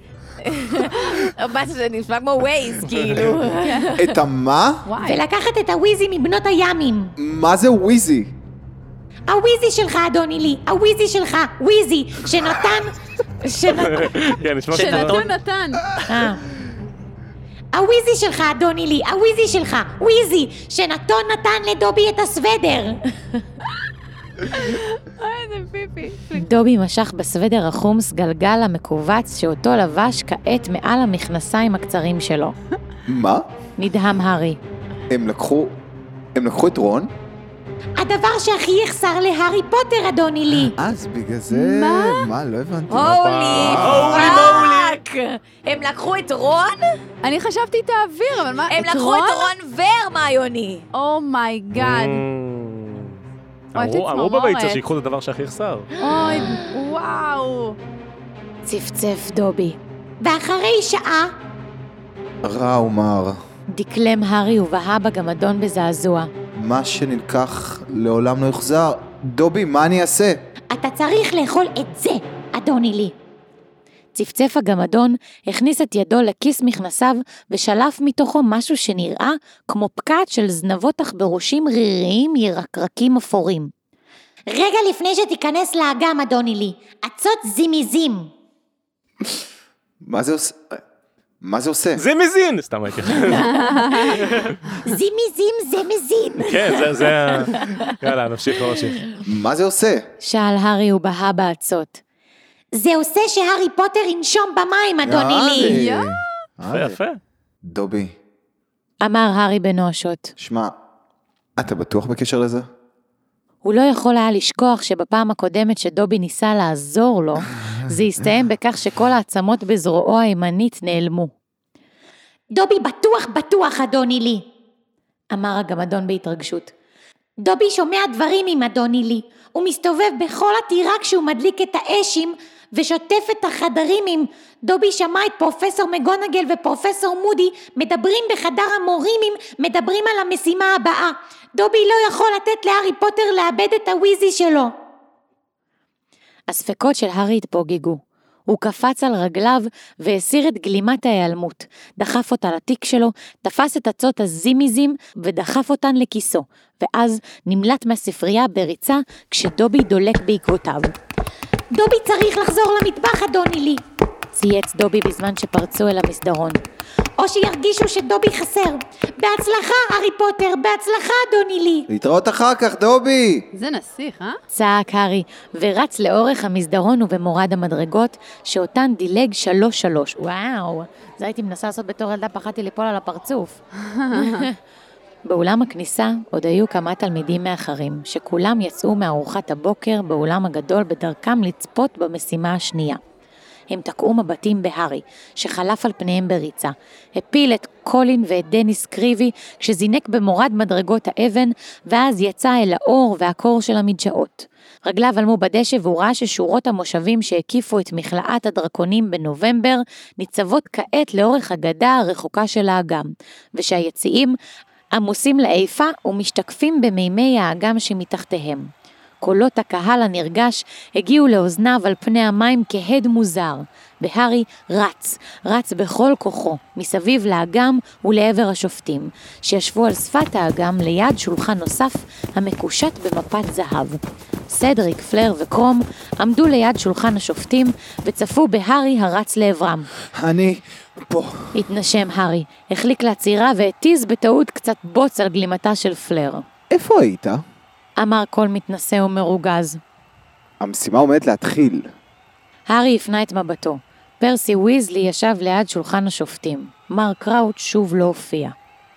זה נשמע כמו ווייז, כאילו. את המה? וואי. ולקחת את הוויזי מבנות הימים. מה זה וויזי? הוויזי שלך, אדוני לי. הוויזי שלך, וויזי, שנתן... שנתן... כן, נשמע שנתון נתן. אה. הוויזי שלך, אדוני לי. הוויזי שלך, וויזי, שנתון נתן לדובי את הסוודר. אוי, זה פיפי. דובי משך בסוודר החומס גלגל המקובץ שאותו לבש כעת מעל המכנסיים הקצרים שלו. מה? נדהם הארי. הם לקחו... הם לקחו את רון? הדבר שהכי יחסר להארי פוטר, אדוני לי. אז בגלל זה... מה? מה? לא הבנתי. הולי פאק! הם לקחו את רון? אני חשבתי את האוויר, אבל מה? הם לקחו את רון והרמיוני. אומייגאד. וואי, יש לי אמרו צמרמורת. בביצה שיקחו את הדבר שהכי יחסר. אוי, וואו. צפצף דובי. ואחרי שעה רע ומר. דקלם הארי ובהה בגמדון בזעזוע. מה שנלקח לעולם לא יוחזר. דובי, מה אני אעשה? אתה צריך לאכול את זה, אדוני לי. צפצף הגמדון, הכניס את ידו לכיס מכנסיו ושלף מתוכו משהו שנראה כמו פקעת של זנבות תחברושים ריריים ירקרקים אפורים. רגע לפני שתיכנס לאגם, אדוני לי, עצות זימיזים. מה זה עושה? מה זה עושה? זה מזין! סתם הייתי. זימיזים זה מזין. כן, זה, זה... ה- יאללה, נמשיך, לא נמשיך. מה זה עושה? שאל הארי ובהה בעצות. זה עושה שהארי פוטר ינשום במים, אדוני לי. יאללה. יפה, יפה. דובי, אמר הארי בנואשות. שמע, אתה בטוח בקשר לזה? הוא לא יכול היה לשכוח שבפעם הקודמת שדובי ניסה לעזור לו, זה הסתיים בכך שכל העצמות בזרועו הימנית נעלמו. דובי בטוח בטוח, אדוני לי, אמר הגמדון בהתרגשות. דובי שומע דברים עם אדוני לי, הוא מסתובב בכל הטירה כשהוא מדליק את האשים ושוטף את החדרים עם... דובי שמע את פרופסור מגונגל ופרופסור מודי מדברים בחדר המורים עם... מדברים על המשימה הבאה. דובי לא יכול לתת להארי פוטר לאבד את הוויזי שלו. הספקות של הארי התפוגגו. הוא קפץ על רגליו והסיר את גלימת ההיעלמות, דחף אותה לתיק שלו, תפס את עצות הזימיזים ודחף אותן לכיסו, ואז נמלט מהספרייה בריצה כשדובי דולק בעקבותיו. דובי צריך לחזור למטבח, אדוני לי, צייץ דובי בזמן שפרצו אל המסדרון. או שירגישו שדובי חסר. בהצלחה, הארי פוטר, בהצלחה, אדוני לי. להתראות אחר כך, דובי! זה נסיך, אה? צעק הארי, ורץ לאורך המסדרון ובמורד המדרגות, שאותן דילג שלוש שלוש. וואו, זה הייתי מנסה לעשות בתור ילדה, פחדתי ליפול על הפרצוף. באולם הכניסה עוד היו כמה תלמידים מאחרים, שכולם יצאו מארוחת הבוקר באולם הגדול בדרכם לצפות במשימה השנייה. הם תקעו מבטים בהרי, שחלף על פניהם בריצה. הפיל את קולין ואת דניס קריבי, כשזינק במורד מדרגות האבן, ואז יצא אל האור והקור של המדשאות. רגליו עלמו בדשא והוא ראה ששורות המושבים שהקיפו את מכלאת הדרקונים בנובמבר, ניצבות כעת לאורך הגדה הרחוקה של האגם, ושהיציאים עמוסים לאיפה ומשתקפים במימי האגם שמתחתיהם. קולות הקהל הנרגש הגיעו לאוזניו על פני המים כהד מוזר, והרי רץ, רץ בכל כוחו, מסביב לאגם ולעבר השופטים, שישבו על שפת האגם ליד שולחן נוסף המקושט במפת זהב. סדריק, פלר וקרום עמדו ליד שולחן השופטים וצפו בהרי הרץ לעברם. אני פה. התנשם הרי, החליק לעצירה והטיז בטעות קצת בוץ על גלימתה של פלר. איפה היית? אמר קול מתנשא ומרוגז. המשימה עומדת להתחיל. הרי הפנה את מבטו. פרסי ויזלי ישב ליד שולחן השופטים. מר קראוץ' שוב לא הופיע.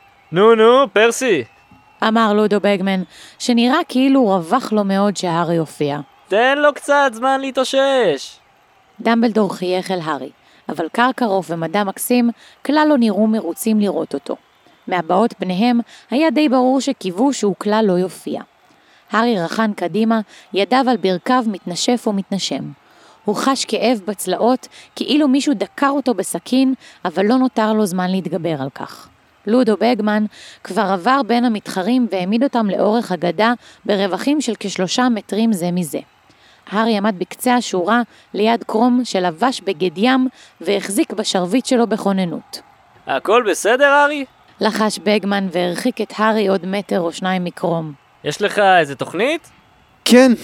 נו נו, פרסי. אמר לודו בגמן, שנראה כאילו רווח לו מאוד שהרי הופיע. תן לו קצת זמן להתאושש. דמבלדור חייך אל הרי, אבל קרקרוף ומדע מקסים כלל לא נראו מרוצים לראות אותו. מהבעות פניהם היה די ברור שקיוו שהוא כלל לא יופיע. הרי רחן קדימה, ידיו על ברכיו מתנשף ומתנשם. הוא חש כאב בצלעות, כאילו מישהו דקר אותו בסכין, אבל לא נותר לו זמן להתגבר על כך. לודו בגמן כבר עבר בין המתחרים והעמיד אותם לאורך הגדה ברווחים של כשלושה מטרים זה מזה. הרי עמד בקצה השורה ליד קרום שלבש בגד ים והחזיק בשרבית שלו בכוננות. הכל בסדר, הרי? לחש בגמן והרחיק את הרי עוד מטר או שניים מקרום. יש לך איזה תוכנית? כן.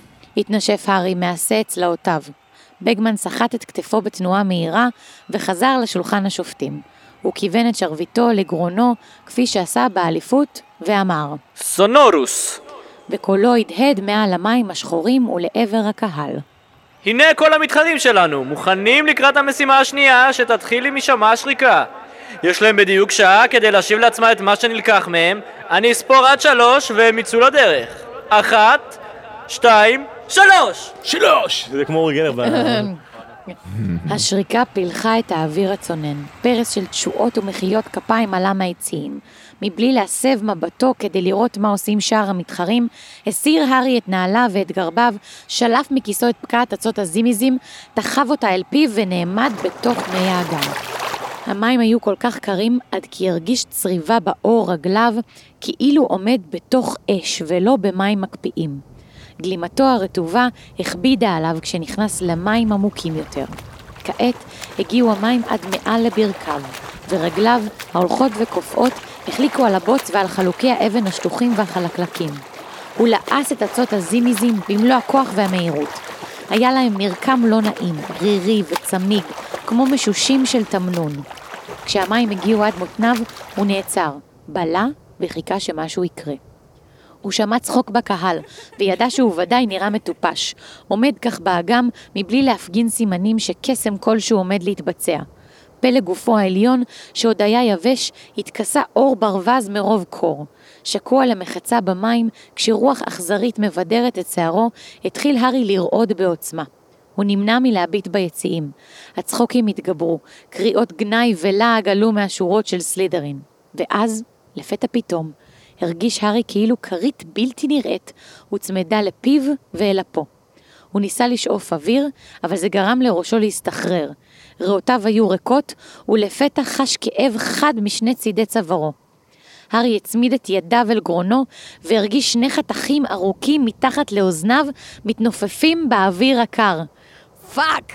התנשף הרי מעשה צלעותיו. בגמן סחט את כתפו בתנועה מהירה וחזר לשולחן השופטים. הוא כיוון את שרביטו לגרונו כפי שעשה באליפות ואמר סונורוס. וקולו הדהד מעל המים השחורים ולעבר הקהל. הנה כל המתחרים שלנו, מוכנים לקראת המשימה השנייה שתתחיל עם הישמע השריקה. יש להם בדיוק שעה כדי להשיב לעצמה את מה שנלקח מהם. אני אספור עד שלוש והם יצאו לדרך. אחת, שתיים, שלוש! שלוש! זה כמו רגלר. השריקה פילחה את האוויר הצונן. פרס של תשועות ומחיאות כפיים עלה מהיציעים. מבלי להסב מבטו כדי לראות מה עושים שאר המתחרים, הסיר הרי את נעליו ואת גרביו, שלף מכיסו את פקעת עצות הזימיזים, תחב אותה אל פיו ונעמד בתוך מי האגם. המים היו כל כך קרים עד כי הרגיש צריבה באור רגליו, כאילו עומד בתוך אש ולא במים מקפיאים. גלימתו הרטובה הכבידה עליו כשנכנס למים עמוקים יותר. כעת הגיעו המים עד מעל לברכיו, ורגליו, ההולכות וקופאות, החליקו על הבוץ ועל חלוקי האבן השטוחים והחלקלקים. הוא לעס את עצות הזימיזים במלוא הכוח והמהירות. היה להם מרקם לא נעים, רירי וצמיג, כמו משושים של תמנון. כשהמים הגיעו עד מותניו, הוא נעצר, בלה וחיכה שמשהו יקרה. הוא שמע צחוק בקהל, וידע שהוא ודאי נראה מטופש, עומד כך באגם מבלי להפגין סימנים שקסם כלשהו עומד להתבצע. פלא גופו העליון, שעוד היה יבש, התכסה אור ברווז מרוב קור. שקוע למחצה במים, כשרוח אכזרית מבדרת את שערו, התחיל הרי לרעוד בעוצמה. הוא נמנע מלהביט ביציעים. הצחוקים התגברו, קריאות גנאי ולעג עלו מהשורות של סלידרין. ואז, לפתע פתאום, הרגיש הרי כאילו כרית בלתי נראית, הוצמדה לפיו ואל אפו. הוא ניסה לשאוף אוויר, אבל זה גרם לראשו להסתחרר. ריאותיו היו ריקות, ולפתע חש כאב חד משני צידי צווארו. הרי הצמיד את ידיו אל גרונו, והרגיש שני חתכים ארוכים מתחת לאוזניו, מתנופפים באוויר הקר. פאק!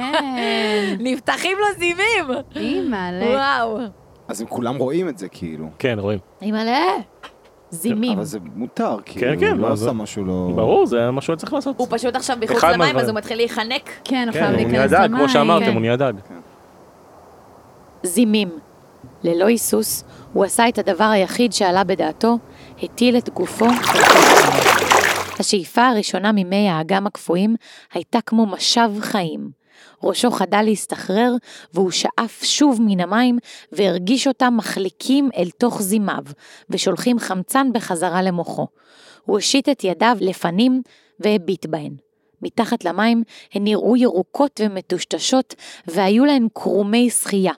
כן. נפתחים לו זימים! אימא'לה. וואו. אז הם כולם רואים את זה כאילו. כן, רואים. אימא'לה. זימים. אבל זה מותר, כאילו. כן, לא מה עשה זה? משהו לא... ברור, זה מה שהוא צריך לעשות. הוא פשוט עכשיו מחוץ אחד למים, מהדברים. אז הוא מתחיל להיחנק. כן, הוא כן, חייב הוא נהיה להיכנס דג, למים. כמו שאמרתם, כן. הוא נהיה דג. זימים. ללא היסוס, הוא עשה את הדבר היחיד שעלה בדעתו, הטיל את גופו. השאיפה הראשונה ממי האגם הקפואים הייתה כמו משב חיים. ראשו חדל להסתחרר, והוא שאף שוב מן המים, והרגיש אותם מחליקים אל תוך זימיו, ושולחים חמצן בחזרה למוחו. הוא השיט את ידיו לפנים, והביט בהן. מתחת למים הן נראו ירוקות ומטושטשות, והיו להן קרומי שחייה.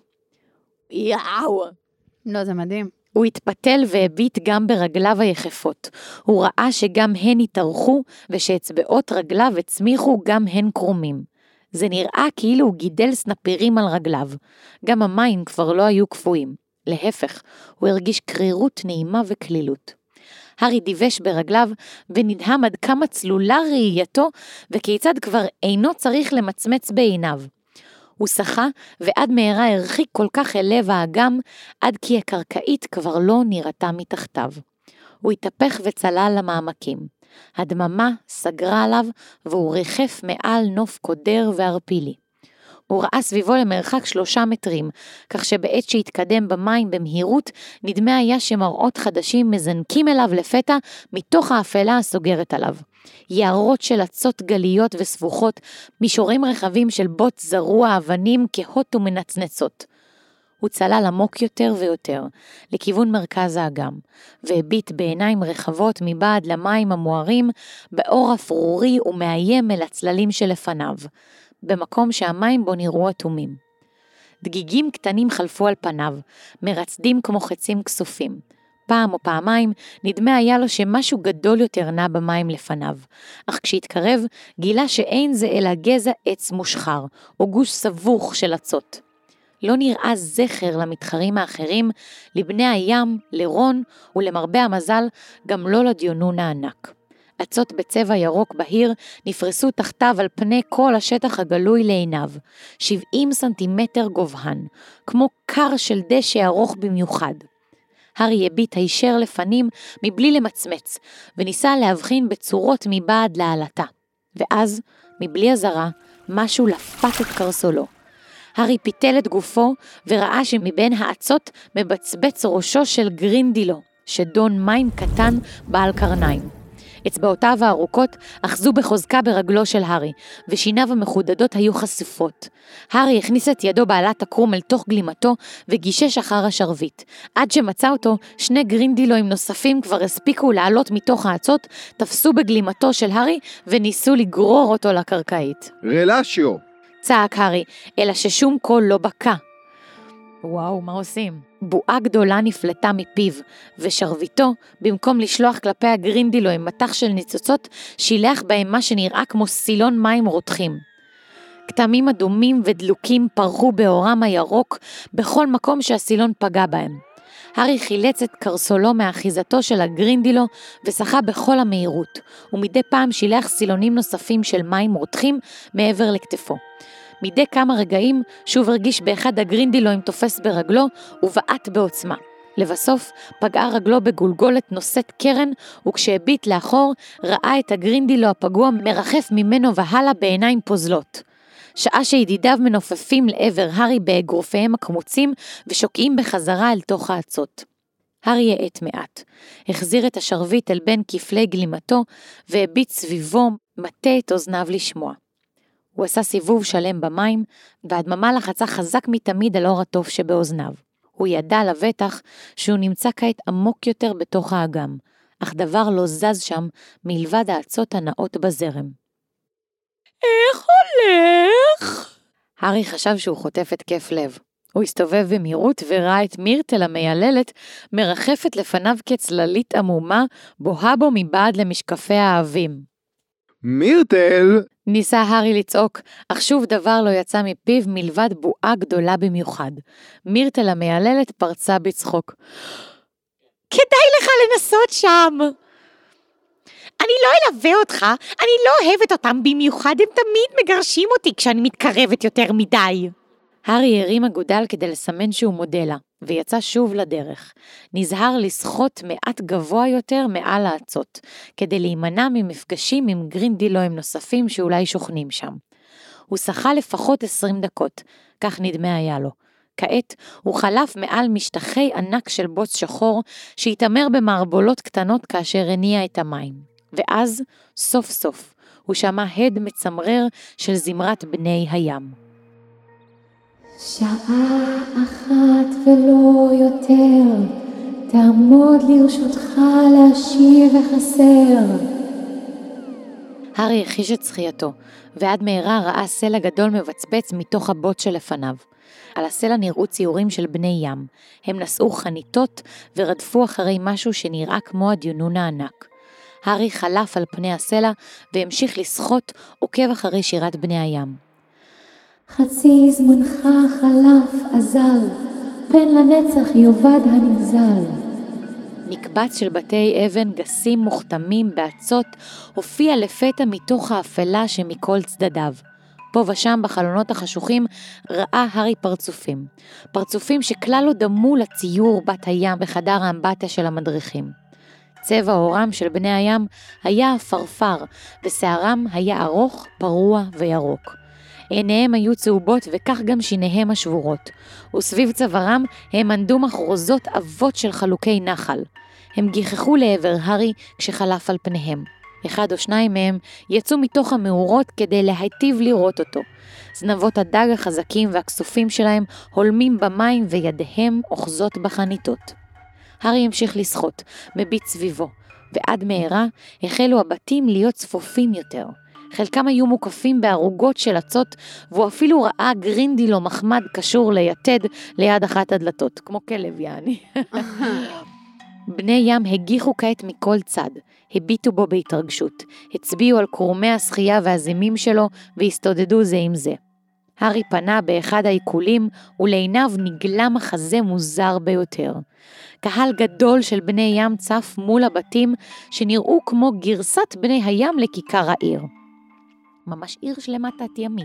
יאו! לא, זה מדהים. הוא התפתל והביט גם ברגליו היחפות. הוא ראה שגם הן התארכו, ושאצבעות רגליו הצמיחו גם הן קרומים. זה נראה כאילו הוא גידל סנפירים על רגליו. גם המים כבר לא היו קפואים. להפך, הוא הרגיש קרירות נעימה וכלילות. הארי דיווש ברגליו ונדהם עד כמה צלולה ראייתו, וכיצד כבר אינו צריך למצמץ בעיניו. הוא שחה ועד מהרה הרחיק כל כך אל לב האגם, עד כי הקרקעית כבר לא נראתה מתחתיו. הוא התהפך וצלל למעמקים. הדממה סגרה עליו והוא ריחף מעל נוף קודר וערפילי. הוא ראה סביבו למרחק שלושה מטרים, כך שבעת שהתקדם במים במהירות, נדמה היה שמראות חדשים מזנקים אליו לפתע מתוך האפלה הסוגרת עליו. יערות של עצות גליות וסבוכות, מישורים רחבים של בוט זרוע אבנים כהות ומנצנצות. הוא צלל עמוק יותר ויותר, לכיוון מרכז האגם, והביט בעיניים רחבות מבעד למים המוארים, באור אפרורי ומאיים אל הצללים שלפניו, במקום שהמים בו נראו אטומים. דגיגים קטנים חלפו על פניו, מרצדים כמו חצים כסופים. פעם או פעמיים נדמה היה לו שמשהו גדול יותר נע במים לפניו, אך כשהתקרב גילה שאין זה אלא גזע עץ מושחר, או גוש סבוך של עצות. לא נראה זכר למתחרים האחרים, לבני הים, לרון ולמרבה המזל, גם לא לדיונון הענק. עצות בצבע ירוק בהיר נפרסו תחתיו על פני כל השטח הגלוי לעיניו, שבעים סנטימטר גובהן, כמו קר של דשא ארוך במיוחד. הארי הביט הישר לפנים מבלי למצמץ, וניסה להבחין בצורות מבעד לעלתה. ואז, מבלי הזרה, משהו לפת את קרסולו. הארי פיתל את גופו וראה שמבין העצות מבצבץ ראשו של גרינדילו, שדון מים קטן בעל קרניים. אצבעותיו הארוכות אחזו בחוזקה ברגלו של הארי, ושיניו המחודדות היו חשופות. הארי הכניס את ידו בעלת הקרום אל תוך גלימתו, וגישש אחר השרביט. עד שמצא אותו, שני גרינדילואים נוספים כבר הספיקו לעלות מתוך העצות, תפסו בגלימתו של הארי, וניסו לגרור אותו לקרקעית. רלשיו! צעק הארי, אלא ששום קול לא בקע. וואו, מה עושים? בועה גדולה נפלטה מפיו, ושרביטו, במקום לשלוח כלפי הגרינדילו עם מתח של ניצוצות, שילח בהם מה שנראה כמו סילון מים רותחים. כתמים אדומים ודלוקים פרחו באורם הירוק בכל מקום שהסילון פגע בהם. הארי חילץ את קרסולו מאחיזתו של הגרינדילו ושחה בכל המהירות, ומדי פעם שילח סילונים נוספים של מים רותחים מעבר לכתפו. מדי כמה רגעים שוב הרגיש באחד הגרינדילואים תופס ברגלו ובעט בעוצמה. לבסוף פגעה רגלו בגולגולת נושאת קרן, וכשהביט לאחור ראה את הגרינדילו הפגוע מרחף ממנו והלאה בעיניים פוזלות. שעה שידידיו מנופפים לעבר הארי באגרופיהם הקמוצים ושוקעים בחזרה אל תוך העצות. הארי יעט מעט, החזיר את השרביט אל בין כפלי גלימתו והביט סביבו מטה את אוזניו לשמוע. הוא עשה סיבוב שלם במים, והדממה לחצה חזק מתמיד על אור הטוב שבאוזניו. הוא ידע לבטח שהוא נמצא כעת עמוק יותר בתוך האגם, אך דבר לא זז שם מלבד העצות הנאות בזרם. איך הולך? הארי חשב שהוא חוטף התקף לב. הוא הסתובב במהירות וראה את מירטל המייללת מרחפת לפניו כצללית עמומה, בוהה בו מבעד למשקפי האהבים. מירטל! ניסה הארי לצעוק, אך שוב דבר לא יצא מפיו מלבד בועה גדולה במיוחד. מירטל המייללת פרצה בצחוק. כדאי לך לנסות שם! אני לא אלווה אותך, אני לא אוהבת אותם במיוחד, הם תמיד מגרשים אותי כשאני מתקרבת יותר מדי. הארי הרים אגודל כדי לסמן שהוא מודה לה, ויצא שוב לדרך. נזהר לשחות מעט גבוה יותר מעל העצות, כדי להימנע ממפגשים עם גרינדילואים נוספים שאולי שוכנים שם. הוא שחה לפחות עשרים דקות, כך נדמה היה לו. כעת הוא חלף מעל משטחי ענק של בוץ שחור, שהתאמר במערבולות קטנות כאשר הניע את המים. ואז, סוף סוף, הוא שמע הד מצמרר של זמרת בני הים. שעה אחת ולא יותר, תעמוד לרשותך להשיב החסר. הארי החיש את זכייתו, ועד מהרה ראה סלע גדול מבצבץ מתוך הבוט שלפניו. על הסלע נראו ציורים של בני ים. הם נשאו חניתות ורדפו אחרי משהו שנראה כמו הדיונון הענק. הארי חלף על פני הסלע והמשיך לשחות עוקב אחרי שירת בני הים. חצי זמנך חלף אזל, פן לנצח יובד הנגזל. מקבץ של בתי אבן גסים מוכתמים בעצות הופיע לפתע מתוך האפלה שמכל צדדיו. פה ושם בחלונות החשוכים ראה הארי פרצופים. פרצופים שכלל לא דמו לציור בת הים בחדר האמבטיה של המדריכים. צבע אורם של בני הים היה פרפר, ושערם היה ארוך, פרוע וירוק. עיניהם היו צהובות וכך גם שיניהם השבורות, וסביב צווארם הם ענדו מחרוזות אבות של חלוקי נחל. הם גיחכו לעבר הארי כשחלף על פניהם. אחד או שניים מהם יצאו מתוך המאורות כדי להיטיב לראות אותו. זנבות הדג החזקים והכסופים שלהם הולמים במים וידיהם אוחזות בחניתות. הארי המשיך לשחות, מביט סביבו, ועד מהרה החלו הבתים להיות צפופים יותר. חלקם היו מוקפים בערוגות של עצות, והוא אפילו ראה גרינדילו מחמד קשור ליתד ליד אחת הדלתות, כמו כלב יעני. בני ים הגיחו כעת מכל צד, הביטו בו בהתרגשות, הצביעו על קרומי השחייה והזימים שלו והסתודדו זה עם זה. הארי פנה באחד העיקולים ולעיניו נגלה מחזה מוזר ביותר. קהל גדול של בני ים צף מול הבתים שנראו כמו גרסת בני הים לכיכר העיר. ממש עיר שלמה תת-ימית.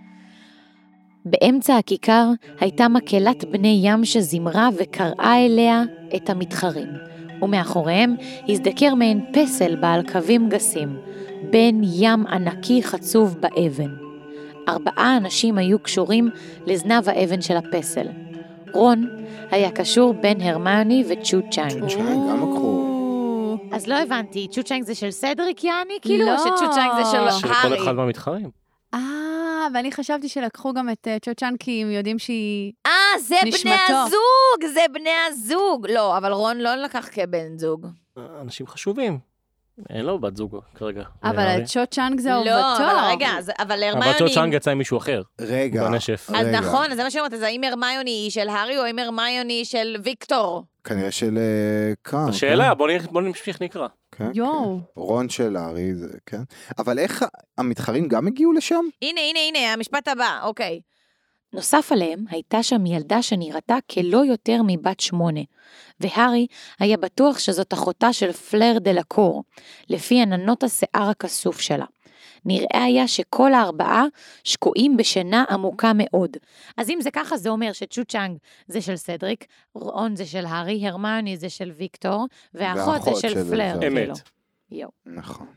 באמצע הכיכר הייתה מקהלת בני ים שזמרה וקראה אליה את המתחרים, ומאחוריהם הזדקר מעין פסל בעל קווים גסים, בן ים ענקי חצוב באבן. ארבעה אנשים היו קשורים לזנב האבן של הפסל. רון היה קשור בין הרמיוני וצ'ו צ'יינג. צ'ו צ'יינג גם לקחו. אז לא הבנתי, צ'ו צ'יינג זה של סדריק יעני? כאילו, לא. או שצ'ו צ'יינג זה של של כל הארי? אחד מהמתחרים. אה, ואני חשבתי שלקחו גם את צ'ו צ'אנג כי הם יודעים שהיא... אה, זה בני נשמתו. הזוג, זה בני הזוג. לא, אבל רון לא לקח כבן זוג. אנשים חשובים. אין לו בת זוג כרגע. אבל להארי. צ'ו צ'אנג זה אהובתו. לא, אבל רגע, אז- אבל אבל הרמיוני... צ'ו צ'אנג יצא עם מישהו אחר. רגע, בנשף. אז רגע. נכון, אז זה מה שאומרת, אז האם הרמיוני היא של הארי או האם הרמיוני של ויקטור? כנראה של אה, קראם. השאלה, בוא נ- בוא נמשיך נקרא. כן, יואו. כן. רון של הארי, זה, כן. אבל איך המתחרים גם הגיעו לשם? הנה, הנה, הנה, המשפט הבא, אוקיי. נוסף עליהם הייתה שם ילדה שנראתה כלא יותר מבת שמונה, והארי היה בטוח שזאת אחותה של פלר דה לקור, לפי עננות השיער הכסוף שלה. נראה היה שכל הארבעה שקועים בשינה עמוקה מאוד. אז אם זה ככה, זה אומר שצ'ו צ'אנג זה של סדריק, רון זה של הארי, הרמיוני זה של ויקטור, והאחות זה והאחות של של פלר. פלר. אמת. כאילו. יו. נכון.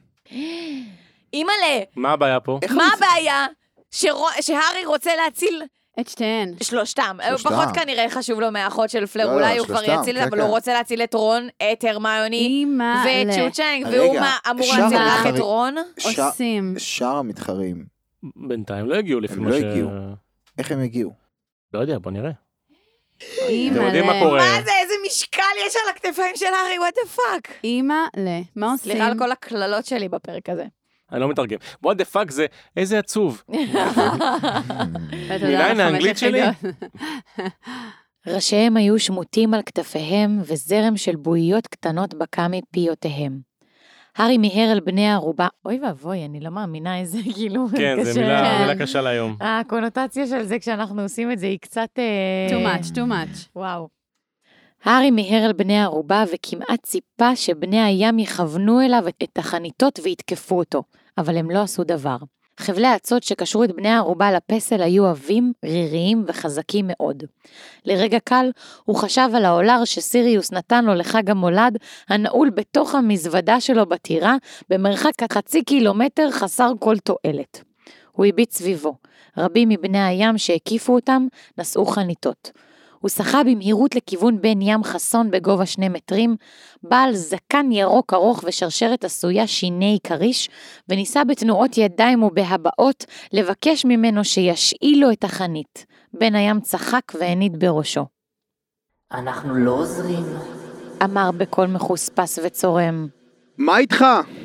אימא'לה, מה הבעיה פה? איך מה המת- הבעיה? שרו- שהארי רוצה להציל את שתיהן. שלושתם. שלושתם. פחות כנראה חשוב לו מהאחות של פלר, לא, אולי לא, הוא כבר שלושתם, יציל, כן, אבל הוא כן. רוצה להציל את רון, את הרמיוני אימא וצ'ו צ'אנג, רגע, והוא מה, אמור שאר להציל רק המתחרים- את רון. ש- עושים. שאר המתחרים, בינתיים לא הגיעו לפי הם מה לא ש... הגיעו. איך הם הגיעו? לא יודע, בוא נראה. אימא אתם יודעים מה ל... קורה? מה זה, איזה משקל יש על הכתפיים של הארי, what the fuck? אימא ל... מה עושים? סליחה על כל הקללות שלי בפרק הזה. אני לא מתרגם. what the fuck זה, איזה עצוב. ותודה מניין על האנגלית חמש שלי? יחידות. ראשיהם היו שמוטים על כתפיהם, וזרם של בועיות קטנות בקע מפיותיהם. הארי מיהר אל בני הערובה, אוי ואבוי, אני לא מאמינה איזה כאילו כן, קשה. זו מילה כן. מילה קשה להיום. הקונוטציה של זה כשאנחנו עושים את זה היא קצת... אה, too much, too much. וואו. הארי מיהר אל בני הערובה וכמעט ציפה שבני הים יכוונו אליו את החניתות ויתקפו אותו, אבל הם לא עשו דבר. חבלי העצות שקשרו את בני הערובה לפסל היו עבים, ריריים וחזקים מאוד. לרגע קל הוא חשב על העולר שסיריוס נתן לו לחג המולד, הנעול בתוך המזוודה שלו בטירה, במרחק חצי קילומטר חסר כל תועלת. הוא הביט סביבו. רבים מבני הים שהקיפו אותם נשאו חניתות. הוא שחה במהירות לכיוון בן ים חסון בגובה שני מטרים, בעל זקן ירוק ארוך ושרשרת עשויה שיני קריש, וניסה בתנועות ידיים ובהבעות לבקש ממנו שישאיל לו את החנית. בן הים צחק והניד בראשו. אנחנו לא עוזרים. אמר בקול מחוספס וצורם. מה איתך?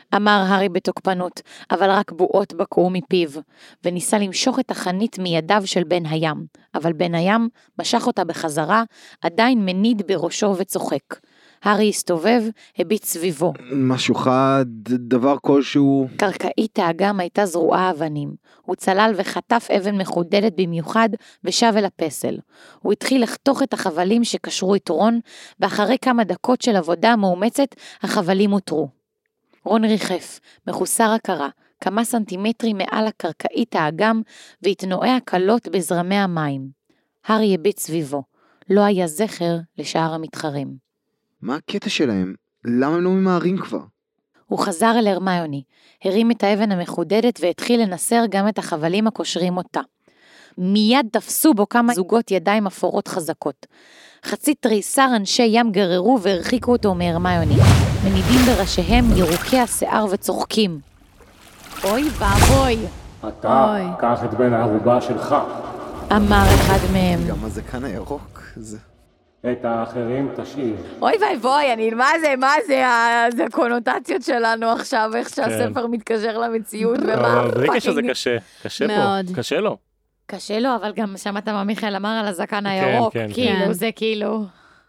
אמר הארי בתוקפנות, אבל רק בועות בקעו מפיו, וניסה למשוך את החנית מידיו של בן הים, אבל בן הים משך אותה בחזרה, עדיין מניד בראשו וצוחק. הארי הסתובב, הביט סביבו. משהו חד, דבר כלשהו. קרקעית האגם הייתה זרועה אבנים. הוא צלל וחטף אבן מחודדת במיוחד ושב אל הפסל. הוא התחיל לחתוך את החבלים שקשרו את רון, ואחרי כמה דקות של עבודה מאומצת, החבלים הותרו. רון ריחף, מחוסר הכרה, כמה סנטימטרים מעל הקרקעית האגם, והתנועע קלות בזרמי המים. הארי הביט סביבו. לא היה זכר לשאר המתחרים. מה הקטע שלהם? למה הם לא ממהרים כבר? הוא חזר אל הרמיוני, הרים את האבן המחודדת והתחיל לנסר גם את החבלים הקושרים אותה. מיד תפסו בו כמה זוגות ידיים אפורות חזקות. חצי תריסר אנשי ים גררו והרחיקו אותו מהרמיוני, מנידים בראשיהם ירוקי השיער וצוחקים. אוי ואבוי! אתה, קח את בן הערובה שלך. אמר אחד מהם. גם הזקן הירוק, זה... את האחרים תשאיר. אוי ואבוי, אני, מה זה, מה זה, זה הקונוטציות שלנו עכשיו, איך שהספר מתקשר למציאות, ומה בלי קשר זה קשה, קשה פה, קשה לו. קשה לו, אבל גם שמעת מה מיכאל אמר על הזקן הירוק, כאילו, זה כאילו...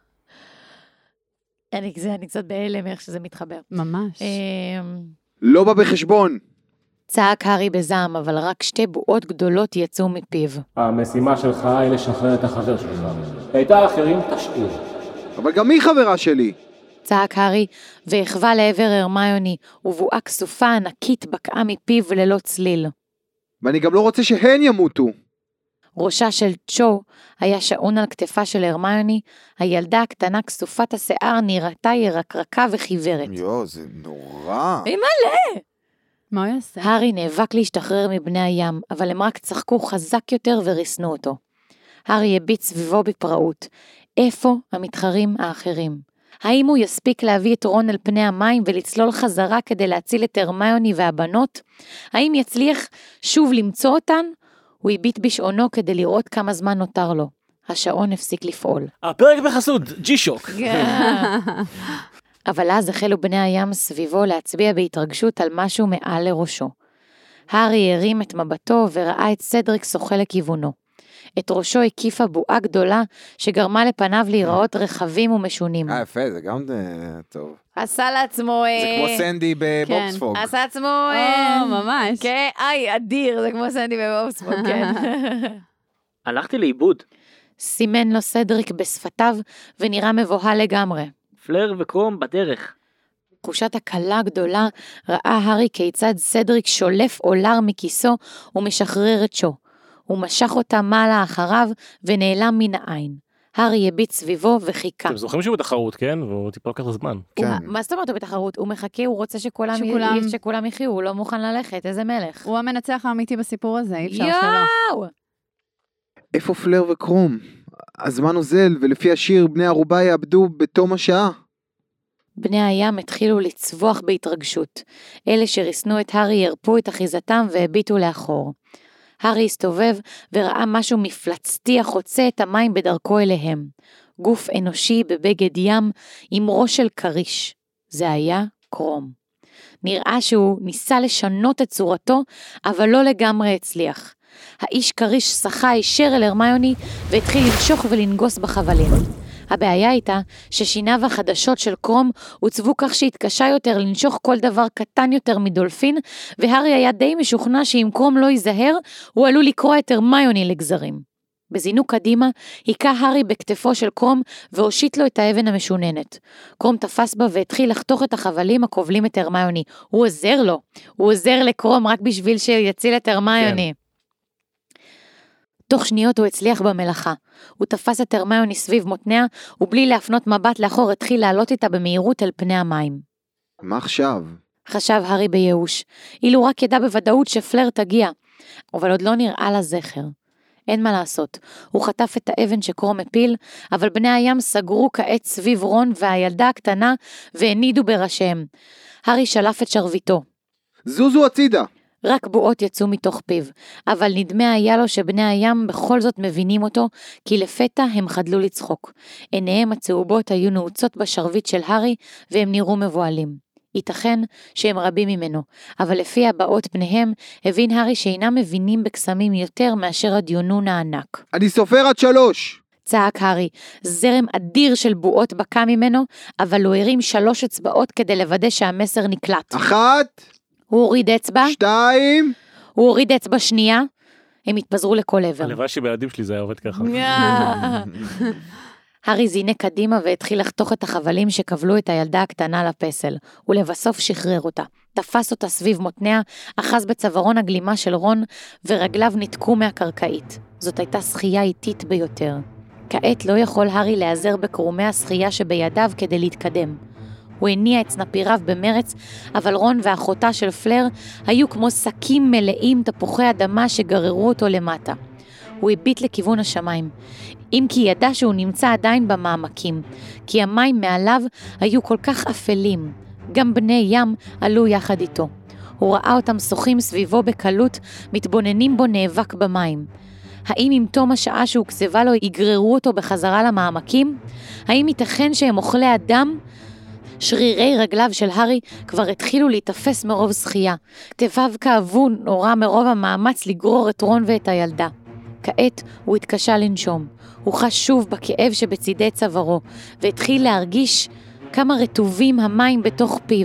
אני קצת בהלם איך שזה מתחבר. ממש. לא בא בחשבון. צעק הארי בזעם, אבל רק שתי בועות גדולות יצאו מפיו. המשימה שלך היא לשחרר את החבר שלך. את האחרים תשאיר. אבל גם היא חברה שלי. צעק הארי, והחווה לעבר הרמיוני, ובועה כסופה ענקית בקעה מפיו ללא צליל. ואני גם לא רוצה שהן ימותו. ראשה של צ'ו היה שעון על כתפה של הרמיוני, הילדה הקטנה כסופת השיער נראתה ירקרקה וחיוורת. יו, זה נורא. היא מלא! מה הוא יעשה? הארי נאבק להשתחרר מבני הים, אבל הם רק צחקו חזק יותר וריסנו אותו. הארי הביט סביבו בפראות. איפה המתחרים האחרים? האם הוא יספיק להביא את רון אל פני המים ולצלול חזרה כדי להציל את הרמיוני והבנות? האם יצליח שוב למצוא אותן? הוא הביט בשעונו כדי לראות כמה זמן נותר לו. השעון הפסיק לפעול. הפרק בחסות, ג'י-שוק. אבל אז החלו בני הים סביבו להצביע בהתרגשות על משהו מעל לראשו. הארי הרים את מבטו וראה את סדריק שוחה לכיוונו. את ראשו הקיפה בועה גדולה שגרמה לפניו להיראות רחבים ומשונים. אה, יפה, זה גם טוב. עשה לעצמו... זה כמו סנדי בבובספוג. עשה לעצמו... או, ממש. כן, איי, אדיר, זה כמו סנדי בבובספוג, כן. הלכתי לאיבוד. סימן לו סדריק בשפתיו ונראה מבוהל לגמרי. פלר וקרום בדרך. תחושת הקלה הגדולה ראה הארי כיצד סדריק שולף אולר מכיסו ומשחרר את שו. הוא משך אותה מעלה אחריו ונעלם מן העין. הארי הביט סביבו וחיכה. אתם זוכרים שהוא בתחרות, כן? והוא טיפה לקח זמן. כן. מה זאת אומרת הוא בתחרות? הוא מחכה, הוא רוצה שכולם, שכולם... י... שכולם יחיו, הוא לא מוכן ללכת, איזה מלך. הוא המנצח האמיתי בסיפור הזה, אי אפשר יואו! איפה פלר וקרום? הזמן אוזל, ולפי השיר בני ערובה יאבדו בתום השעה. בני הים התחילו לצבוח בהתרגשות. אלה שריסנו את הארי ירפו את אחיזתם והביטו לאחור. הארי הסתובב וראה משהו מפלצתי החוצה את המים בדרכו אליהם. גוף אנושי בבגד ים עם ראש של קריש. זה היה קרום. נראה שהוא ניסה לשנות את צורתו, אבל לא לגמרי הצליח. האיש קריש שחה הישר אל הרמיוני והתחיל למשוך ולנגוס בחבלים. הבעיה הייתה ששיניו החדשות של קרום הוצבו כך שהתקשה יותר לנשוך כל דבר קטן יותר מדולפין, והארי היה די משוכנע שאם קרום לא ייזהר, הוא עלול לקרוע את הרמיוני לגזרים. בזינוק קדימה, היכה הארי בכתפו של קרום והושיט לו את האבן המשוננת. קרום תפס בה והתחיל לחתוך את החבלים הכובלים את הרמיוני. הוא עוזר לו, הוא עוזר לקרום רק בשביל שיציל את הרמיוני. כן. תוך שניות הוא הצליח במלאכה. הוא תפס את הרמיוני סביב מותניה, ובלי להפנות מבט לאחור התחיל לעלות איתה במהירות אל פני המים. מה עכשיו? חשב הארי בייאוש. אילו רק ידע בוודאות שפלר תגיע, אבל עוד לא נראה לה זכר. אין מה לעשות. הוא חטף את האבן שקרום הפיל, אבל בני הים סגרו כעת סביב רון והילדה הקטנה והנידו בראשיהם. הארי שלף את שרביטו. זוזו הצידה! רק בועות יצאו מתוך פיו, אבל נדמה היה לו שבני הים בכל זאת מבינים אותו, כי לפתע הם חדלו לצחוק. עיניהם הצהובות היו נעוצות בשרביט של הארי, והם נראו מבועלים. ייתכן שהם רבים ממנו, אבל לפי הבאות פניהם, הבין הארי שאינם מבינים בקסמים יותר מאשר הדיונון הענק. אני סופר עד שלוש. צעק הארי, זרם אדיר של בועות בקע ממנו, אבל הוא הרים שלוש אצבעות כדי לוודא שהמסר נקלט. אחת. הוא הוריד אצבע. שתיים. הוא הוריד אצבע שנייה. הם התפזרו לכל עבר. הלוואי שבילדים שלי זה היה עובד ככה. הארי זינק קדימה והתחיל לחתוך את החבלים שקבלו את הילדה הקטנה לפסל, ולבסוף שחרר אותה. תפס אותה סביב מותניה, אחז בצווארון הגלימה של רון, ורגליו ניתקו מהקרקעית. זאת הייתה שחייה איטית ביותר. כעת לא יכול הארי להיעזר בקרומי השחייה שבידיו כדי להתקדם. הוא הניע את סנפיריו במרץ, אבל רון ואחותה של פלר היו כמו שקים מלאים תפוחי אדמה שגררו אותו למטה. הוא הביט לכיוון השמיים, אם כי ידע שהוא נמצא עדיין במעמקים, כי המים מעליו היו כל כך אפלים. גם בני ים עלו יחד איתו. הוא ראה אותם שוחים סביבו בקלות, מתבוננים בו נאבק במים. האם עם תום השעה שהוקצבה לו יגררו אותו בחזרה למעמקים? האם ייתכן שהם אוכלי אדם? שרירי רגליו של הארי כבר התחילו להתאפס מרוב שחייה. כתפיו כאבו נורא מרוב המאמץ לגרור את רון ואת הילדה. כעת הוא התקשה לנשום. הוא חש שוב בכאב שבצידי צווארו, והתחיל להרגיש כמה רטובים המים בתוך פיו.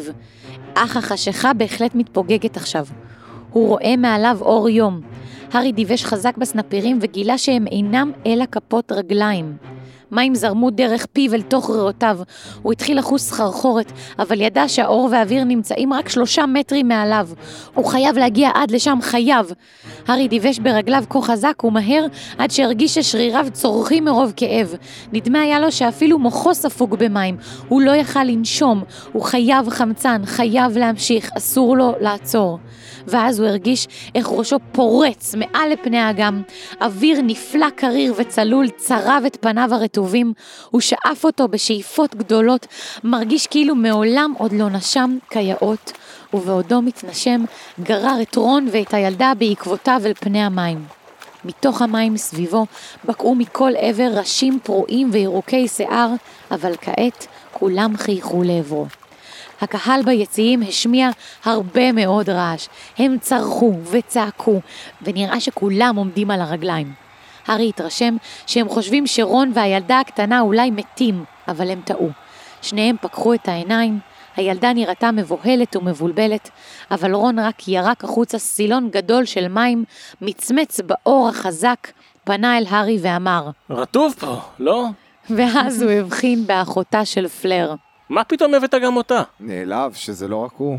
אך החשיכה בהחלט מתפוגגת עכשיו. הוא רואה מעליו אור יום. הארי דיווש חזק בסנפירים וגילה שהם אינם אלא כפות רגליים. מים זרמו דרך פיו אל תוך ריאותיו. הוא התחיל לחוס חרחורת, אבל ידע שהאור והאוויר נמצאים רק שלושה מטרים מעליו. הוא חייב להגיע עד לשם, חייב. הארי דיווש ברגליו כה חזק ומהר, עד שהרגיש ששריריו צורכים מרוב כאב. נדמה היה לו שאפילו מוחו ספוג במים. הוא לא יכל לנשום. הוא חייב חמצן, חייב להמשיך, אסור לו לעצור. ואז הוא הרגיש איך ראשו פורץ מעל לפני האגם. אוויר נפלא קריר וצלול צרב את פניו הרטובים. הוא שאף אותו בשאיפות גדולות, מרגיש כאילו מעולם עוד לא נשם כיאות, ובעודו מתנשם גרר את רון ואת הילדה בעקבותיו אל פני המים. מתוך המים סביבו בקעו מכל עבר ראשים פרועים וירוקי שיער, אבל כעת כולם חייכו לעברו. הקהל ביציעים השמיע הרבה מאוד רעש. הם צרחו וצעקו, ונראה שכולם עומדים על הרגליים. הארי התרשם שהם חושבים שרון והילדה הקטנה אולי מתים, אבל הם טעו. שניהם פקחו את העיניים, הילדה נראתה מבוהלת ומבולבלת, אבל רון רק ירק החוצה סילון גדול של מים, מצמץ באור החזק, פנה אל הארי ואמר, רטוב פה, לא? ואז הוא הבחין באחותה של פלר. מה פתאום הבאת גם אותה? נעלב שזה לא רק הוא.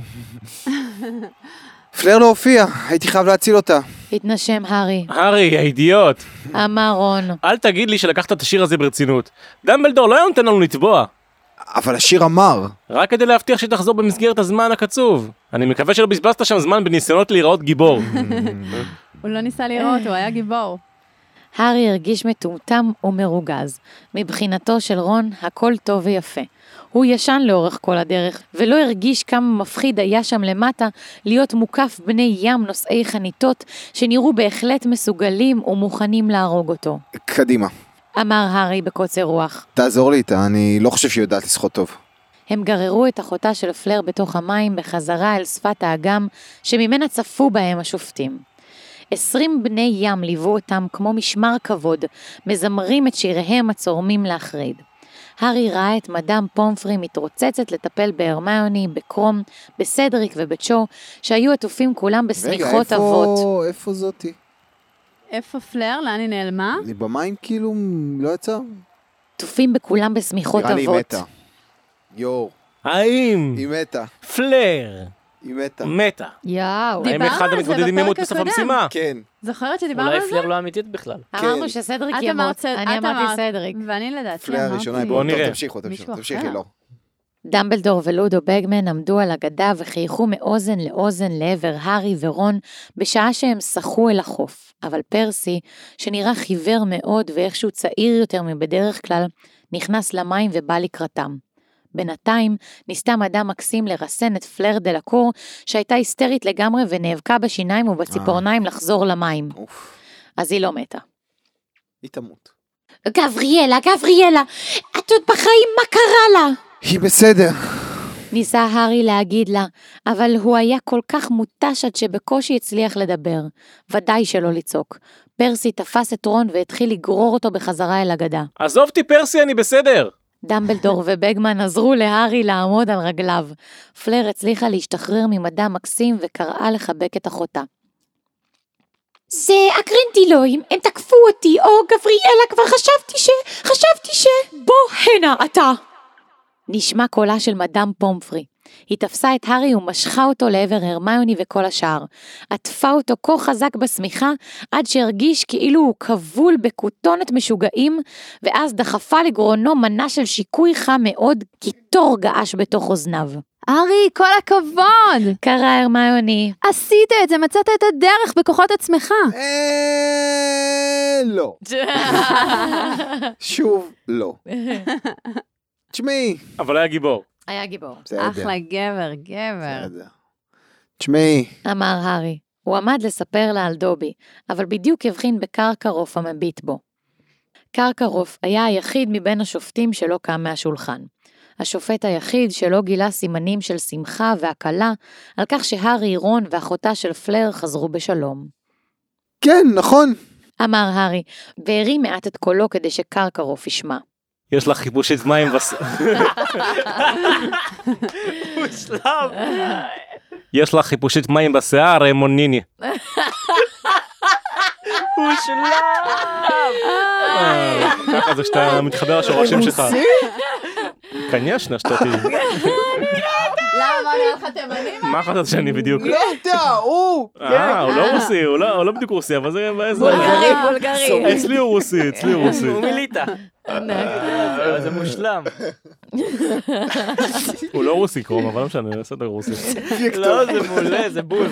פלר לא הופיע, הייתי חייב להציל אותה. התנשם הארי. הארי, האידיוט. אמר רון. אל תגיד לי שלקחת את השיר הזה ברצינות. דמבלדור לא היה נותן לנו לטבוע. אבל השיר אמר. רק כדי להבטיח שתחזור במסגרת הזמן הקצוב. אני מקווה שלא בזבזת שם זמן בניסיונות להיראות גיבור. הוא לא ניסה לראות, הוא היה גיבור. הארי הרגיש מטומטם ומרוגז. מבחינתו של רון הכל טוב ויפה. הוא ישן לאורך כל הדרך, ולא הרגיש כמה מפחיד היה שם למטה להיות מוקף בני ים נושאי חניתות, שנראו בהחלט מסוגלים ומוכנים להרוג אותו. קדימה. אמר הארי בקוצר רוח. תעזור לי איתה, אני לא חושב שהיא יודעת לשחות טוב. הם גררו את אחותה של פלר בתוך המים בחזרה אל שפת האגם, שממנה צפו בהם השופטים. עשרים בני ים ליוו אותם כמו משמר כבוד, מזמרים את שיריהם הצורמים להחריד. הארי ראה את מדאם פומפרי מתרוצצת לטפל בהרמיוני, בקרום, בסדריק ובצ'ו, שהיו עטופים כולם בסמיכות אבות. רגע, איפה זאתי? איפה פלר? לאן היא נעלמה? היא במים כאילו לא יצא? עטופים בכולם בסמיכות אבות. נראה לי היא מתה. יור. האם? היא מתה. פלר. היא מתה. מתה. יאו. האם אחד המתמודדים ימות בסוף המשימה? כן. זוכרת שדיברנו אולי על זה? פלר לא אמיתית בכלל. אמרנו שסדריק את ימות, אמרת- אני את אמרתי אמרת- סדריק. ואני לדעתי פלר הראשונה, בוא נראה. תמשיכו, תמשיכו, מישהו תמשיכי, אחר. לא. דמבלדור ולודו בגמן עמדו על הגדה וחייכו מאוזן לאוזן לעבר הארי ורון בשעה שהם שחו אל החוף. אבל פרסי, שנראה חיוור מאוד ואיכשהו צעיר יותר מבדרך כלל, נכנס למים ובא לקראתם. בינתיים ניסתה מדאם מקסים לרסן את פלר דלקור, שהייתה היסטרית לגמרי ונאבקה בשיניים ובציפורניים לחזור למים. אוף, אז היא לא מתה. היא תמות. גבריאלה, גבריאלה, את עוד בחיים, מה קרה לה? היא בסדר. ניסה הארי להגיד לה, אבל הוא היה כל כך מוטש עד שבקושי הצליח לדבר. ודאי שלא לצעוק. פרסי תפס את רון והתחיל לגרור אותו בחזרה אל הגדה. עזוב אותי פרסי, אני בסדר. דמבלדור ובגמן עזרו להארי לעמוד על רגליו. פלר הצליחה להשתחרר ממדע מקסים וקראה לחבק את אחותה. זה הגרינדילואים, הם תקפו אותי, או גבריאלה, כבר חשבתי ש... חשבתי ש... בוא הנה אתה! נשמע קולה של מדאם פומפרי. היא תפסה את הארי ומשכה אותו לעבר הרמיוני וכל השאר. עטפה אותו כה חזק בסמיכה, עד שהרגיש כאילו הוא כבול בכותונת משוגעים, ואז דחפה לגרונו מנה של שיקוי חם מאוד, כי תור געש בתוך אוזניו. הארי, כל הכבוד! קרא הרמיוני. עשית את זה, מצאת את הדרך בכוחות עצמך. אה... לא. שוב, לא. תשמעי. אבל היה גיבור. היה גיבור. אחלה גבר, גבר. תשמעי. אמר הארי. הוא עמד לספר לה על דובי, אבל בדיוק הבחין בקרקרוף המביט בו. קרקרוף היה היחיד מבין השופטים שלא קם מהשולחן. השופט היחיד שלא גילה סימנים של שמחה והקלה על כך שהארי, רון ואחותה של פלר חזרו בשלום. כן, נכון. אמר הארי, והרים מעט את קולו כדי שקרקרוף ישמע. יש לך חיפושית מים בס... מושלם. יש לך חיפושית מים בשיער, רמוניני. מושלם. ככה זה שאתה מתחבר לשורשים שלך. כניאשנה שתתי. למה, מה נראה לך תימני? מה חשבת שאני בדיוק? לא יודע, הוא! אה, הוא לא רוסי, הוא לא בדיוק רוסי, אבל זה... בולגרי, בולגרי. אצלי הוא רוסי, אצלי הוא רוסי. הוא מיליטה. זה מושלם. הוא לא רוסי קרום, אבל לא משנה, סדר רוסי. לא, זה מולה, זה בול.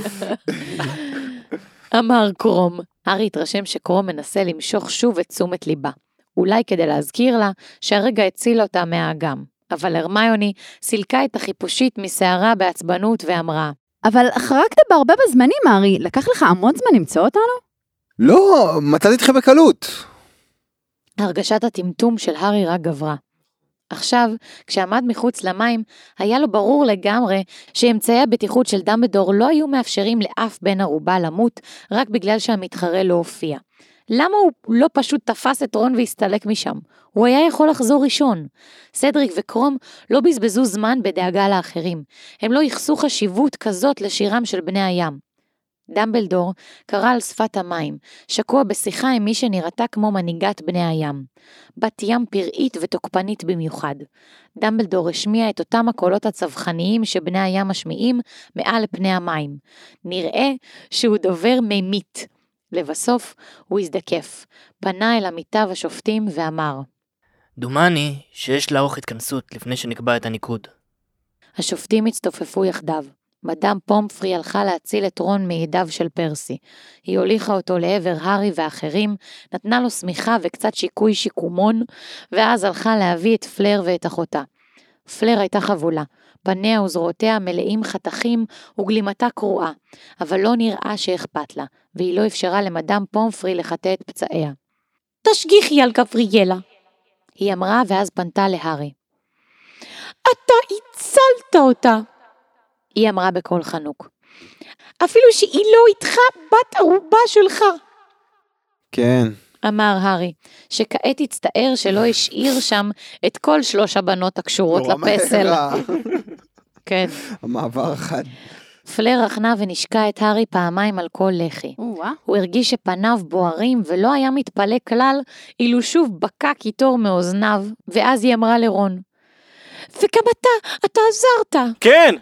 אמר קרום. הארי התרשם שקרום מנסה למשוך שוב את תשומת ליבה. אולי כדי להזכיר לה שהרגע הציל אותה מהאגם. אבל הרמיוני סילקה את החיפושית משערה בעצבנות ואמרה, אבל חרקת בהרבה בזמנים, הארי. לקח לך המון זמן למצוא אותנו? לא, מצאתי אתכם בקלות. הרגשת הטמטום של הארי רק גברה. עכשיו, כשעמד מחוץ למים, היה לו ברור לגמרי שאמצעי הבטיחות של דמבלדור לא היו מאפשרים לאף בן ערובה למות רק בגלל שהמתחרה לא הופיע. למה הוא לא פשוט תפס את רון והסתלק משם? הוא היה יכול לחזור ראשון. סדריק וקרום לא בזבזו זמן בדאגה לאחרים. הם לא ייחסו חשיבות כזאת לשירם של בני הים. דמבלדור קרא על שפת המים, שקוע בשיחה עם מי שנראתה כמו מנהיגת בני הים. בת ים פראית ותוקפנית במיוחד. דמבלדור השמיע את אותם הקולות הצווחניים שבני הים משמיעים מעל פני המים. נראה שהוא דובר מימית. לבסוף הוא הזדקף, פנה אל עמיתיו השופטים ואמר, דומני שיש לערוך התכנסות לפני שנקבע את הניקוד. השופטים הצטופפו יחדיו. מדאם פומפרי הלכה להציל את רון מידיו של פרסי. היא הוליכה אותו לעבר הארי ואחרים, נתנה לו סמיכה וקצת שיקוי שיקומון, ואז הלכה להביא את פלר ואת אחותה. פלר הייתה חבולה, פניה וזרועותיה מלאים חתכים וגלימתה קרועה, אבל לא נראה שאכפת לה, והיא לא אפשרה למדאם פומפרי לחטא את פצעיה. תשגיחי על גבריאלה, היא אמרה ואז פנתה להארי. אתה הצלת אותה, היא אמרה בקול חנוק. אפילו שהיא לא איתך בת ערובה שלך. כן. אמר הארי, שכעת הצטער שלא השאיר שם את כל שלוש הבנות הקשורות לפסל. כן. המעבר אחד. פלר רחנה ונשקע את הארי פעמיים על כל לחי. הוא הרגיש שפניו בוערים ולא היה מתפלא כלל, אילו שוב בקע קיטור מאוזניו, ואז היא אמרה לרון, וגם אתה, אתה עזרת. כן!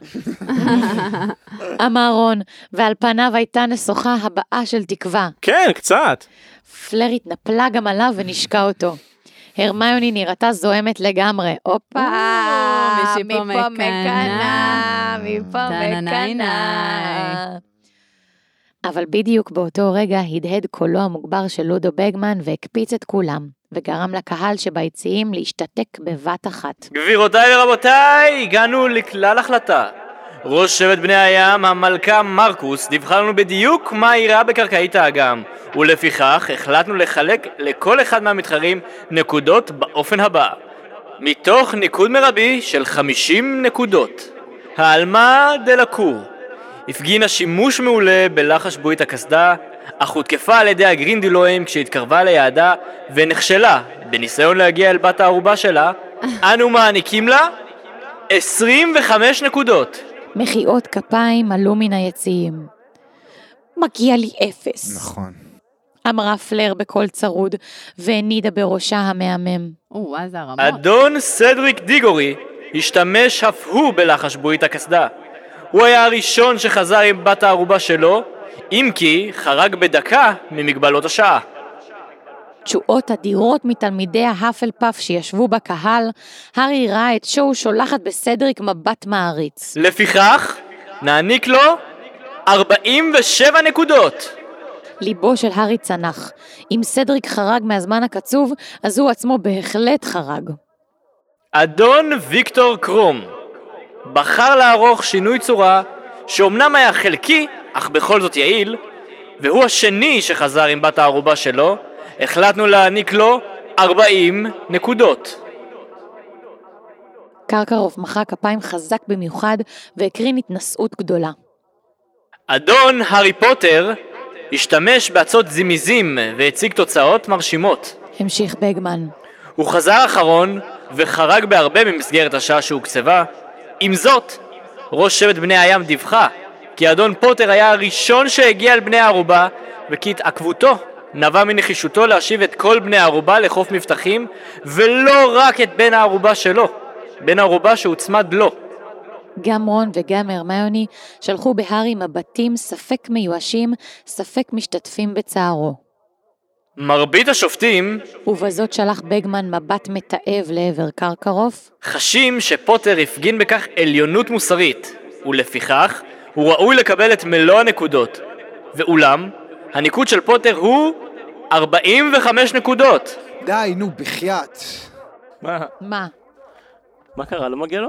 אמר רון, ועל פניו הייתה נסוכה הבאה של תקווה. כן, קצת. פלר התנפלה גם עליו ונשקע אותו. הרמיוני נראתה זוהמת לגמרי. הופה, מפה מקנה, מפה מקנה. אבל בדיוק באותו רגע הדהד קולו המוגבר של לודו בגמן והקפיץ את כולם, וגרם לקהל שביציעים להשתתק בבת אחת. גבירותיי ורבותיי, הגענו לכלל החלטה. ראש שבט בני הים, המלכה מרקוס, דיווחה לנו בדיוק מה אירע בקרקעית האגם, ולפיכך החלטנו לחלק לכל אחד מהמתחרים נקודות באופן הבא. מתוך ניקוד מרבי של חמישים נקודות. העלמה דלקור הפגינה שימוש מעולה בלחש בועית הקסדה, אך הותקפה על ידי הגרינדילואים כשהתקרבה ליעדה ונכשלה בניסיון להגיע אל בת הערובה שלה. אנו מעניקים לה עשרים וחמש נקודות. מחיאות כפיים עלו מן היציעים. מגיע לי אפס. נכון. אמרה פלר בקול צרוד, והנידה בראשה המהמם. או, איזה הרמות. אדון סדריק דיגורי השתמש אף הוא בלחש בועית הקסדה. הוא היה הראשון שחזר עם בת הערובה שלו, אם כי חרג בדקה ממגבלות השעה. תשואות אדירות מתלמידי ההאפל פאף שישבו בקהל, הארי ראה את שואו שולחת בסדריק מבט מעריץ. לפיכך, נעניק לו ארבעים ושבע נקודות. ליבו של הארי צנח. אם סדריק חרג מהזמן הקצוב, אז הוא עצמו בהחלט חרג. אדון ויקטור קרום בחר לערוך שינוי צורה שאומנם היה חלקי, אך בכל זאת יעיל, והוא השני שחזר עם בת הערובה שלו. החלטנו להעניק לו ארבעים נקודות. קרקרוף מחא כפיים חזק במיוחד והקרין התנסות גדולה. אדון הארי פוטר השתמש בעצות זימיזים והציג תוצאות מרשימות. המשיך בגמן. הוא חזר אחרון וחרג בהרבה במסגרת השעה שהוקצבה. עם זאת, ראש שבט בני הים דיווחה כי אדון פוטר היה הראשון שהגיע אל בני הערובה, וכי התעכבותו נבע מנחישותו להשיב את כל בני הערובה לחוף מבטחים, ולא רק את בן הערובה שלו, בן הערובה שהוצמד לו. גם רון וגם הרמיוני שלחו בהארי מבטים ספק מיואשים, ספק משתתפים בצערו. מרבית השופטים ובזאת שלח בגמן מבט מתאב לעבר קרקרוף. חשים שפוטר הפגין בכך עליונות מוסרית, ולפיכך הוא ראוי לקבל את מלוא הנקודות. ואולם, הניקוד של פוטר הוא ארבעים וחמש נקודות. די, נו, בחייאת. מה? מה? מה קרה? לא מגיע לו?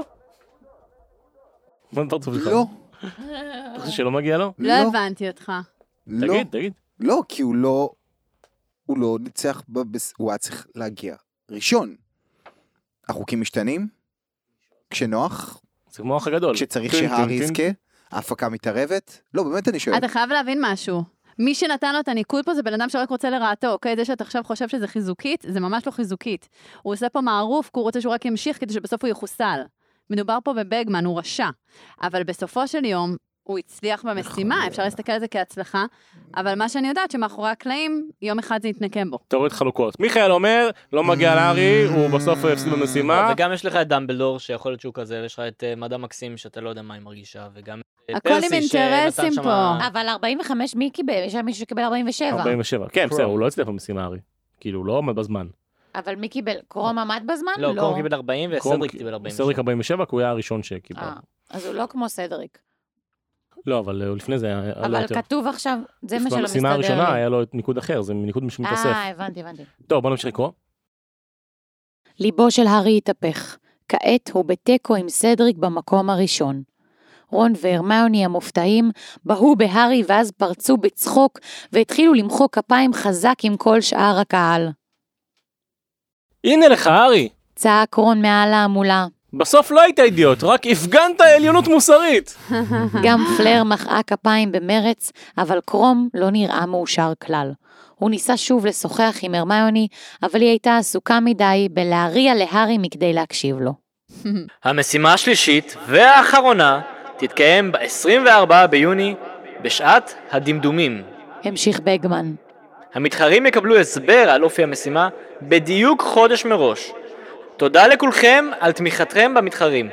מה פרצוף לך? לא. אתה חושב שלא מגיע לו? לא הבנתי אותך. לא. תגיד, תגיד. לא, כי הוא לא... הוא לא ניצח, בבס... הוא היה צריך להגיע ראשון. החוקים משתנים, כשנוח, זה כמו אח הגדול. כשצריך טין, שהארי טין, טין. יזכה, ההפקה מתערבת. לא, באמת אני שואל. אתה חייב להבין משהו. מי שנתן לו את הניקוד פה זה בן אדם שרק רוצה לרעתו, אוקיי? זה שאתה עכשיו חושב שזה חיזוקית, זה ממש לא חיזוקית. הוא עושה פה מערוף, כי הוא רוצה שהוא רק ימשיך כדי שבסוף הוא יחוסל. מדובר פה בבגמן, הוא רשע. אבל בסופו של יום, הוא הצליח במשימה, אפשר להסתכל על זה כהצלחה, אבל מה שאני יודעת שמאחורי הקלעים, יום אחד זה יתנקם בו. תיאוריות חלוקות. מיכאל אומר, לא מגיע לארי, הוא בסוף הפסיד במשימה. וגם יש לך את דמבלדור, שיכול להיות שהוא כזה, ויש לך את מדע מקסים, שאתה לא יודע מה היא מרגישה, וגם הכל עם אינטרסים פה. אבל ארבעים וחמש מי קיבל? יש שם מישהו שקיבל ארבעים ושבע. ארבעים ושבע. כן, בסדר, הוא לא הצליח במשימה, ארי. כאילו, הוא לא עומד בזמן. אבל מי קיבל? קרום עמד בזמן? לא, קרום קיבל ארבעים וסדריק קיבל ארבעים ושבע. סדריק ארבעים ושבע, כי הוא היה הראשון שקיבל. אה, אז הוא לא כמו סדריק. לא, אבל לפני זה היה לא אבל יותר. כתוב עכשיו, זה מה שלא מסתדר לי. במשימה הראשונה היה לו ניקוד אחר, זה ניקוד מתאסף. אה, הבנתי, הבנתי. טוב, בוא נמשיך לקרוא. ליבו של הארי התהפך. כעת הוא בתיקו עם סדריק במקום הראשון. רון והרמיוני המופתעים בהו בהארי ואז פרצו בצחוק והתחילו למחוא כפיים חזק עם כל שאר הקהל. הנה לך, הארי. צעק רון מעל ההמולה. בסוף לא היית אידיוט, רק הפגנת עליונות מוסרית. גם פלר מחאה כפיים במרץ, אבל קרום לא נראה מאושר כלל. הוא ניסה שוב לשוחח עם הרמיוני, אבל היא הייתה עסוקה מדי בלהריע להארי מכדי להקשיב לו. המשימה השלישית והאחרונה תתקיים ב-עשרים וארבעה ביוני בשעת הדמדומים. המשיך בגמן. המתחרים יקבלו הסבר על אופי המשימה בדיוק חודש מראש. תודה לכולכם על תמיכתכם במתחרים.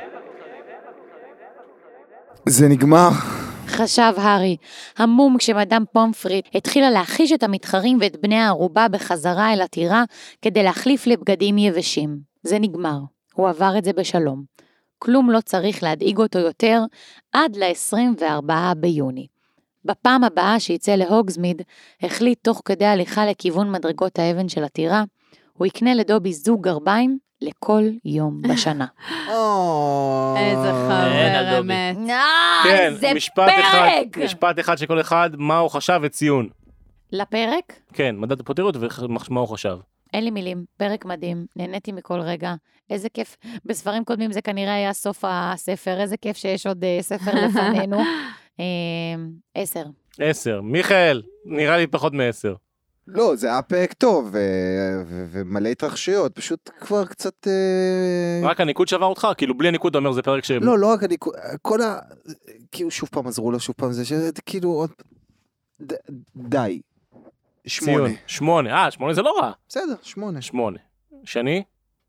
זה נגמר. חשב הארי, המום כשמדם פומפריט התחילה להחיש את המתחרים ואת בני הערובה בחזרה אל הטירה כדי להחליף לבגדים יבשים. זה נגמר. הוא עבר את זה בשלום. כלום לא צריך להדאיג אותו יותר עד ל-עשרים וארבעה ביוני. בפעם הבאה שיצא להוגזמיד, החליט תוך כדי הליכה לכיוון מדרגות האבן של הטירה, הוא יקנה לדובי זוג גרביים לכל יום בשנה. איזה חבר אמת. כן, זה משפט אחד, פרק! משפט אחד שכל אחד, מה הוא חשב וציון. לפרק? כן, מדד הפוטריות ומה הוא חשב. אין לי מילים, פרק מדהים, נהניתי מכל רגע, איזה כיף, בספרים קודמים זה כנראה היה סוף הספר, איזה כיף שיש עוד uh, ספר לפנינו. uh, עשר. עשר. מיכאל, נראה לי פחות מעשר. לא, זה היה פרק טוב, ו- ו- ומלא התרחשויות, פשוט כבר קצת... אה, רק הניקוד שבר אותך, כאילו בלי הניקוד אתה אומר זה פרק ש... לא, לא רק אני... כל ה... כאילו שוב פעם עזרו לו, שוב פעם זה, ש- כאילו עוד... ד- די. שמונה. ציון. שמונה, אה, שמונה זה לא רע. בסדר, שמונה. שמונה. שני?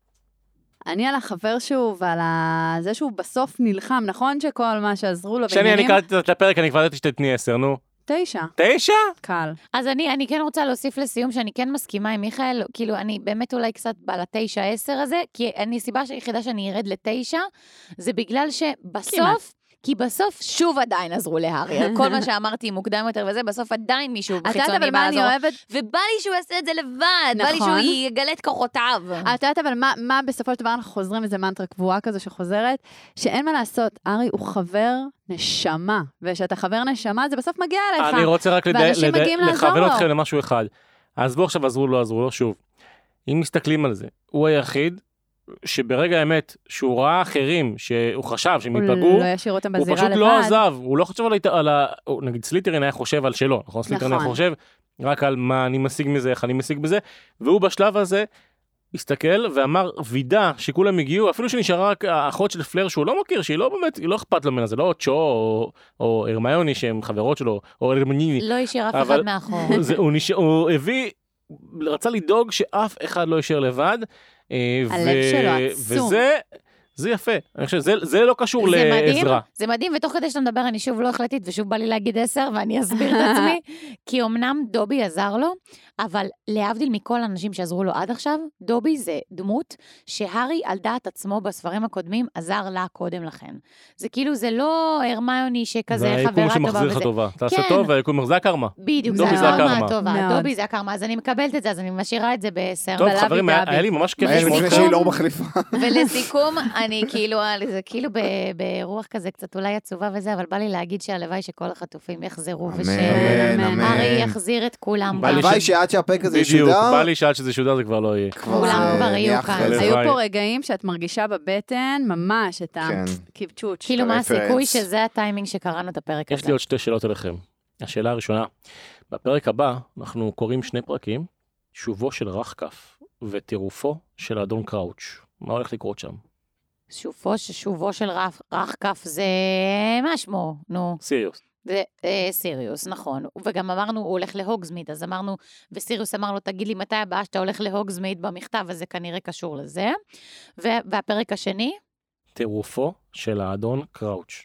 אני על החבר שהוא ועל ה- זה שהוא בסוף נלחם, נכון שכל מה שעזרו לו שני, אני קראתי את הפרק, אני כבר ידעתי שתתני עשר, נו. תשע, תשע? קל. אז אני, אני כן רוצה להוסיף לסיום שאני כן מסכימה עם מיכאל, כאילו אני באמת אולי קצת בעל התשע עשר הזה, כי אני הסיבה היחידה שאני ארד לתשע, זה בגלל שבסוף, כמעט. כי בסוף שוב עדיין עזרו להארי, על כל מה שאמרתי מוקדם יותר וזה, בסוף עדיין מישהו את יודעת חיצוני אבל בא מה אני לעזור. אוהבת? ובא לי שהוא יעשה את זה לבד, בא לי נכון. שהוא יגלה את כוחותיו. את יודעת אבל מה, מה בסופו של דבר אנחנו חוזרים איזה מנטרה קבועה כזו שחוזרת, שאין מה לעשות, ארי הוא חבר נשמה, ושאתה חבר נשמה זה בסוף מגיע אליך. אני רוצה רק לד- ואנשים לד- מגיעים לעזור לכוון לו. אתכם למשהו אחד. אז בואו עכשיו עזרו לו, עזרו לו, שוב. אם מסתכלים על זה, הוא היחיד שברגע האמת, שהוא ראה אחרים, שהוא חשב שהם הוא ייפגעו, לא ישאיר אותם הוא בזירה פשוט לבד. לא עזב, הוא לא חושב על, הת- על ה... נגיד סליטרין היה חושב על שלו, נכון? סליטרין היה נכון. חושב רק על מה אני משיג מזה, איך אני משיג בזה, והוא בשלב הזה הסתכל ואמר, וידע שכולם הגיעו, אפילו שנשארה רק האחות של פלר שהוא לא מכיר, שהיא לא באמת, היא לא אכפת לו ממנה, זה לא צ'ו או, או הרמיוני שהם חברות שלו, או הרמיוני, לא השאיר אף אבל- אחד מאחור. זה, הוא, נשאר, הוא הביא, רצה לדאוג שאף אחד לא יישאר לבד, אה, הלב שלו עצום. וזה זה יפה, אני חושב, זה, זה לא קשור זה מדהים, לעזרה. זה מדהים, ותוך כדי שאתה מדבר, אני שוב לא החלטית, ושוב בא לי להגיד עשר, ואני אסביר את עצמי, כי אמנם דובי עזר לו, אבל להבדיל מכל האנשים שעזרו לו עד עכשיו, דובי זה דמות שהארי על דעת עצמו בספרים הקודמים עזר לה קודם לכן. זה כאילו, זה לא הרמיוני שכזה חברה והיקום טובה שמחזיר לך וזה. טובה, תעשה כן. טוב והיקום מחזיר, זה הקרמה. בדיוק, דובי זה זה הקרמה הקרמה. הטובה, מאוד. דובי זה הקרמה, אז אני מקבלת את זה, אז אני משאירה את זה בעשר. טוב בלאבי חברים, היה דאבי. היה לי ממש כיף מה יש לשמוע לפני אתכם. שהיא לא מחליפה? ולסיכום, אני כאילו, זה כאילו ב- ברוח כזה קצת אולי עצובה וזה, אבל בא לי להגיד שהלוואי שכל החטופים יחזרו, אמן, אמן. אמן. ושהארי יחזיר את כולם. בא לי גם. הלוואי שעד שהפרק הזה בדיוק, ישודר, בא לי שעד שזה שודר זה כבר לא יהיה. כבר כולם זה כבר נהיה יהיו אחרי כאן. זה. היו הלוואי. פה רגעים שאת מרגישה בבטן, ממש, את כן. הקיבצ'וץ'. כאילו, מה רפרנס. הסיכוי שזה הטיימינג שקראנו את הפרק יש הזה? לי עוד שתי שאלות אליכם. השאלה הראשונה, בפרק הבא אנחנו קוראים שני פרקים, שובו של רחקף וטירופו של אדון קראוץ'. מה הולך לקרות שם? שובו, שובו של רח- רחקף זה מה שמו, נו. סיריוס. זה אה, סיריוס, נכון. וגם אמרנו, הוא הולך להוגזמיד, אז אמרנו, וסיריוס אמר לו, תגיד לי מתי הבאה שאתה הולך להוגזמיד במכתב, אז זה כנראה קשור לזה. ו- והפרק השני, טירופו של האדון קראוץ'.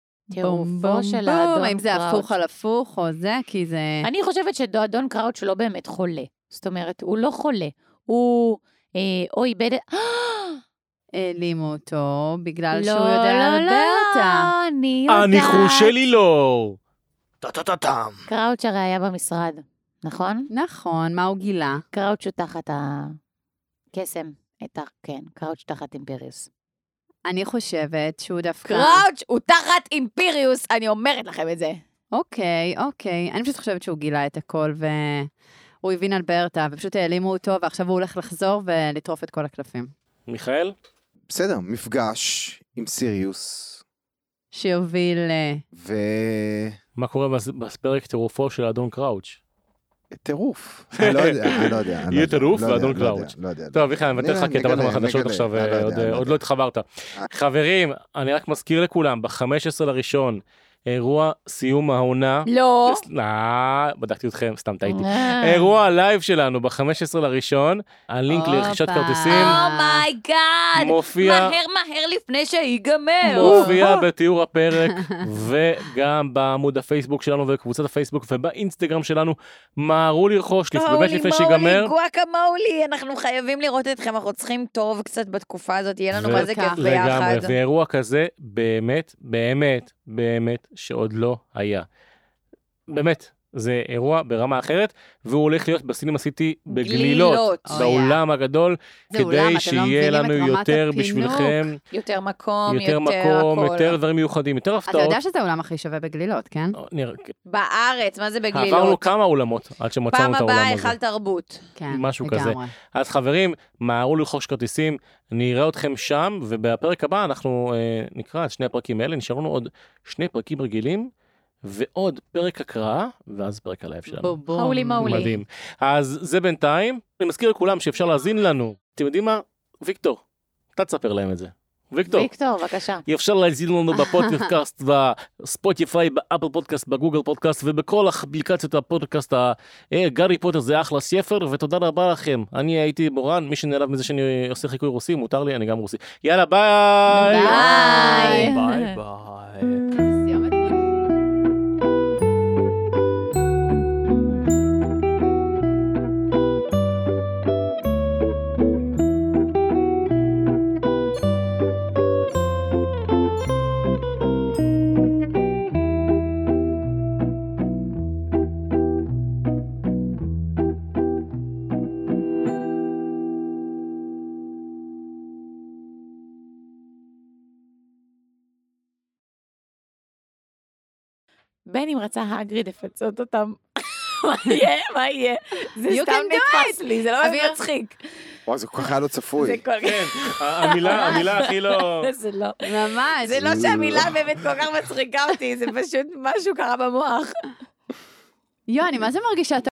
טירופו של האדון האם זה קראוץ'. הפוך על הפוך או זה, כי זה... אני חושבת שאדון קראוץ' לא באמת חולה. זאת אומרת, הוא לא חולה. הוא אה, או איבד את... העלימו אותו בגלל לא, שהוא יודע לא, לדבר לא, אותה. אני יודעת. הניחוש שלי לא! טה-טה-טה-טם. קראוץ' הרי היה במשרד, נכון? נכון, מה הוא גילה? קראוץ' הוא תחת הקסם. את ה... כן, קראוץ' תחת אימפריוס. אני חושבת שהוא דווקא... קראוץ' הוא תחת אימפריוס, אני אומרת לכם את זה. אוקיי, אוקיי. אני פשוט חושבת שהוא גילה את הכל והוא הבין על ברטה, ופשוט העלימו אותו, ועכשיו הוא הולך לחזור ולטרוף את כל הקלפים. מיכאל? בסדר, מפגש עם סיריוס, שיוביל... אה, ו... מה קורה בס- בפרק טירופו של האדון קראוץ'? טירוף. אני לא יודע, אני לא יודע. אני לא יהיה יודע, טירוף לא יודע, ואדון לא יודע, קראוץ'. לא יודע. טוב, מיכאל, אני מבטל לך כי אתה באת נגלה, מהחדשות נגלה, עכשיו, אני לא יודע, עוד- אני לא עוד יודע. לא התחברת. חברים, אני רק מזכיר לכולם, ב-חמישה עשר לראשון, אירוע סיום העונה. לא. אה, בדקתי אתכם, סתם טעיתי. אה. אירוע הלייב שלנו ב-חמישה עשר לראשון, הלינק לרכישת הופה. כרטיסים אומייגאד. מופיע, מהר מהר לפני שיגמר. מופיע בתיאור הפרק, וגם בעמוד הפייסבוק שלנו ובקבוצת הפייסבוק ובאינסטגרם שלנו, מהרו לרכוש, באמת לפני שיגמר. גואקמולי, אנחנו חייבים לראות אתכם, אנחנו צריכים טוב קצת בתקופה הזאת, יהיה לנו ו- מה זה כיף לגמרי, ביחד. ואירוע כזה באמת, באמת, באמת, שעוד לא היה. באמת, זה אירוע ברמה אחרת, והוא הולך להיות בסינמה סיטי בגלילות, גלילות. באולם הגדול, זה אולם, כדי אתם לא שיהיה מבינים לנו את רמת יותר הפינוק. בשבילכם, יותר מקום, יותר יותר מקום, הכל. יותר דברים מיוחדים, יותר אתה הפתעות. יודע שזה האולם הכי שווה בגלילות, כן? נראה- בארץ, מה זה עברנו בגלילות? כמה אולמות עד שמצאנו פעם את האולם הבאה הזה. היכל תרבות. כן, משהו כזה. לגמרי. אז חברים, מהרו לרכוש כרטיסים, נראה אתכם שם, ובפרק הבא אנחנו אה, נקרא את שני הפרקים האלה, נשארו לנו עוד שני פרקים רגילים, ועוד פרק הקראה, ואז פרק הלייב שלנו. בום בום. הולי מולי. מדהים. אז זה בינתיים, אני מזכיר לכולם שאפשר להזין לנו. אתם יודעים מה? ויקטור, אתה תספר להם את זה. ויקטור. ויקטור, בבקשה. אפשר להזין לנו בפודקאסט, בספוטיפיי, באפל פודקאסט, בגוגל פודקאסט, ובכל אפליקציות הפודקאסט. גארי פוטר זה אחלה ספר, ותודה רבה לכם. אני הייתי מורן, מי שנעלב מזה שאני עושה חיקוי רוסי, מותר לי, אני גם רוסי. יאללה, ביי! ביי! ביי ביי. סיומת. בין אם רצה הגריד לפצות אותם. מה יהיה? מה יהיה? זה You סתם can do נתפס לי, זה לא אביר. מצחיק. וואו, זה כל כך היה לא זה צפוי. כל כן, המילה, המילה הכי לא... זה לא. ממש. זה לא שהמילה באמת כל כך מצחיקה אותי, זה פשוט משהו קרה במוח. יו, אני מה זה מרגישה